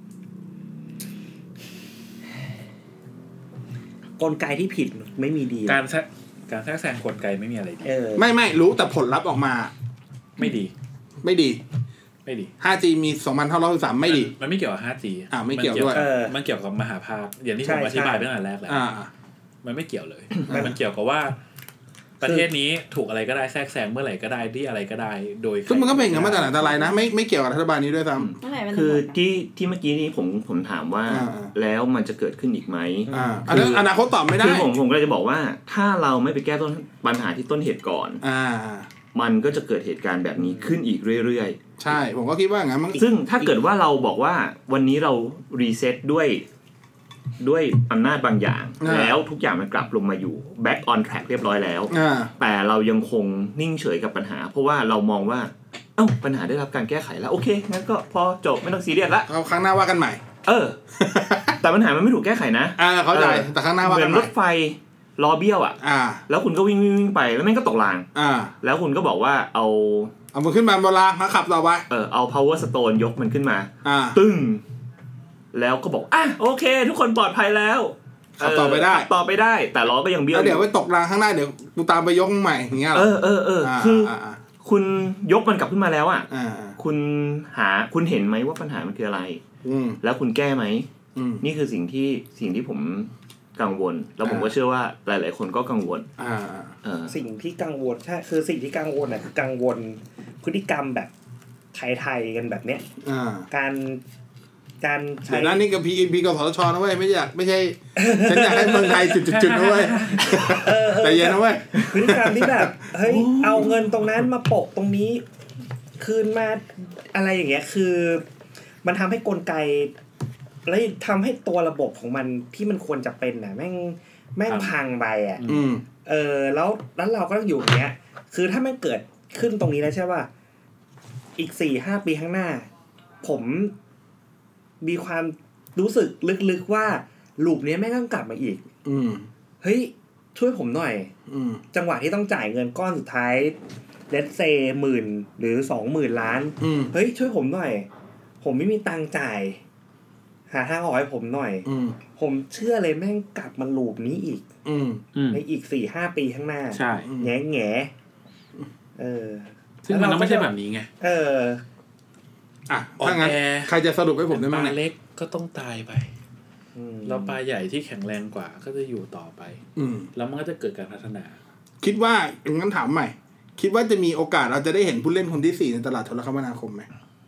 กลไกที่ผิดไม่มีดีการแทรกการแทรกแซงกลไกไม่มีอะไรดีไม่ไม่รู้แต่ผลลัพธ์ออกมาไม่ดีไม่ดีไม่ดีห้าจี มีสองพันห้าร้อยสิบสามไม่ดีมันไม่เกี่ยวกับ ห้าจีอ่าไม่เกี่ยวด้วยมันเกี่ยวกับมหาภาคอย่างที่ผมอธิบายตั้งแต่แรกแล้วมันไม่เกี่ยวเลยมันเกี่ยวกับว่าประเทศนี้ถูกอะไรก็ได้แทรกแซงเมื่อไหร่ก็ได้ที่อะไรก็ได้โดยซึ่งมันก็เป็นอย่างนั้นมาแต่ไหนแต่ไรนะไม่ไม่เกี่ยวกับรัฐบาลนี้ด้วยซ้ำคือที่ที่เมื่อกี้นี้ผมผมถามว่าแล้วมันจะเกิดขึ้นอีกไหมอ่าอันนั้นอนาคตตอบไม่ได้คือผมผมก็เลยจะบอกว่าถ้าเราไม่ไปแก้ต้นปัญหาที่ต้นเหตุก่อนอ่ามันก็จะเกิดเหตุการณ์แบบนี้ขึ้นอีกเรื่อยๆใช่ผมก็คิดว่าอย่างนั้นซึ่งถ้าเกิดว่าเราบอกว่าวันนี้เรารีเซ็ตด้วยด้วยอำนาจบางอย่างแล้วทุกอย่างมันกลับลงมาอยู่ back on track เรียบร้อยแล้วแต่เรายังคงนิ่งเฉยกับปัญหาเพราะว่าเรามองว่าเอ้าปัญหาได้รับการแก้ไขแล้วโอเคงั้นก็พอจบไม่ต้องซีเรียสละเอาครั้งหน้าว่ากันใหม่เออแต่ปัญหามันไม่ถูกแก้ไขนะอ่าเข้าใจแต่ครั้งหน้าว่ากันใหม่เหมือนรถไฟล้อเบี้ยวอ่ะแล้วคุณก็วิ่งวิ่งไปแล้วแม่งก็ตกรางแล้วคุณก็บอกว่าเอาเอามันขึ้นมาบนรางแล้วขับต่อไปเออเอา power stone ยกมันขึ้นมาตึ้งแล้วก็บอกอ่ะโอเคทุกคนปลอดภัยแล้วขับต่อไปได้ต่อไปได้แต่ล้อก็ยังเบี้ยวแล้วเดี๋ยวไปตกรางข้างหน้าเดี๋ยวกูตามไปยกใหม่อย่างเงี้ยเออเออเออคือคุณยกมันกลับขึ้นมาแล้วอ่ะคุณหาคุณเห็นไหมว่าปัญหามันคืออะไรแล้วคุณแก้ไหมนี่คือสิ่งที่สิ่งที่ผมกังวลแล้วผมก็เชื่อว่าหลายๆคนก็กังวลสิ่งที่กังวลใช่คือสิ่งที่กังวลน่ะคือกังวลพฤติกรรมแบบไทยๆกันแบบเนี้ยการการใช้นั่นนี่กับพีพีกสทชนะเว้ยไม่อยากไม่ใช่ฉันอยากให้เมืองไทยจุดๆๆนะเว้ยแต่เย็นนะเว้ยพฤติกรรมที่แบบเฮ้ยเอาเงินตรงนั้นมาโปะตรงนี้คืนมาอะไรอย่างเงี้ยคือมันทำให้กลไกแล้วทำให้ตัวระบบของมันที่มันควรจะเป็นน่ะแม่งแม่งพังไปอ่ะเออแล้วแล้วเราก็ต้องอยู่อย่างเงี้ยคือถ้ามันเกิดขึ้นตรงนี้แล้วใช่ป่ะอีก สี่ห้า ปีข้างหน้าผมมีความรู้สึกลึกๆว่าลูปนี้แม่งต้องกลับมาอีกเฮ้ยช่วยผมหน่อยจังหวะที่ต้องจ่ายเงินก้อนสุดท้ายเลทเซหมื่นหรือสองหมื่นล้านเฮ้ยช่วยผมหน่อยผมไม่มีตังค์จ่ายหาทางออกให้ผมหน่อยผมเชื่อเลยแม่งกลับมาลูปนี้อีกในอีก สี่ห้า ปีข้างหน้าใช่แง่แง่เออซึ่งมันไม่ใช่แบบนี้ไงเอออ่ะถ้างั้นใครจะสรุปให้ผมได้มั้งปลาเล็กก็ต้องตายไปแล้วปลาใหญ่ที่แข็งแรงกว่าก็จะอยู่ต่อไปแล้วมันก็จะเกิดการพัฒนาคิดว่างั้นถามใหม่คิดว่าจะมีโอกาสเราจะได้เห็นผู้เล่นคนที่สี่ในตลาดโทรคมนาคมไหม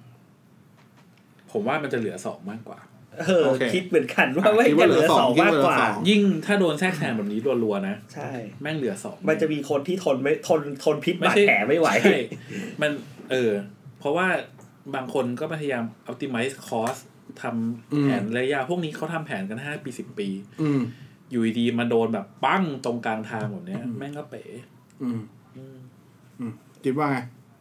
ผมว่ามันจะเหลือสองมากกว่าเออคิดเหมือนกันว่าไม่จะเหลือสองมากกว่ายิ่งถ้าโดนแทรกแซงแบบนี้รัวๆนะใช่แม่งเหลือสองมันจะมีคนที่ทนไม่ทนทนพิษบาดแผลไม่ไหวใช่มันเออเพราะว่าบางคนก็พยายาม optimize cost ทำแผนระยะพวกนี้เขาทำแผนกันห้าปีสิบปีอยู่ดีมาโดนแบบปั้งตรงกลางทางแบบนี้แม่งก็เป๋คิดว่าไง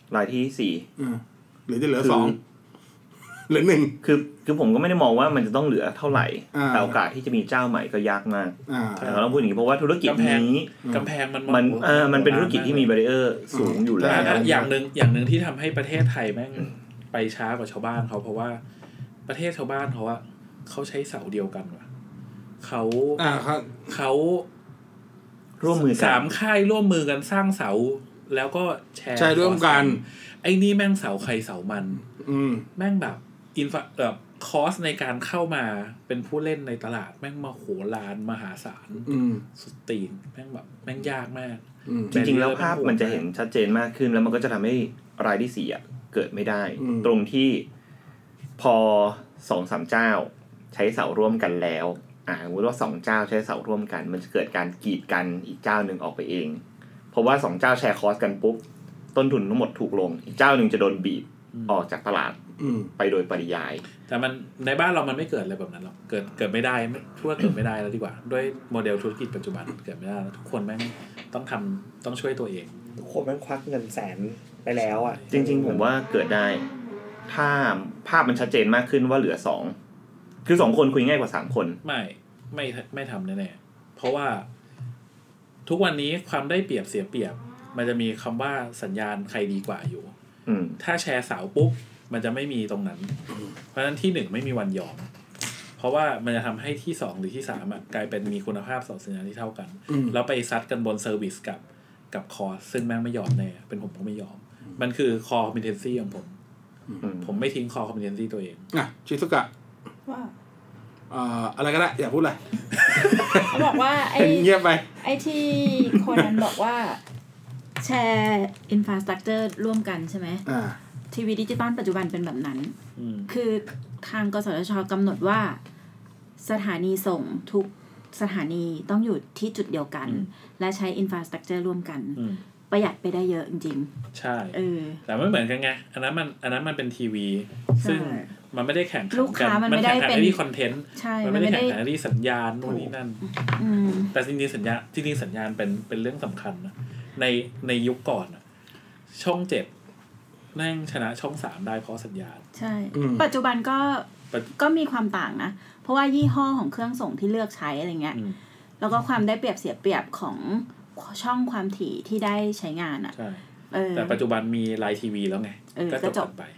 รายที่สี่หรือจะเหลือสองเหลือหนึ่งคือคือผมก็ไม่ได้มองว่ามันจะต้องเหลือเท่าไหร่แต่โอกาสที่จะมีเจ้าใหม่ก็ยากมากเราต้องพูดอย่างนี้เพราะว่าธุรกิจนี้กำแพงมันมันเออมันเป็นธุรกิจที่มีบาริเออร์สูงอยู่แล้วอย่างนึงอย่างนึงที่ทำให้ประเทศไทยแม่งไปช้ากว่าชาวบ้านเขาเพราะว่าประเทศชาวบ้านเขาอะเขาใช้เสาเดียวกันว่ะเขาเขาร่วมมือสามค่ายร่วมมือกันสร้างเสาแล้วก็แชร์ใช่ร่วมกันไอ้นี่แม่งเสาใครเสามันอืมแม่งแบบอินฟาแบบคอสในการเข้ามาเป็นผู้เล่นในตลาดแม่งมาโหฬารมหาศาลสุดตีนแม่งแบบแม่งยากมากจริงๆแล้วภาพมันจะเห็นชัดเจนมากขึ้นแล้วมันก็จะทำให้รายที่สี่อ่ะเกิดไม่ได้ตรงที่พอสองสามเจ้าใช้เสาร่วมกันแล้วอ่าสมมติว่าสองเจ้าใช้เสาร่วมกันมันจะเกิดการกีดกันอีกเจ้านึงออกไปเองเพราะว่าสองเจ้าแชร์คอสกันปุ๊บต้นทุนทั้งหมดถูกลงอีกเจ้านึงจะโดนบีบออกจากตลาดไปโดยปริยายแต่มันในบ้านเรามันไม่เกิดอะไรแบบนั้นหรอกเกิดเกิดไม่ได้ทั่วเกิดไม่ได้แล้วดีกว่าด้วยโมเดลธุรกิจปัจจุบันเกิดไม่ได้แล้วทุกคนแม่งต้องทำต้องช่วยตัวเองทุกคนแม่งควักเงินแสนไปแล้วอ่ะจริงๆผมว่าเกิดได้ถ้าภาพมันชัดเจนมากขึ้นว่าเหลือสองคือสองคนคุยง่ายกว่าสามคนไม่ไม่ไม่ทำแน่ๆเพราะว่าทุกวันนี้ความได้เปรียบเสียเปรียบมันจะมีคำว่าสัญญาณใครดีกว่าอยู่ถ้าแชร์เสาปุ๊บมันจะไม่มีตรงนั้นเพราะฉะนั้นที่หนึ่งไม่มีวันยอมเพราะว่ามันจะทำให้ที่สองหรือที่สามอ่ะกลายเป็นมีคุณภาพสองสัญญาณที่เท่ากันแล้วไปซัดกันบนเซอร์วิสกับกับคอร์สซึ่งแม่งไม่ยอมแน่เป็นผมก็ไม่ยอมมันคือคอร์คอมพิวเทนซีของผมผมไม่ทิ้งคอร์คอมพิวเทนซีตัวเองอ่ะชิซุกะว่าอ่าอะไรก็ได้อย่าพูดอะไรเขาบอกว่าไอ้เงียบไปไอ้ที่คนนั้นบอกว่าแชร์อินฟราสตรัคเจอร์ร่วมกันใช่ไหมอ่าทีวีดิจิตอลปัจจุบันเป็นแบบนั้นคือทางกสทช.กำหนดว่าสถานีส่งทุกสถานีต้องอยู่ที่จุดเดียวกันและใช้อินฟราสตรัคเจอร์ร่วมกันประหยัดไปได้เยอะจริงๆใช่เออแต่ไม่เหมือนกันไงอันนั้นมันอันนั้นมันเป็นทีวีซึ่งมันไม่ได้แข่งขันกันมันแข่งขันที่คอนเทนต์มันไม่ได้แข่งขันที่สัญญาณโน่นนี่นั่นแต่จริงๆสัญญาจริงๆสัญญาณเป็นเป็นเรื่องสำคัญนะในในยุคก่อนช่องเจ็ดนั่งชนะช่องสามได้เพราะสัญญาณใช่ปัจจุบันก็ก็มีความต่างนะเพราะว่ายี่ห้อของเครื่องส่งที่เลือกใช้อะไรเงี้ยแล้วก็ความได้เปรียบเสียเปรียบของช่องความถี่ที่ได้ใช้งานอ่ะใช่แต่ปัจจุบันมีไลน์ทีวีแล้วไงก็จบไป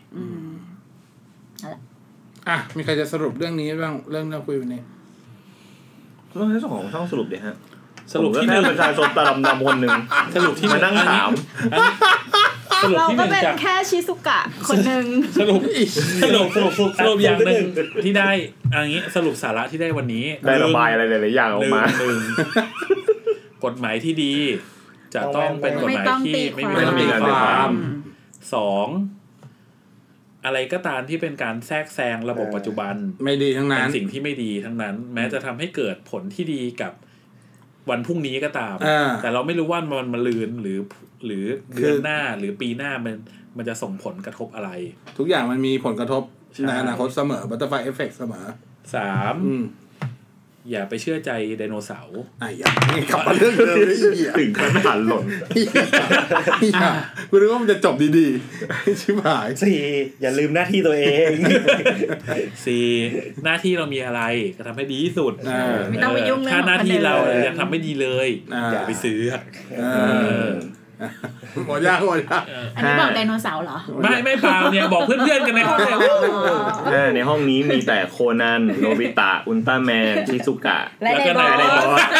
อ่ะมีใครจะสรุปเรื่องนี้บ้างเรื่องเราคุยวันนี้เรื่องที่สองของช่องสรุปดิฮะสรุปที่หนึ่งประชาชนตาดำๆคนหนึ่งสรุปที่มานั่งถามเราก็เป็นแค่ชิซุกะคนหนึ่งสรุปสรุปสรุปสรุปอย่างหนึ่งที่ได้อันนี้สรุปสาระที่ได้วันนี้ได้ระบายอะไรหลายๆอย่างออกมาหนึ่งกฎหมายที่ดีจะต้องเป็นกฎหมายที่ไม่มีความสองอะไรก็ตามที่เป็นการแทรกแซงระบบปัจจุบันไม่ดีทั้งนั้นเป็นสิ่งที่ไม่ดีทั้งนั้นแม้จะทำให้เกิดผลที่ดีกับวันพรุ่งนี้ก็ตามแต่เราไม่รู้ว่ามันมาลืนหรือหรือเดือนหน้าหรือปีหน้ามันมันจะส่งผลกระทบอะไรทุกอย่างมันมีผลกระทบในอนาคตเสมอบัตเตอร์ไฟเอฟเฟกต์เสมอสามอย่าไปเชื่อใจไดโนเสาร์อ่ะอย่าขับมาเรื่องเดิมเลยถึงขั้นหันหล่นกูนึกว่ามันจะจบดีๆชิบหายสี่อย่าลืมหน้าที่ตัวเองสี่หน้าที่เรามีอะไรก็ทำให้ดีที่สุดไม่ต้องไปยุ่งถ้าหน้าที่เรายังทำไม่ดีเลยอย่าไปซื้อหมดยากหมดยากอันนี้บอกไดโนเสาร์เหรอไม่ไม่เปล่าเนี่ยบอกเพื่อนๆกันในห้องเลยในห้องนี้มีแต่โคนันโนบิตะอุลตร้าแมนชิซุกะและไดบอส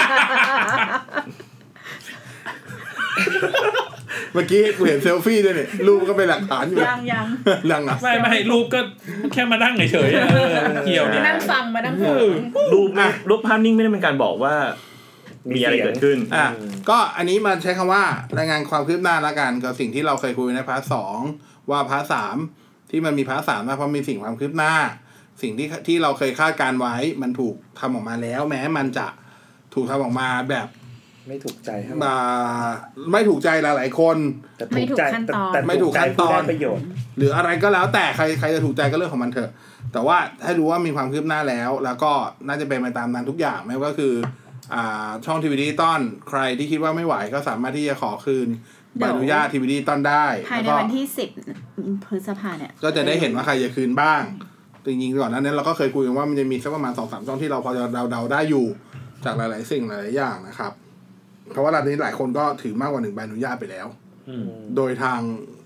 เมื่อกี้กูเห็นเซลฟี่ด้วยเนี่ยรูปก็เป็นหลักฐานอยู่ยังยังยังอ่ะไม่ไม่รูปก็แค่มานั่งเฉยๆเกี่ยวนี่นั่งฟังมานั่งฟังรูปรูปภาพนิ่งไม่ได้เป็นการบอกว่ามีอะไรเกิดขึ้นอ่ะก็อันนี้มันใช้คำว่ารายงานความคืบหน้าละกันกับสิ่งที่เราเคยคุยในพาร์ทสองว่าพาร์ทสามที่มันมีพาร์ทสามนะเพราะมีสิ่งความคืบหน้าสิ่งที่ที่เราเคยคาดการไว้มันถูกทำออกมาแล้วแม้มันจะถูกทำออกมาแบบไม่ถูกใจครับไม่ถูกใจหลายๆคนไม่ถูกขั้นตอนไม่ถูกขั้นตอนประโยชน์หรืออะไรก็แล้วแต่ใครใครจะถูกใจก็เรื่องของมันเถอะแต่ว่าให้รู้ว่ามีความคืบหน้าแล้วแล้วก็น่าจะเป็นไปตามนั้นทุกอย่างไม่ว่าคืออ่าช่องทีวีดิจิตอลใครที่คิดว่าไม่ไหวก็สามารถที่จะขอคืนใบอนุญาตทีวีดิจิตอลได้ภายในวันที่สิบพฤษภาเนี่ยก็จะได้เห็นว่าใครจะคืนบ้างจริงๆก่อนหน้านั้นเราก็เคยคุยกันว่ามันจะมีสักประมาณ สองสาม ช่องที่เราพอจะเดาๆได้อยู่จากหลายๆสิ่งหลายๆอย่างนะครับเพราะว่าตอนนี้หลายคนก็ถือมากกว่าหนึ่งใบอนุญาตไปแล้วโดยทาง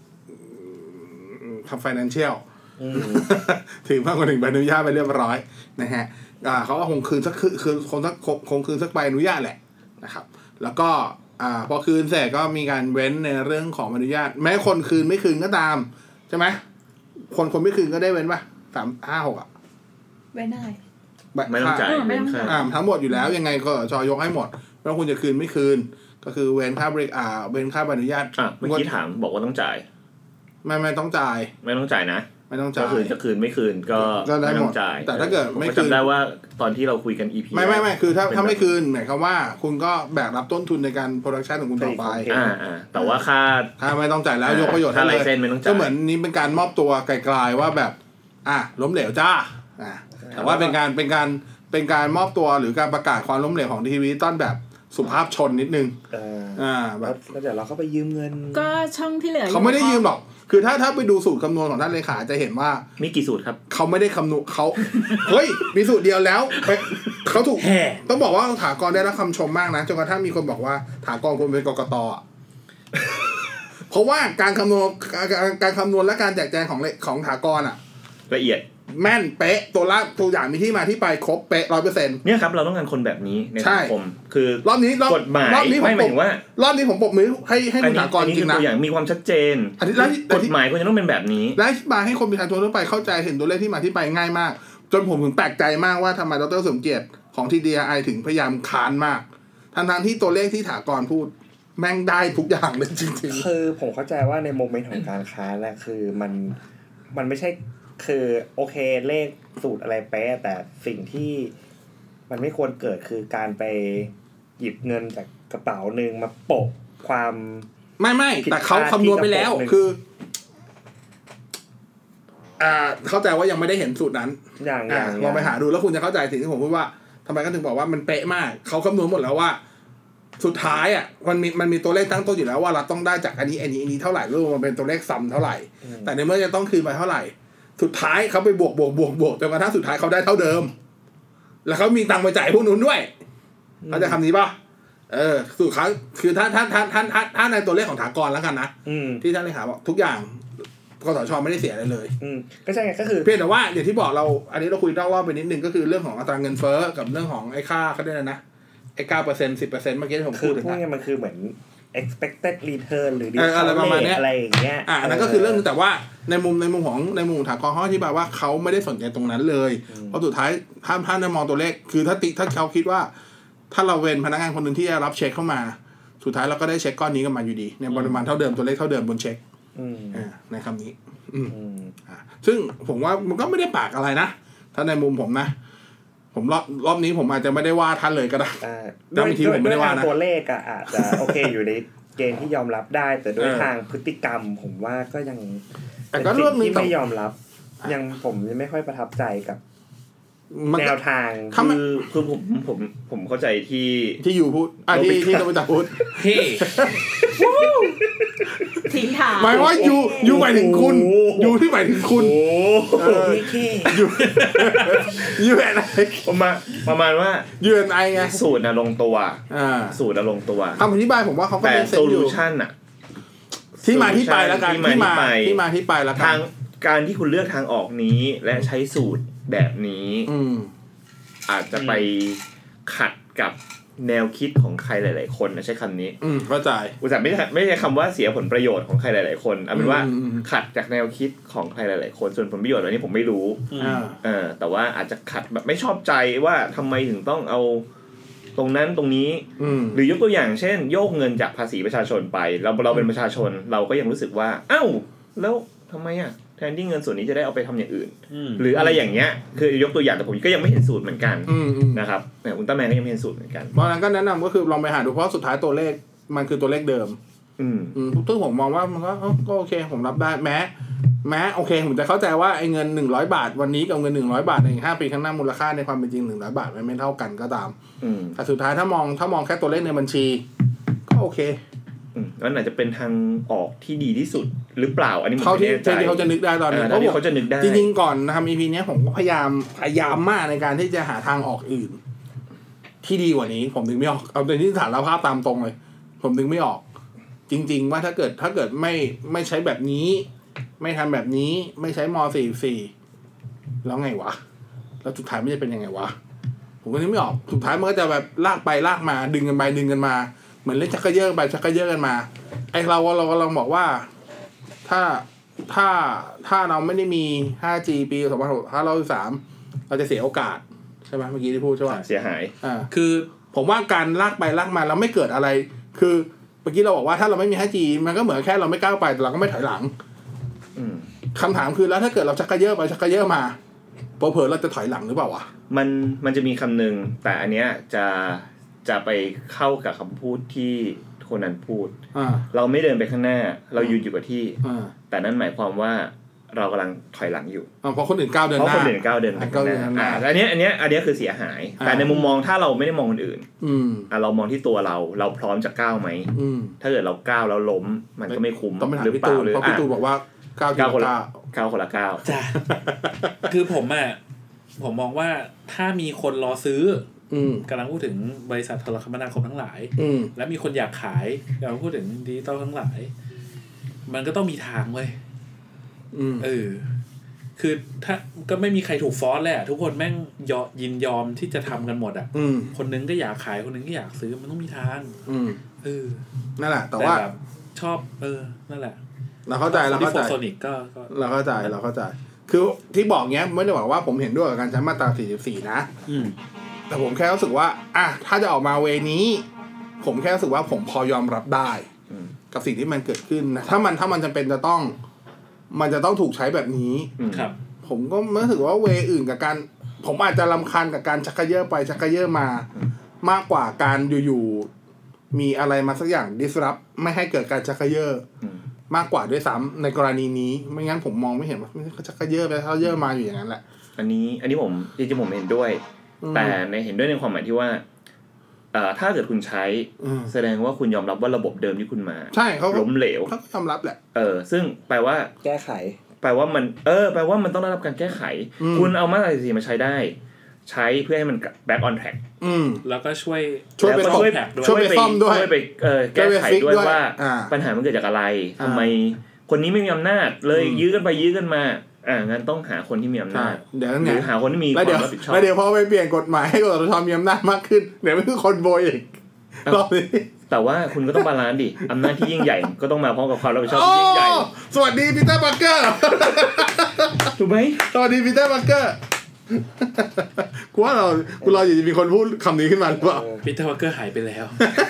ทำ financial ถือมากกว่าหนึ่งใบอนุญาตไปเรียบร้อยนะฮะอ่าเขาก็คงคืนสักคือคือคงสักคงคืนสักใบอนุญาตแหละนะครับแล้วก็อ่าพอคืนเสร็จก็มีการเว้นในเรื่องของอนุญาตแม้คนคืนไม่คืนก็ตามใช่ไหมคนคนไม่คืนก็ได้เว้นป่ะสามห้าหกอ่ะเว้นอะไรไม่ต้องจ่ายไม่ต้องจ่ายอ่าทั้งหมดอยู่แล้วยังไงก็ชอยกให้หมดไม่ว่าคุณจะคืนไม่คืนก็คือเว้นค่าบริการอ่าเว้นค่าใบอนุญาตอ่ะเมื่อกี้ถามบอกว่าต้องจ่ายไม่ไม่ต้องจ่ายไม่ต้องจ่ายนะไม่ต้องจ่ายก็คือจะคืนไม่คืนก็ไม่ต้องจ่ายแต่ถ้าเกิดไม่คืนจำได้ว่าตอนที่เราคุยกัน อี พีไม่ไม่ไม่คือถ้าถ้าไม่คืนหมายความว่าคุณก็แบกรับต้นทุนในการโปรดักชันของคุณต่อไปอ่าอ่าแต่ว่าค่าถ้าไม่ต้องจ่ายแล้วยกประโยชน์ให้เลยก็เหมือนนี้เป็นการมอบตัวไกลๆว่าแบบอ่ะล้มเหลวจ้าอ่าแต่ว่าเป็นการเป็นการเป็นการมอบตัวหรือการประกาศความล้มเหลวของทีวีต้นแบบสุภาพชนนิดนึงอ่าแบบแล้วเดี๋ยวเราเข้าไปยืมเงินก็ช่องที่เหลือเขาไม่ได้ยืมหรอกคือถ้าถ้าไปดูสูตรคำนวณของท่านเลขาจะเห็นว่ามีกี่สูตรครับเขาไม่ได้คำนวณเขาเฮ้ยมีสูตรเดียวแล้วเขาถูกต้องบอกว่าถากรได้รับคำชมมากนะจนกระทั่งมีคนบอกว่าถากรควรเป็นกกตอ่ะเพราะว่าการคำนวณการคำนวณและการแจกแจงของของถากรอ่ะละเอียดแม่นเป๊ะตัวละตัวอย่างมีที่มาที่ไปครบเป๊ะ ร้อยเปอร์เซ็นต์เนี่ยครับเราต้องการคนแบบนี้ในสังคมคือรอบนี้กฎหมายรอบนี้ไม่หมายถึงว่ารอบนี้ผมปรบมือให้ให้คุณถากรจริงนะตัวอย่างมีความชัดเจนกฎหมายควรจะต้องเป็นแบบนี้และอธิบายให้คนประชาชนทั่วไปเข้าใจเห็นตัวเลขที่มาที่ไปง่ายมากจนผมถึงแปลกใจมากว่าทำไมดร.สมเกียรติของ ที ดี อาร์ ไอ ถึงพยายามค้านมากทั้งๆที่ตัวเลขที่ถากรพูดแม่งได้ทุกอย่างเลยจริงๆคือผมเข้าใจว่าในโมเมนต์ของการค้านแหละคือมันมันไม่ใช่คือโอเคเลขสูตรอะไรเป๊ะแต่สิ่งที่มันไม่ควรเกิดคือการไปหยิบเงินจากกระเป๋าหนึ่งมาโปะความไม่ไม่แต่เขาคำนวณไปแล้วคืออ่าเข้าใจว่ายังไม่ได้เห็นสูตรนั้นอย่างอย่างลองไปหาดูแล้วคุณจะเข้าใจสิ่งที่ผมพูดว่าทำไมก็ถึงบอกว่ามันเป๊ะมากเขาคำนวณหมดแล้วว่าสุดท้ายอ่ะมันมีมันมีตัวเลขตั้งต้นอยู่แล้วว่าเราต้องได้จากอันนี้อันนี้อันนี้เท่าไหร่รวมมันเป็นตัวเลขซัมเท่าไหร่แต่ในเมื่อจะต้องคืนไปเท่าไหร่สุดท้ายเขาไปบวกบวกบวกบวกจนกระทั่งสุดท้ายเขาได้เท่าเดิมแล้วเขามีตังค์ไปจ่ายพวกนู้นด้วยเขาจะคำนี้ป่ะเออสุดท้ายคือถ้าถ้าถ้าถ้าถ้าถ้าในตัวเลขของถากรแล้วกันนะที่ท่านเลขาบอกทุกอย่างกสช.ไม่ได้เสียอะไรเลยก็ใช่ไงก็คือเพียงแต่ว่าอย่างที่บอกเราอันนี้เราคุยนอกรอบไปนิดนึงก็คือเรื่องของอัตราเงินเฟ้อกับเรื่องของไอ้ค่าเขาเรียกอะไรนะไอ้เก้าเปอร์เซ็นต์สิบเปอร์เซ็นต์เมื่อกี้ที่ผมพูดถึงพวกนี้มันคือเหมือน expected return หรือ discount อะไรอย่างเงี้ยอ่าอันนั้นก็คือเรื่องแต่ว่าในมุมในมุมของในมุมถากรเขาอธิบายว่าเขาไม่ได้สนใจตรงนั้นเลยเพราะสุดท้ายถ้าท่านมองตัวเลขคือถ้าติถ้าเขาคิดว่าถ้าเราเป็นพนักงานคนนึงที่รับเช็คเข้ามาสุดท้ายเราก็ได้เช็คก้อนนี้กันมาอยู่ดีในปริมาณเท่าเดิมตัวเลขเท่าเดิมบนเช็คอ่าในคำนี้อ่าซึ่งผมว่ามันก็ไม่ได้ปากอะไรนะถ้าในมุมผมนะผมรอบรอบนี้ผมอาจจะไม่ได้ว่าท่านเลยก็ได้ด้วยด้วยทางตัวเลขอะอาจจะโอเคอยู่ในเกณฑ์ที่ยอมรับได้แต่ด้วยทางพฤติกรรมผมว่าก็ยังเป็นสิ่งที่ไม่ยอมรับยังผมยังไม่ค่อยประทับใจกับแนวทางคือคือผมผมผมเข้าใจที่ที่อยู่พูดอ่ะที่ที่ต้องไปจับพูดเฮ้ทิ้งทางหมายว่าอยู่อยู่หมายถึงคุณอยู่ที่หมายถึงคุณอยู่อยู่อะไรประมาณประมาณว่ายู เอ็น ไอ ไงสูตรน่ะลงตัวสูตรน่ะลงตัวคำอธิบายผมว่าเขาก็เป็นโซลูชันน่ะที่มาที่ไปแล้วกันที่มาที่มาที่ไปแล้วกันทางการที่คุณเลือกทางออกนี้และใช้สูตรแบบนี้อาจจะไปขัดกับแนวคิดของใครหลายๆคนนะใช้คำนี้อืมเข้าใจอุตส่าห์ไม่ไม่ใช่คำว่าเสียผลประโยชน์ของใครหลายๆคนเอาเป็นว่าขัดจากแนวคิดของใครหลายๆคนส่วนผลประโยชน์อันนี้ผมไม่รู้เออแต่ว่าอาจจะขัดแบบไม่ชอบใจว่าทำไมถึงต้องเอาตรงนั้นตรงนี้หรือยกตัวอย่างเช่นโยกเงินจากภาษีประชาชนไปเราเราเป็นประชาชนเราก็ยังรู้สึกว่าอ้าวแล้วทำไมอ่ะแทนที่เงินส่วนนี้จะได้เอาไปทำอย่างอื่นหรืออะไรอย่างเงี้ยคือยกตัวอย่างแต่ผมก็ยังไม่เห็นสูตรเหมือนกันนะครับเนี่ยอุลตร้าแมนก็ยังไม่เห็นสูตรเหมือนกันเพราะฉะนั้นก็แนะนำก็คือลองไปหาดูเพราะสุดท้ายตัวเลขมันคือตัวเลขเดิมอืมอืมซึ่งผมมองว่ามันก็ก็โอเคผมรับได้แม้แม้โอเคผมจะเข้าใจว่าไอ้เงินหนึ่งร้อยบาทวันนี้กับเงินหนึ่งร้อยบาทในห้าปีข้างหน้ามูลค่าในความเป็นจริงหนึ่งร้อยบาทมันไม่เท่ากันก็ตามแต่สุดท้ายถ้ามองถ้ามองแค่ตัวเลขในบัญชีก็โอเคอืมแล้วอาจจะเป็นทางออกที่ดีที่สุดหรือเปล่าอันนี้ผมเขาไม่ที่แน่ใจที่เขาจะนึกได้ตอนนี้เพราะเขาจะนึกได้จริงๆก่อนทำ อี พี เนี้ยผมก็พยายามพยายามมากในการที่จะหาทางออกอื่นที่ดีกว่านี้ผมถึงไม่ออกเอาในที่สารภาพตามตรงเลยผมถึงไม่ออกจริงๆว่าถ้าเกิดถ้าเกิดไม่ไม่ใช้แบบนี้ไม่ทำแบบนี้ไม่ใช้ม.สี่สิบสี่แล้วไงวะแล้วสุดท้ายไม่จะเป็นยังไงวะผมก็นึกไม่ออกสุดท้ายมันก็จะแบบลากไปลากมาดึงกันไปดึงกันมาเหมือนเล่นชักกระเยาะไปชักกระเยาะกันมาไอเราเรากำลังบอกว่าถ้าถ้าถ้าเราไม่ได้มี ห้าจี ปีสองพันห้าร้อยสิบสามเราจะเสียโอกาสใช่ไหมเมื่อกี้ที่พูดใช่ป่ะเสียหายอ่าคือผมว่าการลากไปลากมาเราไม่เกิดอะไรคือเมื่อกี้เราบอกว่าถ้าเราไม่มี ห้าจี มันก็เหมือนแค่เราไม่ก้าวไปแต่เราก็ไม่ถอยหลังคำถามคือแล้วถ้าเกิดเราชักกระเยาะไปชักกระเยาะมาเผลอๆเราจะถอยหลังหรือเปล่าวะมันมันจะมีคำหนึ่งแต่อันเนี้ยจะจะไปเข้ากับคำพูดที่คนนั้นพูดเราไม่เดินไปข้างหน้าเรายืนอยู่กับที่แต่นั่นหมายความว่าเรากำลังถอยหลังอยู่เพราะคนอื่นก้าวเดินหน้าเพราะคนอื่นก้าวเดินข้างหน้าอันนี้อันนี้อันนี้คือเสียหายแต่ในมุมมองถ้าเราไม่ได้มองคนอื่นอ่ะเรามองที่ตัวเราเราพร้อมจะก้าวไหมถ้าเกิดเราก้าวแล้วล้มมันก็ไม่คุ้มหรือเปล่าเพราะพี่ตูนบอกว่าก้าวคนละก้าวคนละก้าวจ้ะคือผมอ่ะผมมองว่าถ้ามีคนรอซื้อกำลังพูดถึงบริษัทโทรคมนาคมทั้งหลายและมีคนอยากขายกำลังพูดถึงดิจิตอลทั้งหลายมันก็ต้องมีทางเว้ยเออคือถ้าก็ไม่มีใครถูกฟอร์สแหละทุกคนแม่งยอยินยอมที่จะทำกันหมดอ่ะคนนึงก็อยากขายคนนึงก็อยากซื้อมันต้องมีทางเออนั่นแหละแต่ว่าชอบเออนั่นแหละเราเข้าใจเราเข้าใจโซนิกก็เราเข้าใจเราเข้าใจคือที่บอกเงี้ยไม่ได้บอกว่าผมเห็นด้วยกับการใช้มาตราสี่สิบสี่นะแต่ผมแค่รู้สึกว่าอ่ะถ้าจะออกมาเวนี้ผมแค่รู้สึกว่าผมพอยอมรับได้กับสิ่งที่มันเกิดขึ้นนะถ้ามันถ้ามันจำเป็นจะต้องมันจะต้องถูกใช้แบบนี้ครับผมก็รู้สึกว่าเวอื่นกับการผมอาจจะรำคาญกับการชักกระเยาะไปชักกระเยาะมามากกว่าการอยู่ๆมีอะไรมาสักอย่าง disrupt ไม่ให้เกิดการชักกระเยาะมากกว่าด้วยซ้ำในกรณีนี้ไม่งั้นผมมองไม่เห็นว่าเขาชักกระเยาะไปชักกระเยาะมาอยู่อย่างนั้นแหละอันนี้อันนี้ผมจริงๆผมเห็นด้วยแต่ในเห็นด้วยในความหมายที่ว่าเอ่อถ้าเกิดคุณใช้แสดงว่าคุณยอมรับว่าระบบเดิมที่คุณมาใช่เขาล้มเหลวเขายอมรับแหละเออซึ่งแปลว่าแก้ไขแปลว่ามันเออแปลว่ามันต้องได้รับการแก้ไขคุณเอามาตราสี่สิบสี่มาใช้ได้ใช้เพื่อให้มัน back on track อืมแล้วก็ช่วยช่วยไปช่วยช่วยไปซ่อมด้วยช่วยไปเอ่อแก้ไขด้วยว่าปัญหามันเกิดจากอะไรทำไมคนนี้ไม่มีอำนาจเลยยื้อกันไปยื้อกันมาอ่างั้นต้องหาคนที่มีอำนาจเดี๋ยวหรือหาคนที่มีความรับผิดชอบแล้วเดี๋ยวพอไปเปลี่ยนกฎหมายให้กสทช.มีอำนาจมากขึ้นเดี๋ยวไม่คือคนโบยอีกรอบนี้แต่ว่าคุณก็ต้องบาลานซ์ดิอำนาจที่ยิ่งใหญ่ก็ต้องมาพร้อมกับความรับผิดชอบที่ยิ่งใหญ่สวัสดีปีเตอร์บัคเกอร์ถูกไหมสวัสดีปีเตอร์บัคเกอร์กูว่าเรากูรออยู่จะมีคนพูดคำนี้ขึ้นมาหรือเปล่าปีเตอร์บัคเกอร์หายไปแล้ว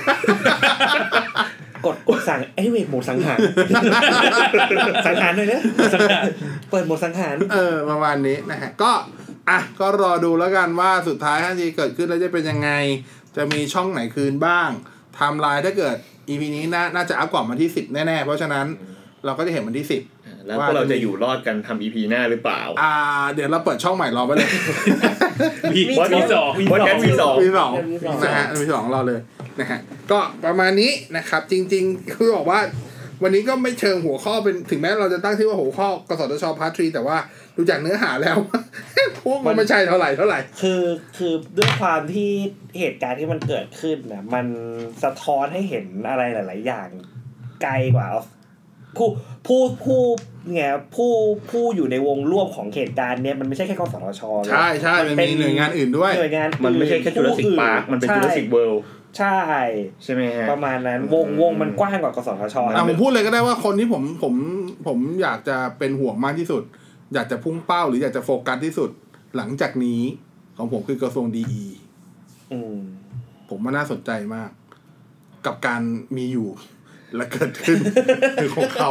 กดกดสั่งไอ้เวทโหมดสังหารสังหารเลยนะสังหารเปิดโหมดสังหารเออประมาณนี้นะฮะก็อ่ะก็รอดูแล้วกันว่าสุดท้าย ห้าจี เกิดขึ้นแล้วจะเป็นยังไงจะมีช่องไหนคืนบ้างไทม์ไลน์ถ้าเกิด อี พี นี้น่าน่าจะอัพก่อนวันที่สิบแน่ๆเพราะฉะนั้นเราก็จะเห็นวันที่สิบแล้วพวกเราจะอยู่รอดกันทำ อี พี หน้าหรือเปล่าอ่าเดี๋ยวเราเปิดช่องใหม่รอไว้เลยมีมีสองมีสองมีสองมีสองนะฮะมีสองรอเลยนะฮะก็ประมาณนี้นะครับจริงๆคือบอกว่าวันนี้ก็ไม่เชิงหัวข้อเป็นถึงแม้เราจะตั้งชื่อว่าหัวข้อกสทช.พาร์ทสามแต่ว่าดูจากเนื้อหาแล้วพวกมันไม่ใช่เท่าไหร่เท่าไหร่คือคือด้วยความที่เหตุการณ์ที่มันเกิดขึ้นนะมันสะท้อนให้เห็นอะไรหลายๆอย่างไกลกว่าผู้ผู้ผู้เนี่ยผู้ผู้อยู่ในวงร่วมของเหตุการณ์เนี้ยมันไม่ใช่แค่กสทช. ใช่ใช่มันมีหน่วยงานอื่นด้วยหน่วยงานมันไม่ใช่แค่จูราสสิคพาร์คมันเป็นจูราสสิคเวิลด์ใช่ใช่ไหมฮะประมาณนั้นวงวงมันกว้างกว่ากสทช. อ่ะผมพูดเลยก็ได้ว่าคนที่ผมผมผมอยากจะเป็นห่วงมากที่สุดอยากจะพุ่งเป้าหรืออยากจะโฟกัสที่สุดหลังจากนี้ของผมคือกระทรวงดีอีอืมผมว่าน่าสนใจมากกับการมีอยู่และเกิดขึ้นคือของเขา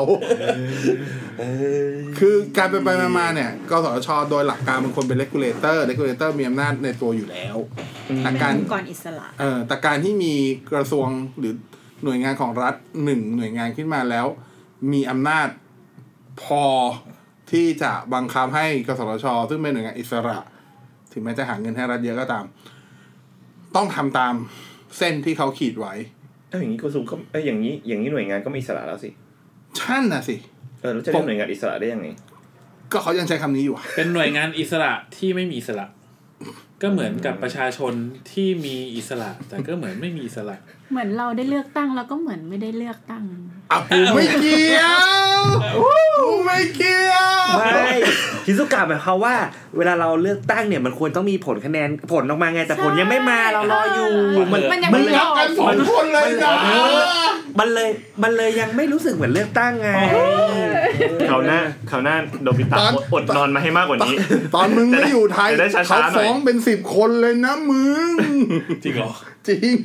คือการไปไปมาๆเนี่ยกสทช.โดยหลักการมันควรเป็น regulator regulator มีอำนาจในตัวอยู่แล้วแต่การองค์กรอิสระเออแต่การที่มีกระทรวงหรือหน่วยงานของรัฐหนึ่งหน่วยงานขึ้นมาแล้วมีอำนาจพอที่จะบังคับให้กสทช.ซึ่งเป็นหน่วยงานอิสระถึงแม้จะหาเงินให้รัฐเยอะก็ตามต้องทำตามเส้นที่เขาขีดไว้เอ้าอย่างนี้กระทรวงก็เอ้ยอย่างนี้อย่างนี้หน่วยงานก็มีอิสระแล้วสิท่านน่ะสิเออแล้วจะเรียกหน่วยงานอิสระได้ยังไงก็เขายังใช้คำนี้อยู่เป็นหน่วยงานอิสระที่ไม่มีอิสระก็เหมือนกับประชาชนที่มีอิสระแต่ก็เหมือนไม่มีอิสระเหมือนเราได้เลือกตั้งแล้วก็เหมือนไม่ได้เลือกตั้งอ่ะกูไม่เกี่ยวกูไม่เกี่ยวไม่ฮิซุกะหมายความว่าเวลาเราเลือกตั้งเนี่ยมันควรต้องมีผลคะแนนผลออกมาไงแต่ผลยังไม่มาเรารออยู่มันมันยังไม่รับกันสองคนเลยนะมันเลยมันเลยยังไม่รู้สึกเหมือนเลือกตั้งไงเขาหน้าเขาหน้าโดบิตะอดนอนมาให้มากกว่านี้ตอนมึงไม่อยู่ไทยเขาฟ้องเป็นสิบคนเลยนะมึงจริงเหรอจริง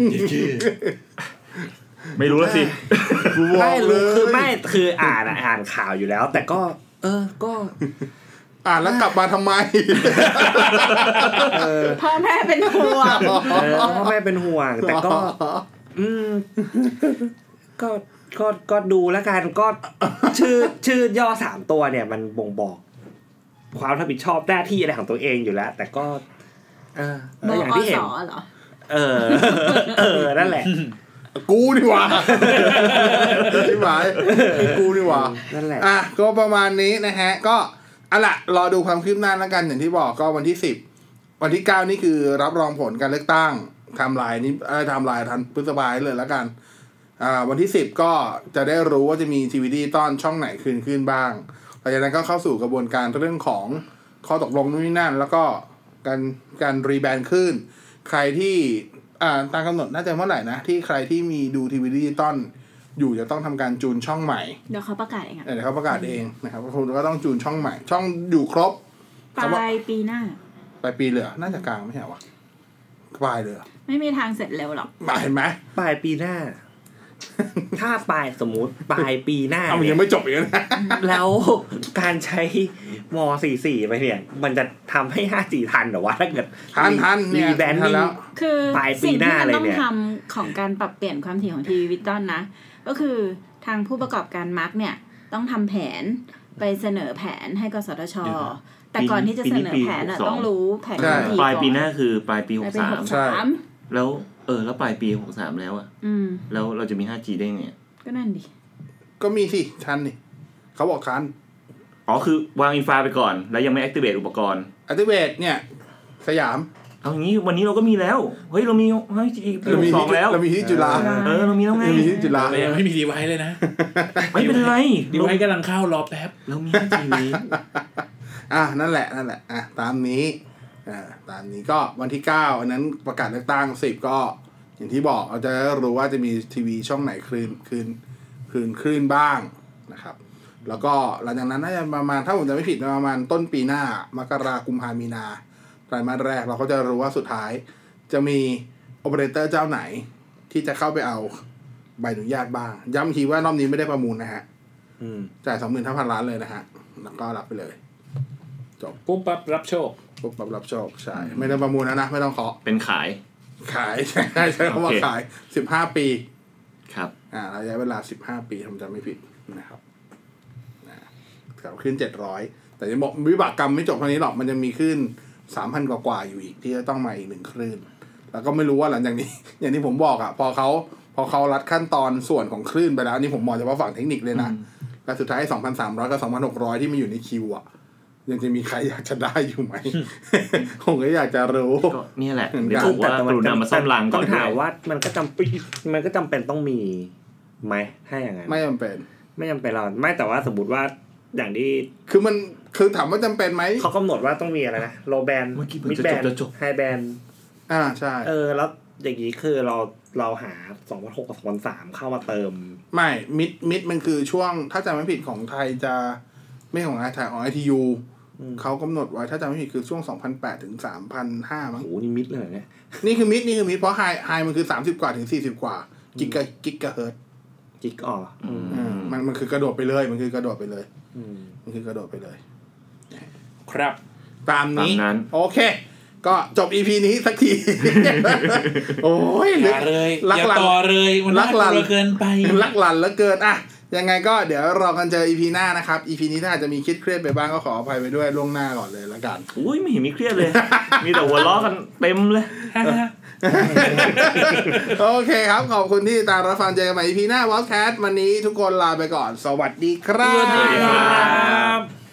ไม่รู้แล้วสิไม่รู้คือไม่คืออ่านอ่านข่าวอยู่แล้วแต่ก็เออก็อ่านแล้วกลับมาทำไมพ่อแม่เป็นห่วงพ่อแม่เป็นห่วงแต่ก็อืมก็ก็ก็ดูแล้วกันก็ชื่อชื่อย่อสามตัวเนี่ยมันบ่งบอกความรับผิดชอบหน้าที่อะไรของตัวเองอยู่แล้วแต่ก็เอออย่างที่เห็นเออเออนั่นแหละกูนี่หว่าที่หมายกูนี่หว่านั่นแหละอ่ะก็ประมาณนี้นะฮะก็เอาล่ะรอดูความคืบหน้าแล้วกันอย่างที่บอกก็วันที่สิบวันที่เก้านี่คือรับรองผลการเลือกตั้งไทม์ไลน์นี้เอ่อไทม์ไลน์ทันพฤษภาคมเลยแล้วกันอ่าวันที่สิบก็จะได้รู้ว่าจะมีทีวีดิจิตอลช่องไหนคืนขึ้นบ้างหลังจากนั้นก็เข้าสู่กระบวนการเรื่องของข้อตกลงนู่นนี่นั่นแล้วก็การการรีแบรนด์ขึ้นใครที่อ่าตามกำหนดน่าจะเมื่อไหร่นะที่ใครที่มีดูทีวีดิจิตอลอยู่จะต้องทำการจูนช่องใหม่เดี๋ยวเขาประกาศเองอ่ะเดี๋ยวเขาประกาศเองนะครับคุณก็ต้องจูนช่องใหม่ช่องอยู่ครบปลายปีหน้าปลายปีเลยน่าจะกลางไม่ใช่หรอปลายเลยไม่มีทางเสร็จเร็วหรอกเห็นไหมปลายปีหน้าถ้าปลายสมมุติปลายปีหน้าเอามันยังไม่จบอีกนะแล้วการใช้มอสี่สิบสี่ไปเนี่ยมันจะทำให้ ห้าจี ทันเหรอวะถ้าเกิดทันทันรีแบรนด์แล้วคือปลายปีหน้าเลยเนี่ยสิ่งที่มันต้องทำของการปรับเปลี่ยนความถี่ของทีวีดิจิตอลนะก็คือทางผู้ประกอบการมาร์กเนี่ยต้องทำแผนไปเสนอแผนให้กสทช.แต่ก่อนที่จะเสนอแผนน่ะต้องรู้แผนความถี่ปลายปีหน้าคือปลายปีหกสิบสามใช่แล้วเออแล้วปลายปีหกสิบสามแล้วอ่ะแล้วเราจะมี ห้าจี ได้ไงก็นั่นดิก็มีสิทันนี่เขาบอกทันอ๋อคือวางอินฟาไปก่อนแล้วยังไม่ activate อุปกรณ์ activate เนี่ยสยามเอางี้วันนี้เราก็มีแล้วเฮ้ยเรามีเฮ้ยอีกสองแล้วเรามีที่จุฬาเออเรามีแล้วไงมีที่จุฬายังไม่มีดีไวซ์เลยนะไม่เป็นไรดีไวซ์กำลังเข้ารอแป๊บเรามีทีวีอ่ะนั่นแหละนั่นแหละอ่ะตามนี้อ่าตามนี้ก็วันที่เก้าอันนั้นประกาศเลือกตั้งสิบก็อย่างที่บอกเราจะรู้ว่าจะมีทีวีช่องไหนคลื่นคลื่นคลื่นคลื่นบ้างนะครับแล้วก็หลังจากนั้นน่าจะประมาณถ้าผมจะไม่ผิดประมาณต้นปีหน้ามกราคมกุมภาพันธ์มีนาไตรมาสแรกเราก็จะรู้ว่าสุดท้ายจะมีโอเปอเรเตอร์เจ้าไหนที่จะเข้าไปเอาใบอนุญาตบ้างย้ำทีว่ารอบนี้ไม่ได้ประมูลนะฮะจ่ายสองหมื่นห้าพันล้านเลยนะฮะแล้วก็รับไปเลยจบปุ๊บปั๊บรับโชคปุ๊บปั๊บรับโชคใช่ไม่ได้ประมูลนะนะไม่ต้องเคาะเป็นขายขายใช่ใช่คำว่าขายสิบห้าปีครับอ่าระยะเวลาสิบห้าปีผมจำไม่ผิดนะครับนะครับขึ้นเจ็ดร้อยแต่ยังบอกวิบากกรรมไม่จบเท่านี้หรอกมันยังมีขึ้นสามพันกว่าๆอยู่อีกที่จะต้องมาอีกหนึ่งคลื่นแล้วก็ไม่รู้ว่าหลังจากนี้อย่างที่ผมบอกอ่ะพอเขาพอเขารัดขั้นตอนส่วนของคลื่นไปแล้วนี่ผมมองเฉพาะฝั่งเทคนิคเลยนะแต่สุดท้าย สองพันสามร้อย กับ สองพันหกร้อย ที่มันอยู่ในคิวอ่ะยังจะมีใครอยากจะได้อยู่ไหม ผมก็อยากจะรู้ก็นี่แหละเดี๋ยวบอกว่ากรุณามาซ่อมรางก่อนต้องถามว่ามันก็จำเป็นมันก็จำเป็นต้องมีไหมให้อย่างนั้นไม่จำเป็นไม่จำเป็นเราไม่แต่ว่าสมมติว่าอย่างที่คือมันคือถามว่าจำเป็นไหมเขากำหนดว่าต้องมีอะไรนะโลแบนมิดแบนไฮแบนอ่าใช่เออแล้วอย่างนี้คือเราเราหาสองพันหกกับสองพันสามเข้ามาเติมไม่มิดมิดมันคือช่วงถ้าจำไม่ผิดของไทยจะไม่ของไทยของ ไอ ที ยู เขากำหนดไว้ถ้าจำไม่ผิดคือช่วง สองพันแปด ถึง สามพันห้าร้อย มั้งโอ้นี่มิดเลยเนี่ยนี่คือมิดนี่คือมิดเพราะไฮไฮมันคือสามสิบกว่าถึงสี่สิบกว่ากิกะกิกะเฮิรตซ์กิกอ๋ออืมมันมันคือกระโดดไปเลยมันคือกระโดดไปเลยอืมมันคือกระโดดไปเลยครับตามนี้โอเคก็จบ อี พี นี้สักทีโอ้ยอย่าเลยอย่าต่อเลยมันลักลันเกินไปลักลันแล้วเกินอ่ะยังไงก็เดี๋ยวรอกันเจอ อี พี หน้านะครับ อี พี นี้ถ้าอาจจะมีคิดเครียดไปบ้างก็ขออภัยไปด้วยล่วงหน้าก่อนเลยละกันอุ้ยไม่เห็นมีเครียดเลยมีแต่หัวเราะกันเต็มเลยโอเคครับขอบคุณที่ตามรับฟังเจอกันใหม่ อี พี หน้าวอลแคสต์วันนี้ทุกคนลาไปก่อนสวัสดีครับสวัสดีครับ